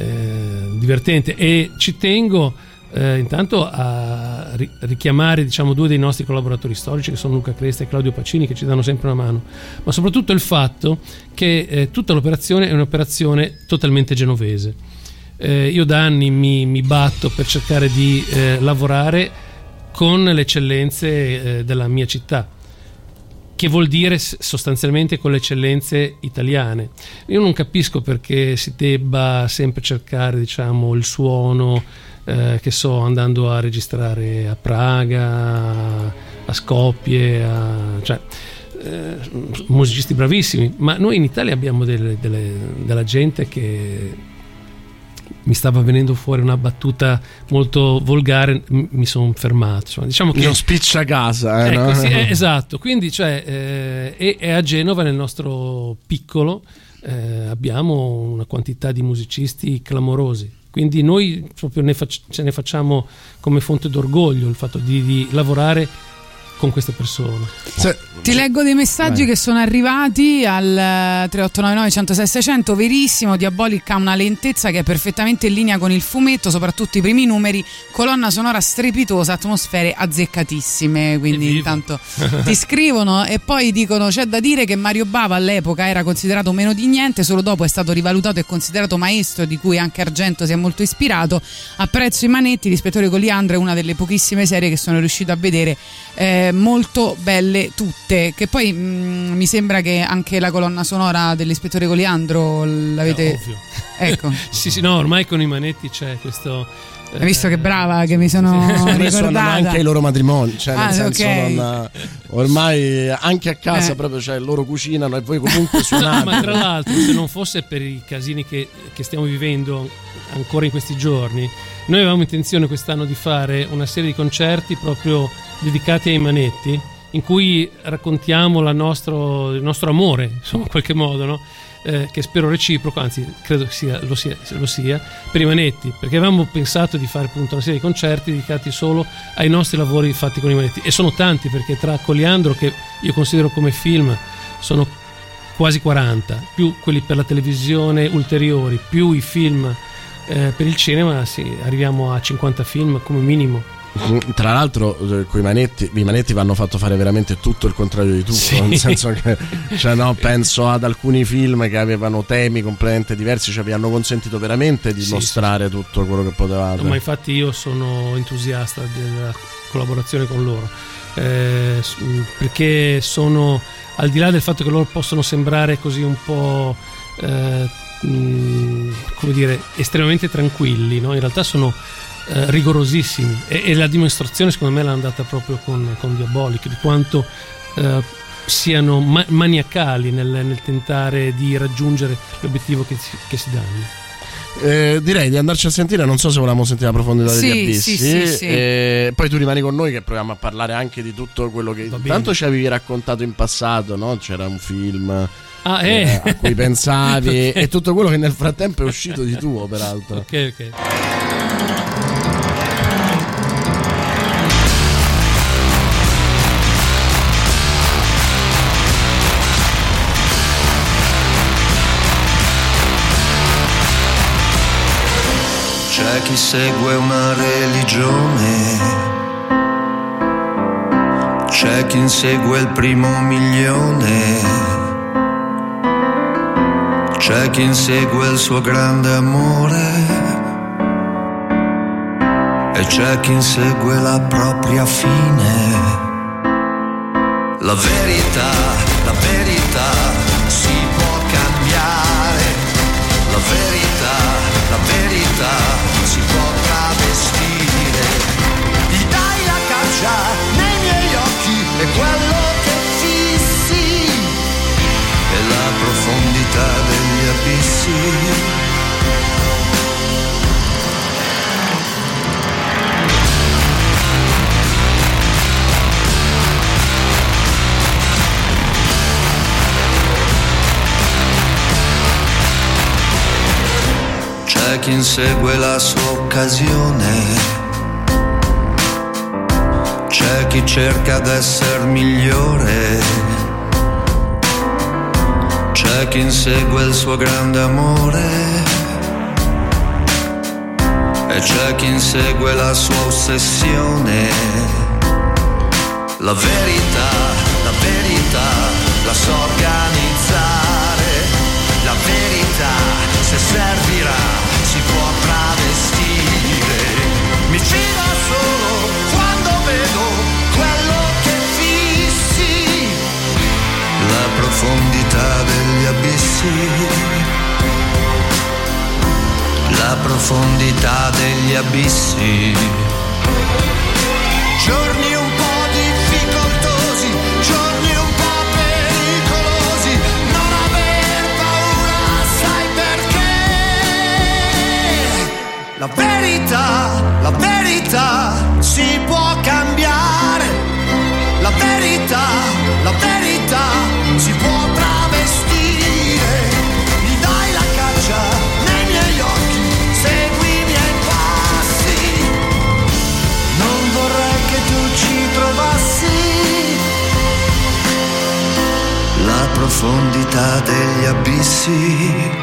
eh, divertente. E ci tengo eh, intanto a ri- richiamare, diciamo, due dei nostri collaboratori storici, che sono Luca Cresta e Claudio Pacini, che ci danno sempre una mano, ma soprattutto il fatto che eh, tutta l'operazione è un'operazione totalmente genovese. Eh, io da anni mi, mi batto per cercare di eh, lavorare con le eccellenze eh, della mia città, che vuol dire s- sostanzialmente con le eccellenze italiane. Io non capisco perché si debba sempre cercare, diciamo, il suono, eh, che so, andando a registrare a Praga, a Skopje, a, cioè eh, musicisti bravissimi, ma noi in Italia abbiamo delle- delle- della gente che, mi stava venendo fuori una battuta molto volgare, m- mi sono fermato, insomma, diciamo che Non spiccia casa, eh, ecco, no? sì, eh, esatto, quindi cioè, eh, e, e a Genova, nel nostro piccolo, eh, abbiamo una quantità di musicisti clamorosi, quindi noi proprio ne fac- ce ne facciamo come fonte d'orgoglio il fatto di, di lavorare con queste persone. Ti leggo dei messaggi Vai. che sono arrivati al tre otto nove nove, centosei, seicento. Verissimo, Diabolic ha una lentezza che è perfettamente in linea con il fumetto, soprattutto i primi numeri, colonna sonora strepitosa, atmosfere azzeccatissime. Quindi intanto ti scrivono e poi dicono: c'è da dire che Mario Bava all'epoca era considerato meno di niente, solo dopo è stato rivalutato e considerato maestro, di cui anche Argento si è molto ispirato. Apprezzo i Manetti, l'ispettore Coliandro è una delle pochissime serie che sono riuscito a vedere, eh, molto belle tutte, che poi mh, mi sembra che anche la colonna sonora dell'ispettore Coliandro l'avete... È ovvio. Ecco. Sì, sì, no, ormai con i Manetti c'è questo... Hai visto che brava che mi sono Ormai suonano ricordata? anche i loro matrimoni, cioè nel Ah, senso ok. non, ormai anche a casa Eh. proprio, cioè loro cucinano e voi comunque suonate. Ma tra l'altro, se non fosse per i casini che, che stiamo vivendo ancora in questi giorni, noi avevamo intenzione quest'anno di fare una serie di concerti proprio dedicati ai Manetti, in cui raccontiamo la nostro, il nostro amore, insomma, in qualche modo, no? Eh, che spero reciproco, anzi credo che sia, lo, sia, lo sia, per i Manetti, perché avevamo pensato di fare appunto una serie di concerti dedicati solo ai nostri lavori fatti con i Manetti, e sono tanti, perché tra Coliandro, che io considero come film, sono quasi quaranta, più quelli per la televisione ulteriori, più i film eh, per il cinema, sì, arriviamo a cinquanta film come minimo. Tra l'altro coi manetti, i manetti vanno fatto fare veramente tutto il contrario di tutto, sì. Nel senso che cioè, no, penso ad alcuni film che avevano temi completamente diversi, cioè vi hanno consentito veramente di sì, mostrare sì. tutto quello che potevate. No, ma infatti io sono entusiasta della collaborazione con loro, eh, perché sono, al di là del fatto che loro possono sembrare così un po' eh, mh, come dire, estremamente tranquilli, no? In realtà sono Eh, rigorosissimi e, e la dimostrazione secondo me l'ha andata proprio con, con Diabolic, di quanto eh, siano ma- maniacali nel, nel tentare di raggiungere l'obiettivo che si, che si danno. Eh, direi di andarci a sentire, non so se volevamo sentire la profondità sì, degli abissi, sì, sì, sì. Eh, poi tu rimani con noi che proviamo a parlare anche di tutto quello che tanto ci avevi raccontato in passato, no? C'era un film ah, eh. eh, a cui pensavi okay. E tutto quello che nel frattempo è uscito di tuo, peraltro. Ok, ok. C'è chi segue una religione, c'è chi insegue il primo milione, c'è chi insegue il suo grande amore e c'è chi insegue la propria fine. La verità, la verità si può cambiare, la verità, la verità si può travestire. Gli dai la caccia nei miei occhi e quello che fissi è la profondità degli abissi. C'è chi insegue la sua occasione, c'è chi cerca d'essere migliore, c'è chi insegue il suo grande amore e c'è chi insegue la sua ossessione. La verità, la verità la so organizzare, la verità se servirà si può travestire. Mi fido solo quando vedo quello che fissi, la profondità degli abissi, la profondità degli abissi. Giorni un po' difficoltosi, giorni un po' pericolosi, non aver paura, sai perché? La verità, la verità si può cambiare, la verità, la verità si può travestire. Mi dai la caccia nei miei occhi, segui i miei passi, non vorrei che tu ci provassi. La profondità degli abissi,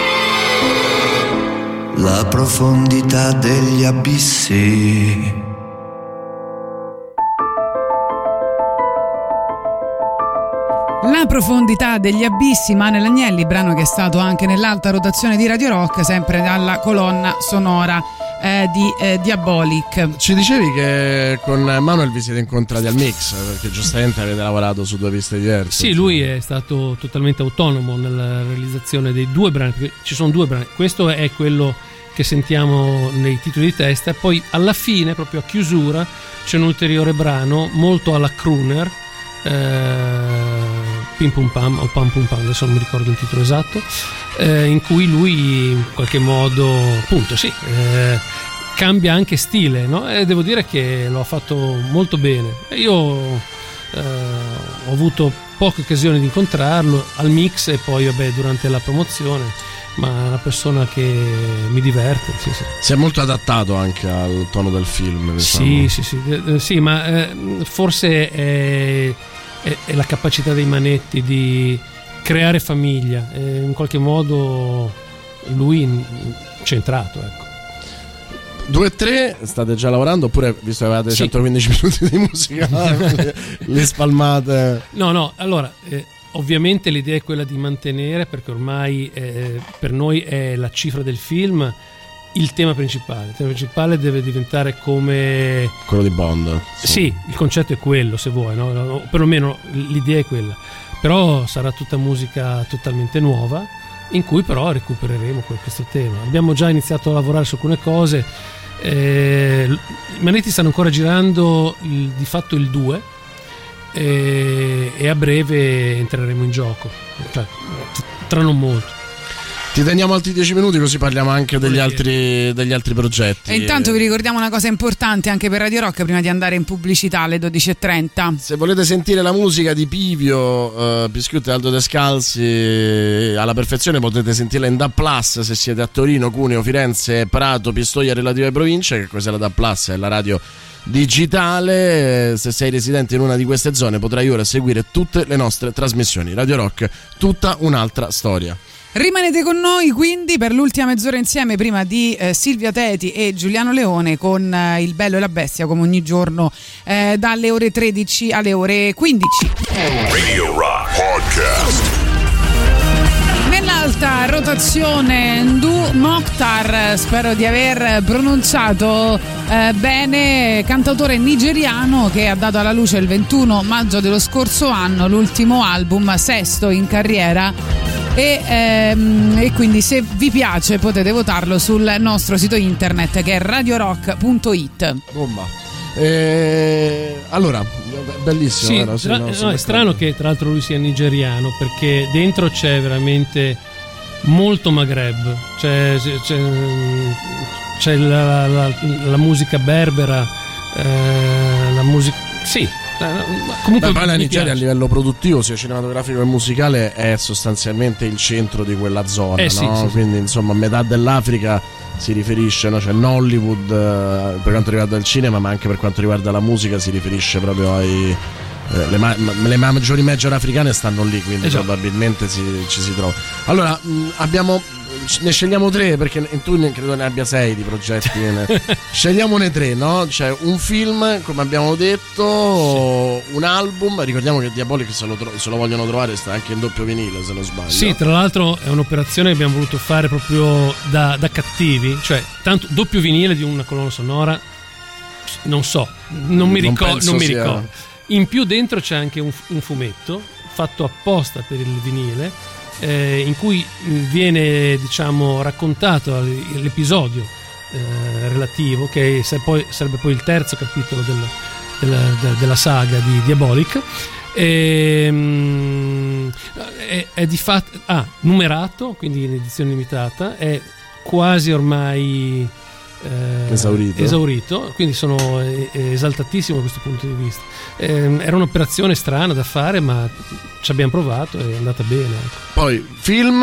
la profondità degli abissi. La profondità degli abissi, Manuel Agnelli, brano che è stato anche nell'alta rotazione di Radio Rock, sempre dalla colonna sonora eh, di eh, Diabolic. Ci dicevi che con Manuel vi siete incontrati al mix, perché giustamente avete lavorato su due piste diverse. Sì, lui è stato totalmente autonomo nella realizzazione dei due brani, perché ci sono due brani, questo è quello che sentiamo nei titoli di testa, e poi alla fine, proprio a chiusura, c'è un ulteriore brano molto alla crooner, eh, Pim Pum Pam o Pam Pum Pam, adesso non mi ricordo il titolo esatto, eh, in cui lui in qualche modo, appunto, sì, eh, cambia anche stile, no? E devo dire che lo ha fatto molto bene. E io eh, ho avuto poche occasioni di incontrarlo al mix e poi vabbè durante la promozione, ma è una persona che mi diverte. Sì, sì. Si è molto adattato anche al tono del film, diciamo. Sì, sì, sì, eh, sì, ma eh, forse è, è, è la capacità dei Manetti di creare famiglia, e in qualche modo lui centrato, ecco. due e tre state già lavorando, oppure visto che avevate Sì. centoquindici minuti di musica le, le spalmate? No, no, allora eh, ovviamente l'idea è quella di mantenere, perché ormai eh, per noi è la cifra del film, il tema principale. Il tema principale deve diventare come quello di Bond. Sì, il concetto è quello, se vuoi, no? O perlomeno l'idea è quella. Però sarà tutta musica totalmente nuova, in cui però recupereremo questo tema. Abbiamo già iniziato a lavorare su alcune cose. Eh, I manetti stanno ancora girando il, di fatto il due, e, e a breve entreremo in gioco, cioè, tra non molto. Ti teniamo altri dieci minuti, così parliamo anche degli altri, degli altri progetti. E intanto vi ricordiamo una cosa importante anche per Radio Rock prima di andare in pubblicità alle dodici e trenta. Se volete sentire la musica di Pivio, uh, Pisciutti e Aldo Descalzi alla perfezione, potete sentirla in D A B plus se siete a Torino, Cuneo, Firenze, Prato, Pistoia, relative province, che cos'è la D A B plus? È la radio digitale. Se sei residente in una di queste zone potrai ora seguire tutte le nostre trasmissioni. Radio Rock, tutta un'altra storia. Rimanete con noi quindi per l'ultima mezz'ora insieme, prima di eh, Silvia Teti e Giuliano Leone, con eh, Il Bello e la Bestia, come ogni giorno eh, dalle ore tredici alle ore quindici. Radio Rock Podcast. Nell'alta rotazione Ndu Mokhtar, spero di aver pronunciato eh, bene, cantautore nigeriano che ha dato alla luce il ventuno maggio dello scorso anno l'ultimo album, sesto in carriera. E, ehm, e quindi se vi piace potete votarlo sul nostro sito internet, che è radio rock punto it. Bomba. Eh, allora, bellissimo. Sì, vero? Sì, tra- no, no, sono è strano che tra l'altro lui sia nigeriano, perché dentro c'è veramente molto Maghreb, c'è, c'è, c'è la, la, la musica berbera, eh, la musica. Sì. Comunque, beh, poi la Nigeria piace. a livello produttivo, sia cinematografico che musicale, è sostanzialmente il centro di quella zona, eh, sì, no? sì, Quindi insomma metà dell'Africa si riferisce, no? Cioè Nollywood eh, per quanto riguarda il cinema, ma anche per quanto riguarda la musica si riferisce proprio ai eh, le, ma- le maggiori major africane stanno lì, quindi esatto. probabilmente si, ci si trova. Allora mh, abbiamo ne scegliamo tre, perché tu ne, credo ne abbia sei di progetti. Scegliamone tre, no? C'è un film, come abbiamo detto, sì. Un album. Ricordiamo che Diabolic, se lo, tro- se lo vogliono trovare, sta anche in doppio vinile, se non sbaglio. Sì, tra l'altro è un'operazione che abbiamo voluto fare proprio da, da cattivi, cioè tanto doppio vinile di una colonna sonora, non so, non mi, ricor- non mi sia... ricordo. In più dentro c'è anche un, un fumetto fatto apposta per il vinile, eh, in cui viene, diciamo, raccontato l'episodio eh, relativo, che se poi, sarebbe poi il terzo capitolo del, della, de, della saga di Diabolic. E, mm, è, è di fatto ah, numerato, quindi in edizione limitata, è quasi ormai Eh, esaurito. esaurito, quindi sono eh, esaltatissimo da questo punto di vista. Eh, era un'operazione strana da fare, ma ci abbiamo provato e è andata bene, ecco. Poi film,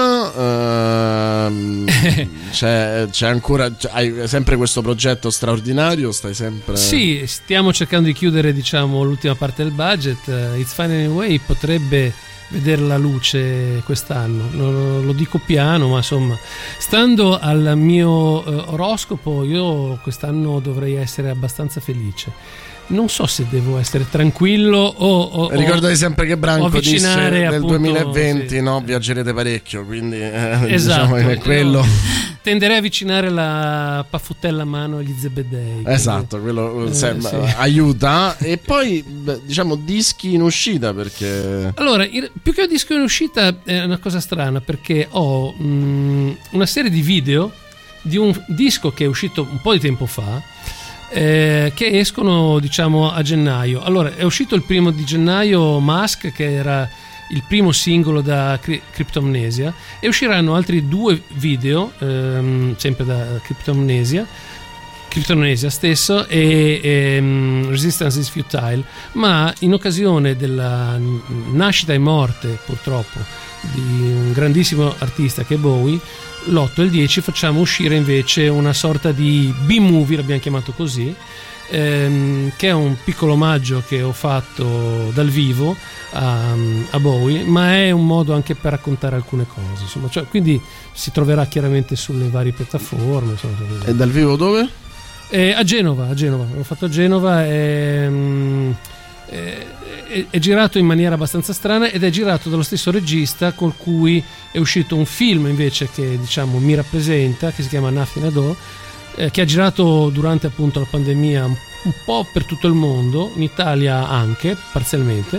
ehm, c'è, c'è ancora, c'è, hai sempre questo progetto straordinario, stai sempre... Sì, stiamo cercando di chiudere, diciamo, l'ultima parte del budget. uh, It's Fine Anyway potrebbe vedere la luce quest'anno, lo, lo dico piano, ma insomma, stando al mio uh, oroscopo, io quest'anno dovrei essere abbastanza felice. Non so se devo essere tranquillo o, o ricordate sempre che Branco disse nel appunto, duemilaventi sì. no, viaggerete parecchio, quindi eh, esatto, diciamo che quello tenderei a avvicinare la paffutella a mano agli zebedei, esatto, quello eh, sembra, sì. aiuta. E poi beh, diciamo dischi in uscita, perché allora più che disco in uscita è una cosa strana, perché ho mh, una serie di video di un disco che è uscito un po' di tempo fa, Eh, che escono, diciamo, a gennaio. Allora è uscito il primo di gennaio Mask, che era il primo singolo da Cri- Cryptomnesia, e usciranno altri due video ehm, sempre da Cryptomnesia Cryptomnesia stesso e, e um, Resistance is Futile, ma in occasione della nascita e morte purtroppo di un grandissimo artista che è Bowie, l'otto e il dieci facciamo uscire invece una sorta di B-movie, l'abbiamo chiamato così, ehm, che è un piccolo omaggio che ho fatto dal vivo a, a Bowie, ma è un modo anche per raccontare alcune cose, insomma, cioè, quindi si troverà chiaramente sulle varie piattaforme, insomma. E dal vivo dove? Eh, a Genova, a Genova, l'ho fatto a Genova e, mm, è, è, è girato in maniera abbastanza strana ed è girato dallo stesso regista col cui è uscito un film invece che, diciamo, mi rappresenta, che si chiama Nothing at All, eh, che ha girato durante appunto la pandemia un, un po' per tutto il mondo, in Italia anche parzialmente,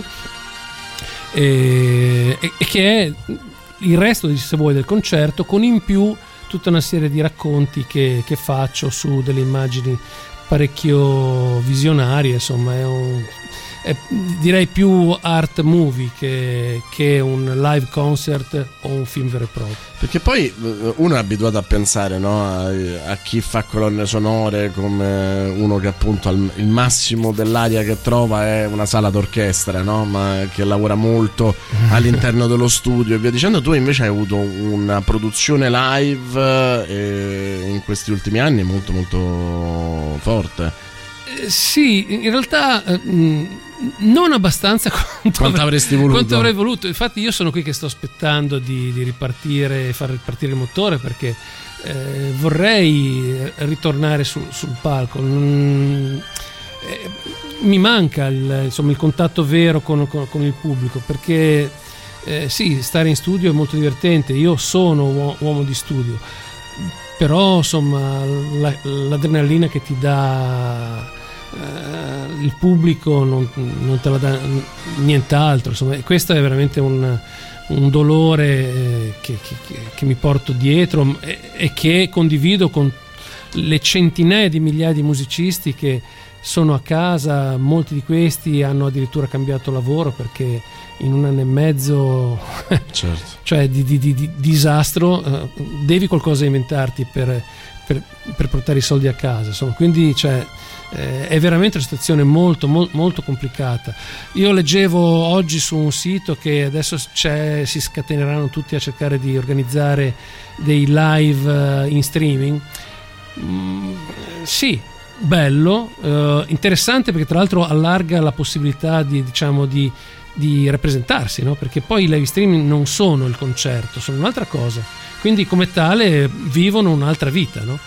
e, e, e che è il resto, se vuoi, del concerto, con in più tutta una serie di racconti che, che faccio su delle immagini parecchio visionarie, insomma è un, è, direi più art movie che, che un live concert o un film vero e proprio. Perché poi uno è abituato a pensare, no, a, a chi fa colonne sonore come uno che appunto al, il massimo dell'aria che trova è una sala d'orchestra, no? Ma che lavora molto all'interno dello studio e via dicendo. Tu invece hai avuto una produzione live eh, in questi ultimi anni molto molto forte. Eh, sì, in realtà eh, mh, non abbastanza quanto, quanto avresti voluto. Quanto avrei voluto. Infatti io sono qui che sto aspettando di, di ripartire, far ripartire il motore, perché eh, vorrei ritornare su, sul palco. Non, eh, mi manca il, insomma, il contatto vero con, con, con il pubblico, perché eh, sì, stare in studio è molto divertente. Io sono uo- uomo di studio, però insomma la, l'adrenalina che ti dà Uh, il pubblico non, non te la dà nient'altro, insomma, e questo è veramente un, un dolore eh, che, che, che mi porto dietro e, e che condivido con le centinaia di migliaia di musicisti che sono a casa. Molti di questi hanno addirittura cambiato lavoro perché in un anno e mezzo certo. cioè di, di, di, di disastro, uh, devi qualcosa inventarti per, per, per portare i soldi a casa, insomma, quindi cioè Eh, è veramente una situazione molto, molto molto complicata. Io leggevo oggi su un sito che adesso c'è, si scateneranno tutti a cercare di organizzare dei live uh, in streaming. Mm, sì, bello, uh, interessante, perché tra l'altro allarga la possibilità di, diciamo, di, di rappresentarsi, no? Perché poi i live streaming non sono il concerto, sono un'altra cosa, quindi come tale vivono un'altra vita, no?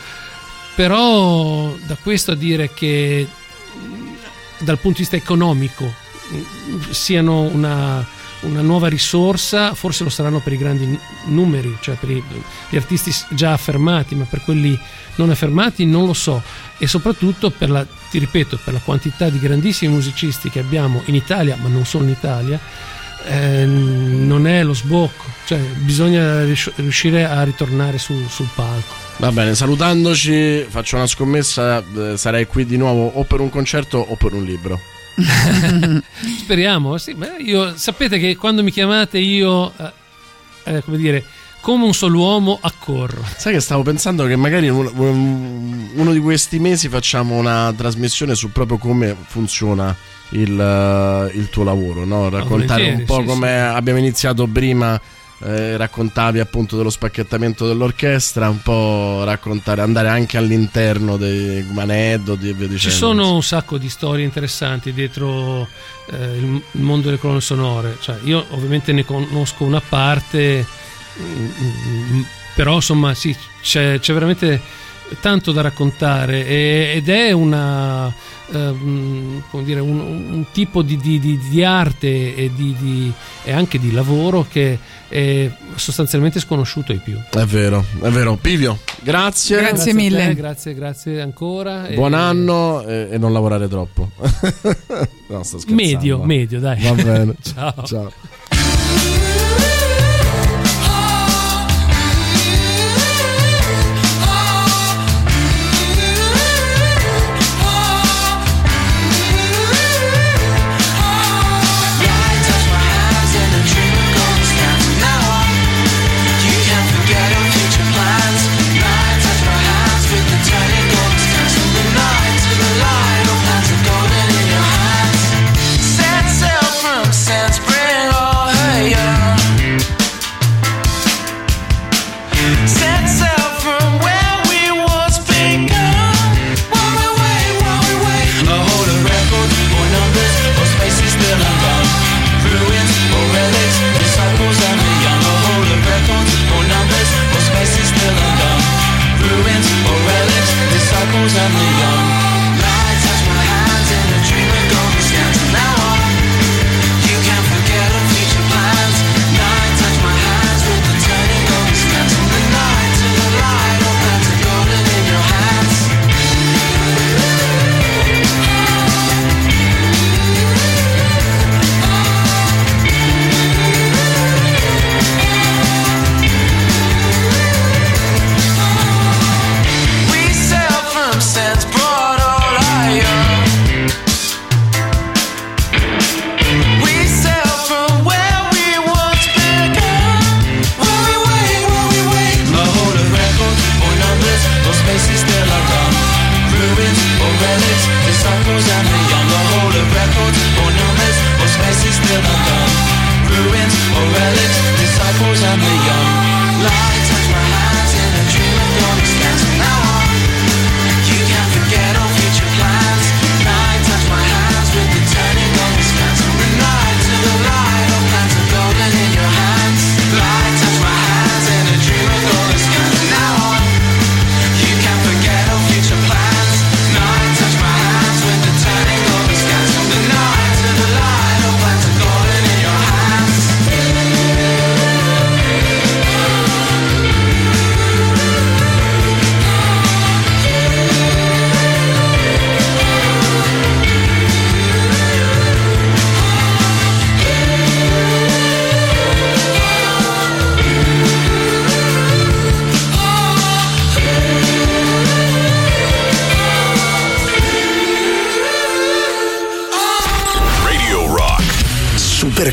Però da questo a dire che dal punto di vista economico siano una, una nuova risorsa, forse lo saranno per i grandi numeri, cioè per i, gli artisti già affermati, ma per quelli non affermati non lo so. E soprattutto per la, ti ripeto, per la quantità di grandissimi musicisti che abbiamo in Italia, ma non solo in Italia, eh, non è lo sbocco, cioè bisogna riuscire a ritornare su, sul palco. Va bene, salutandoci, faccio una scommessa, eh, sarei qui di nuovo o per un concerto o per un libro. Speriamo, sì, ma io sapete che quando mi chiamate io eh, eh, come dire, come un solo uomo accorro. Sai che stavo pensando che magari un, un, uno di questi mesi facciamo una trasmissione su proprio come funziona il, il tuo lavoro, no? Raccontare un po' sì, come sì. abbiamo iniziato prima. Eh, raccontavi appunto dello spacchettamento dell'orchestra, un po' raccontare, andare anche all'interno dei aneddoti e via dicendo. Ci sono un sacco di storie interessanti dietro eh, il mondo delle colonne sonore, cioè, io ovviamente ne conosco una parte, mm, però insomma sì, c'è, c'è veramente tanto da raccontare e, ed è una Um, come dire, un, un tipo di, di, di, di arte e, di, di, e anche di lavoro che è sostanzialmente sconosciuto ai più. È vero, è vero. Pivio, grazie. Grazie, grazie mille. Te, grazie, grazie ancora. Buon e... anno e, e non lavorare troppo. No, sto scherzando. Medio, medio, dai. Va bene. Ciao. Ciao. Set sail from Sands Spring, oh hey, yeah.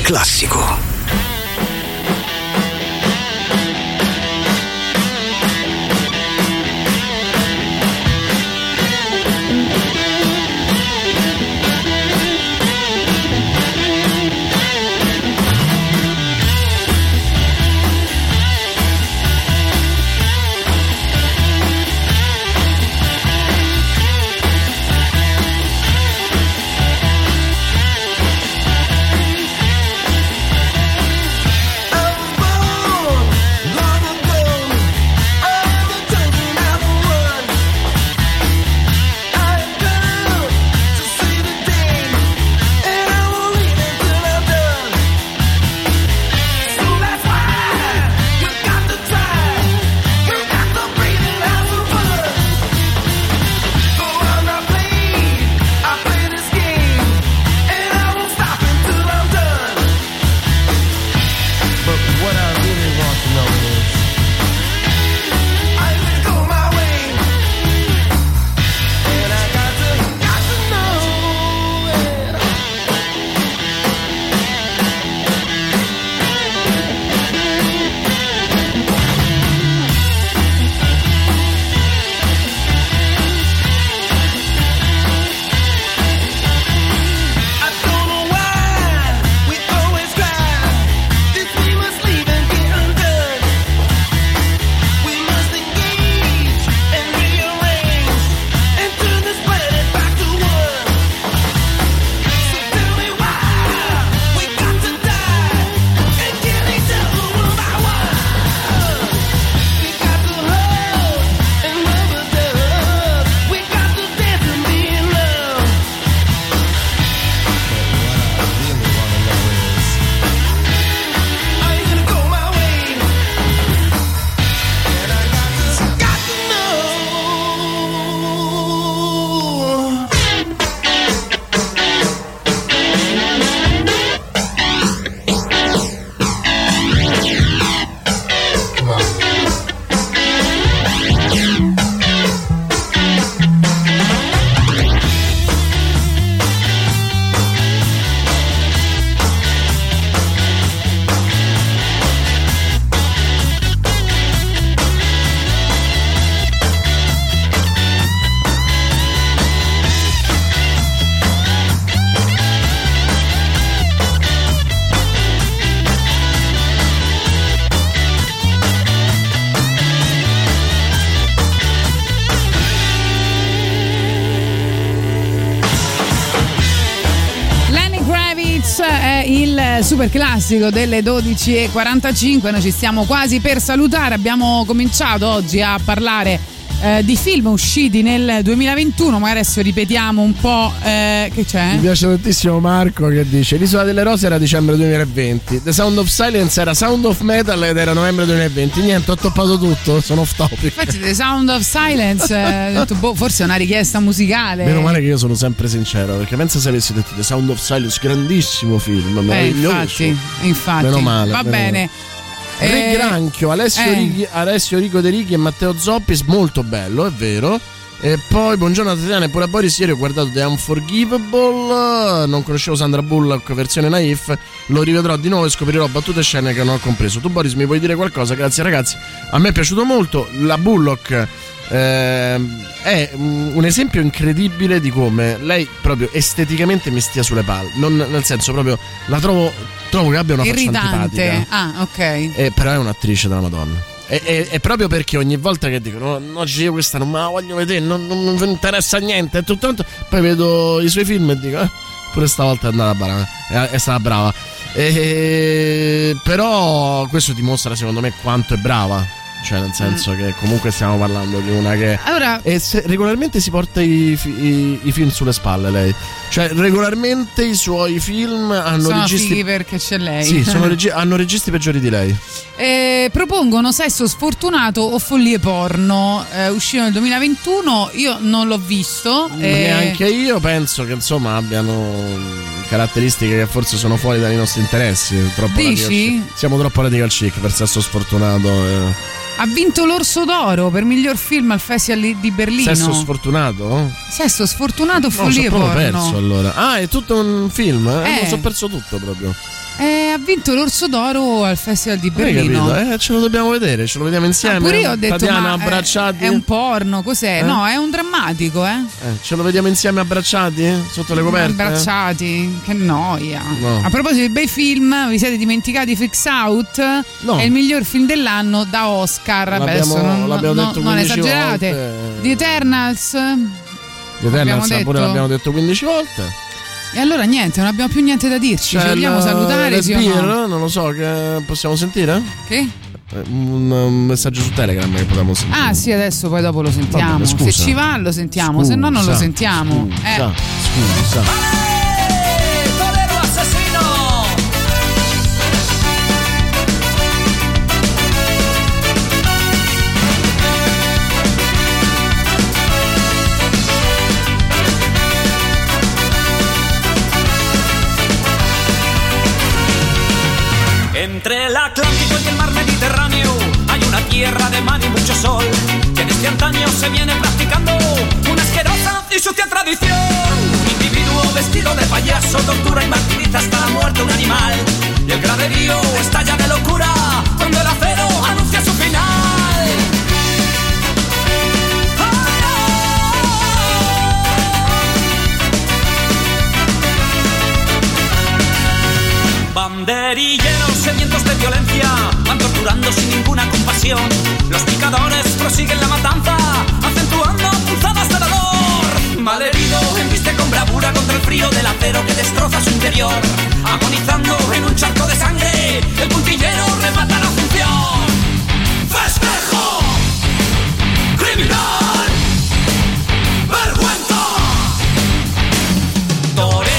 classico. Super classico delle dodici e quarantacinque. Noi ci stiamo quasi per salutare. Abbiamo cominciato oggi a parlare eh, di film usciti nel duemilaventuno. Magari adesso ripetiamo un po'. Eh, che c'è? Mi piace tantissimo Marco che dice: L'Isola delle Rose era dicembre duemilaventi, The Sound of Silence era Sound of Metal ed era novembre duemilaventi. Niente, ho toppato tutto, sono off topic. Infatti The Sound of Silence eh, ho detto, boh, forse è una richiesta musicale. Meno male che io sono sempre sincero, perché pensa se avessi detto The Sound of Silence, grandissimo film, meraviglioso. Eh, infatti, infatti. Meno male. Va meno bene. Male. Re Eh, Granchio, Alessio, eh. Righi, Alessio Rico De Righi e Matteo Zoppis, molto bello, è vero. E poi buongiorno a Tatiana e pure a Boris. Ieri ho guardato The Unforgivable, non conoscevo Sandra Bullock versione naif, lo rivedrò di nuovo e scoprirò battute e scene che non ho compreso. Tu Boris mi vuoi dire qualcosa? Grazie ragazzi, a me è piaciuto molto. La Bullock eh, è un esempio incredibile di come lei proprio esteticamente mi stia sulle palle, non, nel senso proprio la trovo, trovo che abbia una faccia irritante. antipatica. Ah, ok. Eh, però è un'attrice della Madonna. E, e, e proprio perché ogni volta che dico no, no io questa non me la voglio vedere, non, non mi interessa niente, e tutto tanto, poi vedo i suoi film e dico eh, pure stavolta è andata brava, è, è stata brava. E, però questo dimostra secondo me quanto è brava. Cioè nel senso mm. che comunque stiamo parlando di una che allora, e se, regolarmente si porta i, i, i film sulle spalle lei. Cioè regolarmente i suoi film hanno sono registi fighi perché c'è lei. Sì, sono regi- hanno registi peggiori di lei. Eh, propongono Sesso sfortunato o Follie porno, eh, uscito nel duemilaventuno. Io non l'ho visto. Eh... Neanche io, penso che insomma abbiano caratteristiche che forse sono fuori dai nostri interessi. Troppo Dici? Siamo troppo radical chic per Sesso sfortunato. Eh. Ha vinto l'Orso d'Oro per miglior film al Festival di Berlino. Sesso sfortunato? Sesso sfortunato o no, Follie porno. porno. Perso allora. Ah, è tutto un film? Eh? Eh. Mi sono perso tutto proprio. Eh, ha vinto l'Orso d'Oro al Festival di Berlino. Eh, ce lo dobbiamo vedere, ce lo vediamo insieme. Ah, pure io ho detto, Tatiana, ma abbracciati. È, è un porno, cos'è? Eh? No, è un drammatico, eh? eh. Ce lo vediamo insieme abbracciati? Sotto le coperte? Abbracciati, che noia. No. A proposito di bei film, vi siete dimenticati Freaks Out? No. È il miglior film dell'anno da Oscar. Beh, adesso non, l'abbiamo no, detto non quindici esagerate. volte. The Eternals. The Eternals detto. pure l'abbiamo detto quindici volte. E allora niente, non abbiamo più niente da dirci. C'è Ci vogliamo il- salutare, le sì o Beer, no? non lo so, che possiamo sentire? Che? Eh, Un, un messaggio su Telegram che potremmo sentire. Ah sì, adesso poi dopo lo sentiamo. Vabbè, scusa. Se ci va lo sentiamo, se no non lo Scusa, sentiamo. Scusa, Eh. scusa. Torero asesino. Entre el Atlántico y el mar Mediterráneo hay una tierra de mar y mucho sol, que desde antaño se viene practicando una asquerosa y sucia tradición. Un individuo vestido de payaso tortura y martiriza hasta la muerte un animal, y el graderío estalla de locura cuando el acero anuncia su final. Banderilleros sedientos de violencia van torturando sin ninguna compasión. Los picadores prosiguen la matanza, acentuando punzadas de dolor. Malherido embiste con bravura contra el frío del acero que destroza su interior. Agonizando en un charco de sangre, el puntillero remata la función. ¡Festejo! ¡Criminal! ¡Vergüenza! Torero,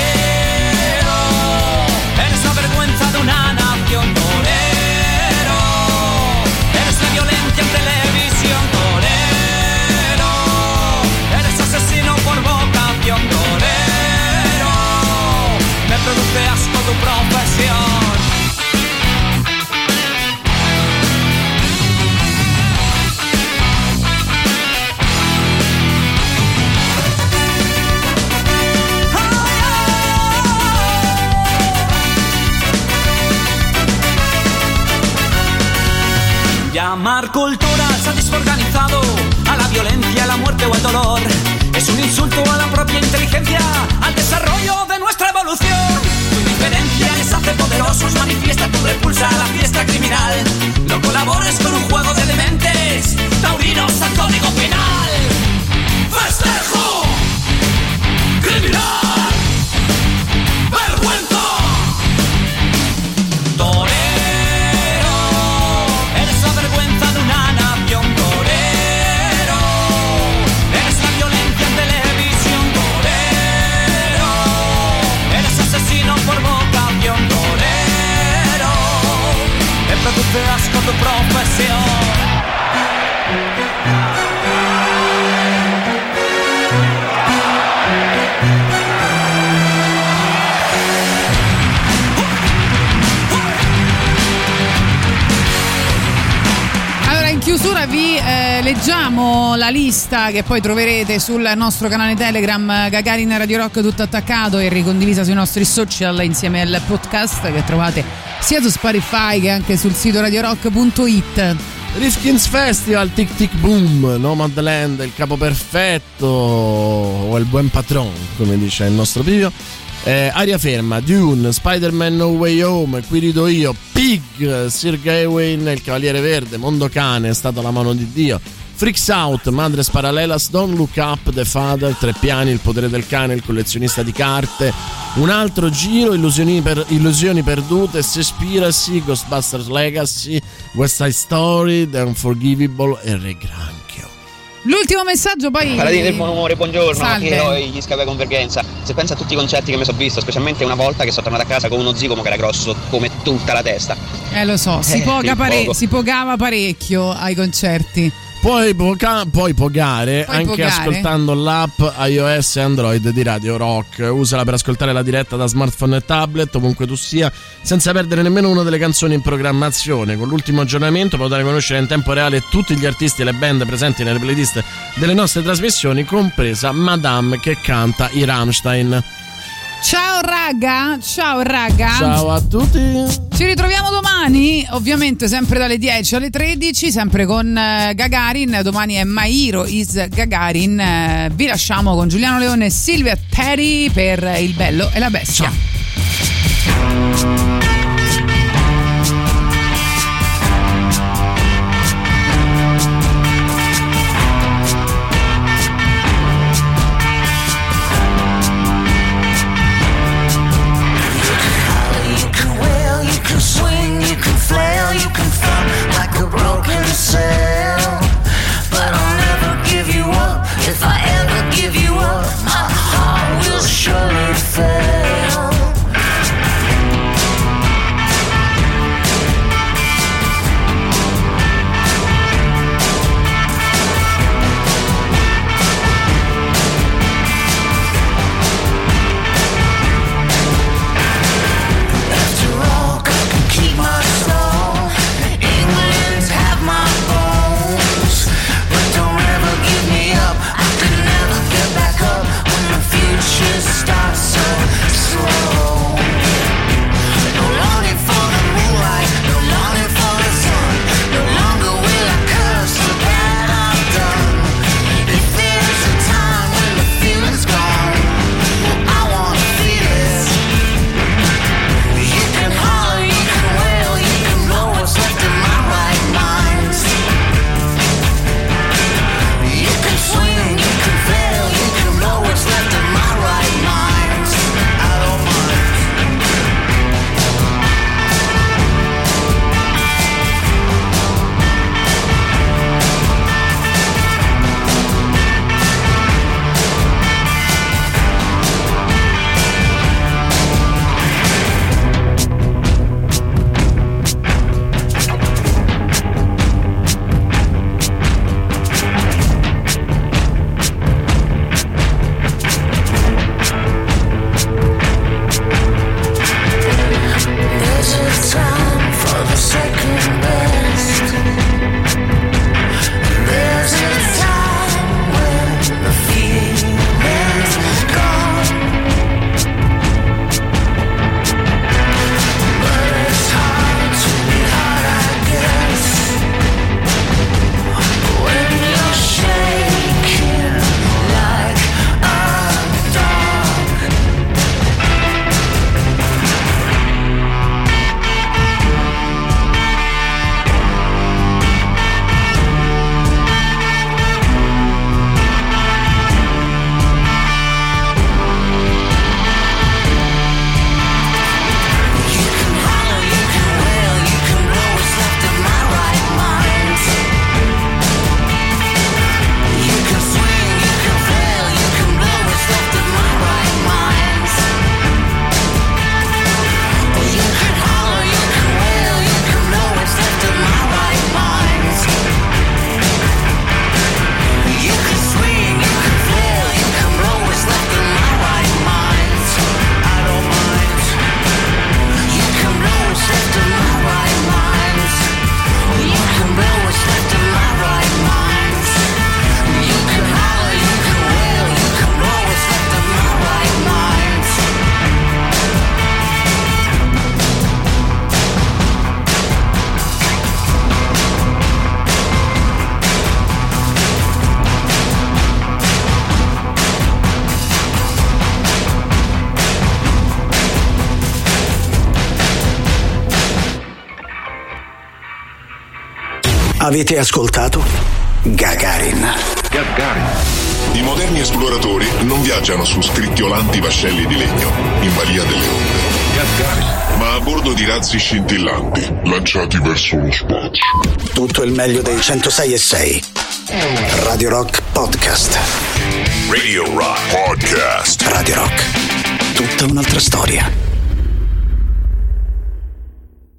eres la vergüenza de una nación. Torero, eres la violencia en televisión. Torero, eres asesino por vocación. Torero, me produce asco tu profesión. Llamar cultura al sadismo organizado, a la violencia, a la muerte o al dolor, es un insulto a la propia inteligencia, al desarrollo de nuestra evolución. Tu indiferencia les hace poderosos, manifiesta tu repulsa a la fiesta criminal. No colabores con un juego de dementes, taurinos al código penal. ¡Festejo! ¡Criminal! ¡Vergüenza! Torero, eres la vergüenza de una nación. Torero, eres la violencia en televisión. Torero, eres asesino por vocación. Torero, me produce asco tu profesión. Allora, in chiusura vi eh, leggiamo la lista che poi troverete sul nostro canale Telegram Gagarin Radio Rock tutto attaccato e ricondivisa sui nostri social insieme al podcast che trovate sia su Spotify che anche sul sito radiorock punto it. Rifkin's Festival, Tic Tic Boom, Nomadland, il capo perfetto o il buon patron, come dice il nostro Pivio. Eh, Aria ferma, Dune, Spider-Man No Way Home, Qui rido io, Pig, Sir Gawain, Il Cavaliere Verde, Mondo Cane, È stata la mano di Dio, Freaks Out, Madres Paralelas, Don't Look Up, The Father, Tre piani, Il potere del cane, Il collezionista di carte, Un altro giro, Illusioni, per, illusioni perdute, Seaspiracy, Ghostbusters Legacy, West Side Story, The Unforgivable e Re Granchio. L'ultimo messaggio poi. Paladini del buon umore, buongiorno. Salve. Io e gli Scavi Convergenza. Se pensa a tutti i concerti che mi sono visto, specialmente una volta che sono tornato a casa con uno zigomo che era grosso come tutta la testa. Eh lo so, si, Eh, poga che pare- poco. si pogava parecchio ai concerti. Puoi, poca- puoi pogare Puoi anche pogare. ascoltando l'app iOS e Android di Radio Rock. Usala per ascoltare la diretta da smartphone e tablet ovunque tu sia, senza perdere nemmeno una delle canzoni in programmazione. Con l'ultimo aggiornamento potrai conoscere in tempo reale tutti gli artisti e le band presenti nelle playlist delle nostre trasmissioni, compresa Madame che canta i Rammstein. Ciao raga, ciao raga. Ciao a tutti. Ci ritroviamo domani, ovviamente sempre dalle dieci alle tredici, sempre con eh, Gagarin. Domani è My Hero is Gagarin. Eh, vi lasciamo con Giuliano Leone e Silvia Teri per Il Bello e la Bestia. Ciao. But I'll never give you up. If I ever give you up, my heart will surely fail. Avete ascoltato Gagarin. Gagarin. I moderni esploratori non viaggiano su scricchiolanti vascelli di legno in balia delle onde. Gagarin. Ma a bordo di razzi scintillanti lanciati verso lo spazio. Tutto il meglio dei centosei e sei. Radio Rock Podcast. Radio Rock Podcast. Radio Rock. Tutta un'altra storia.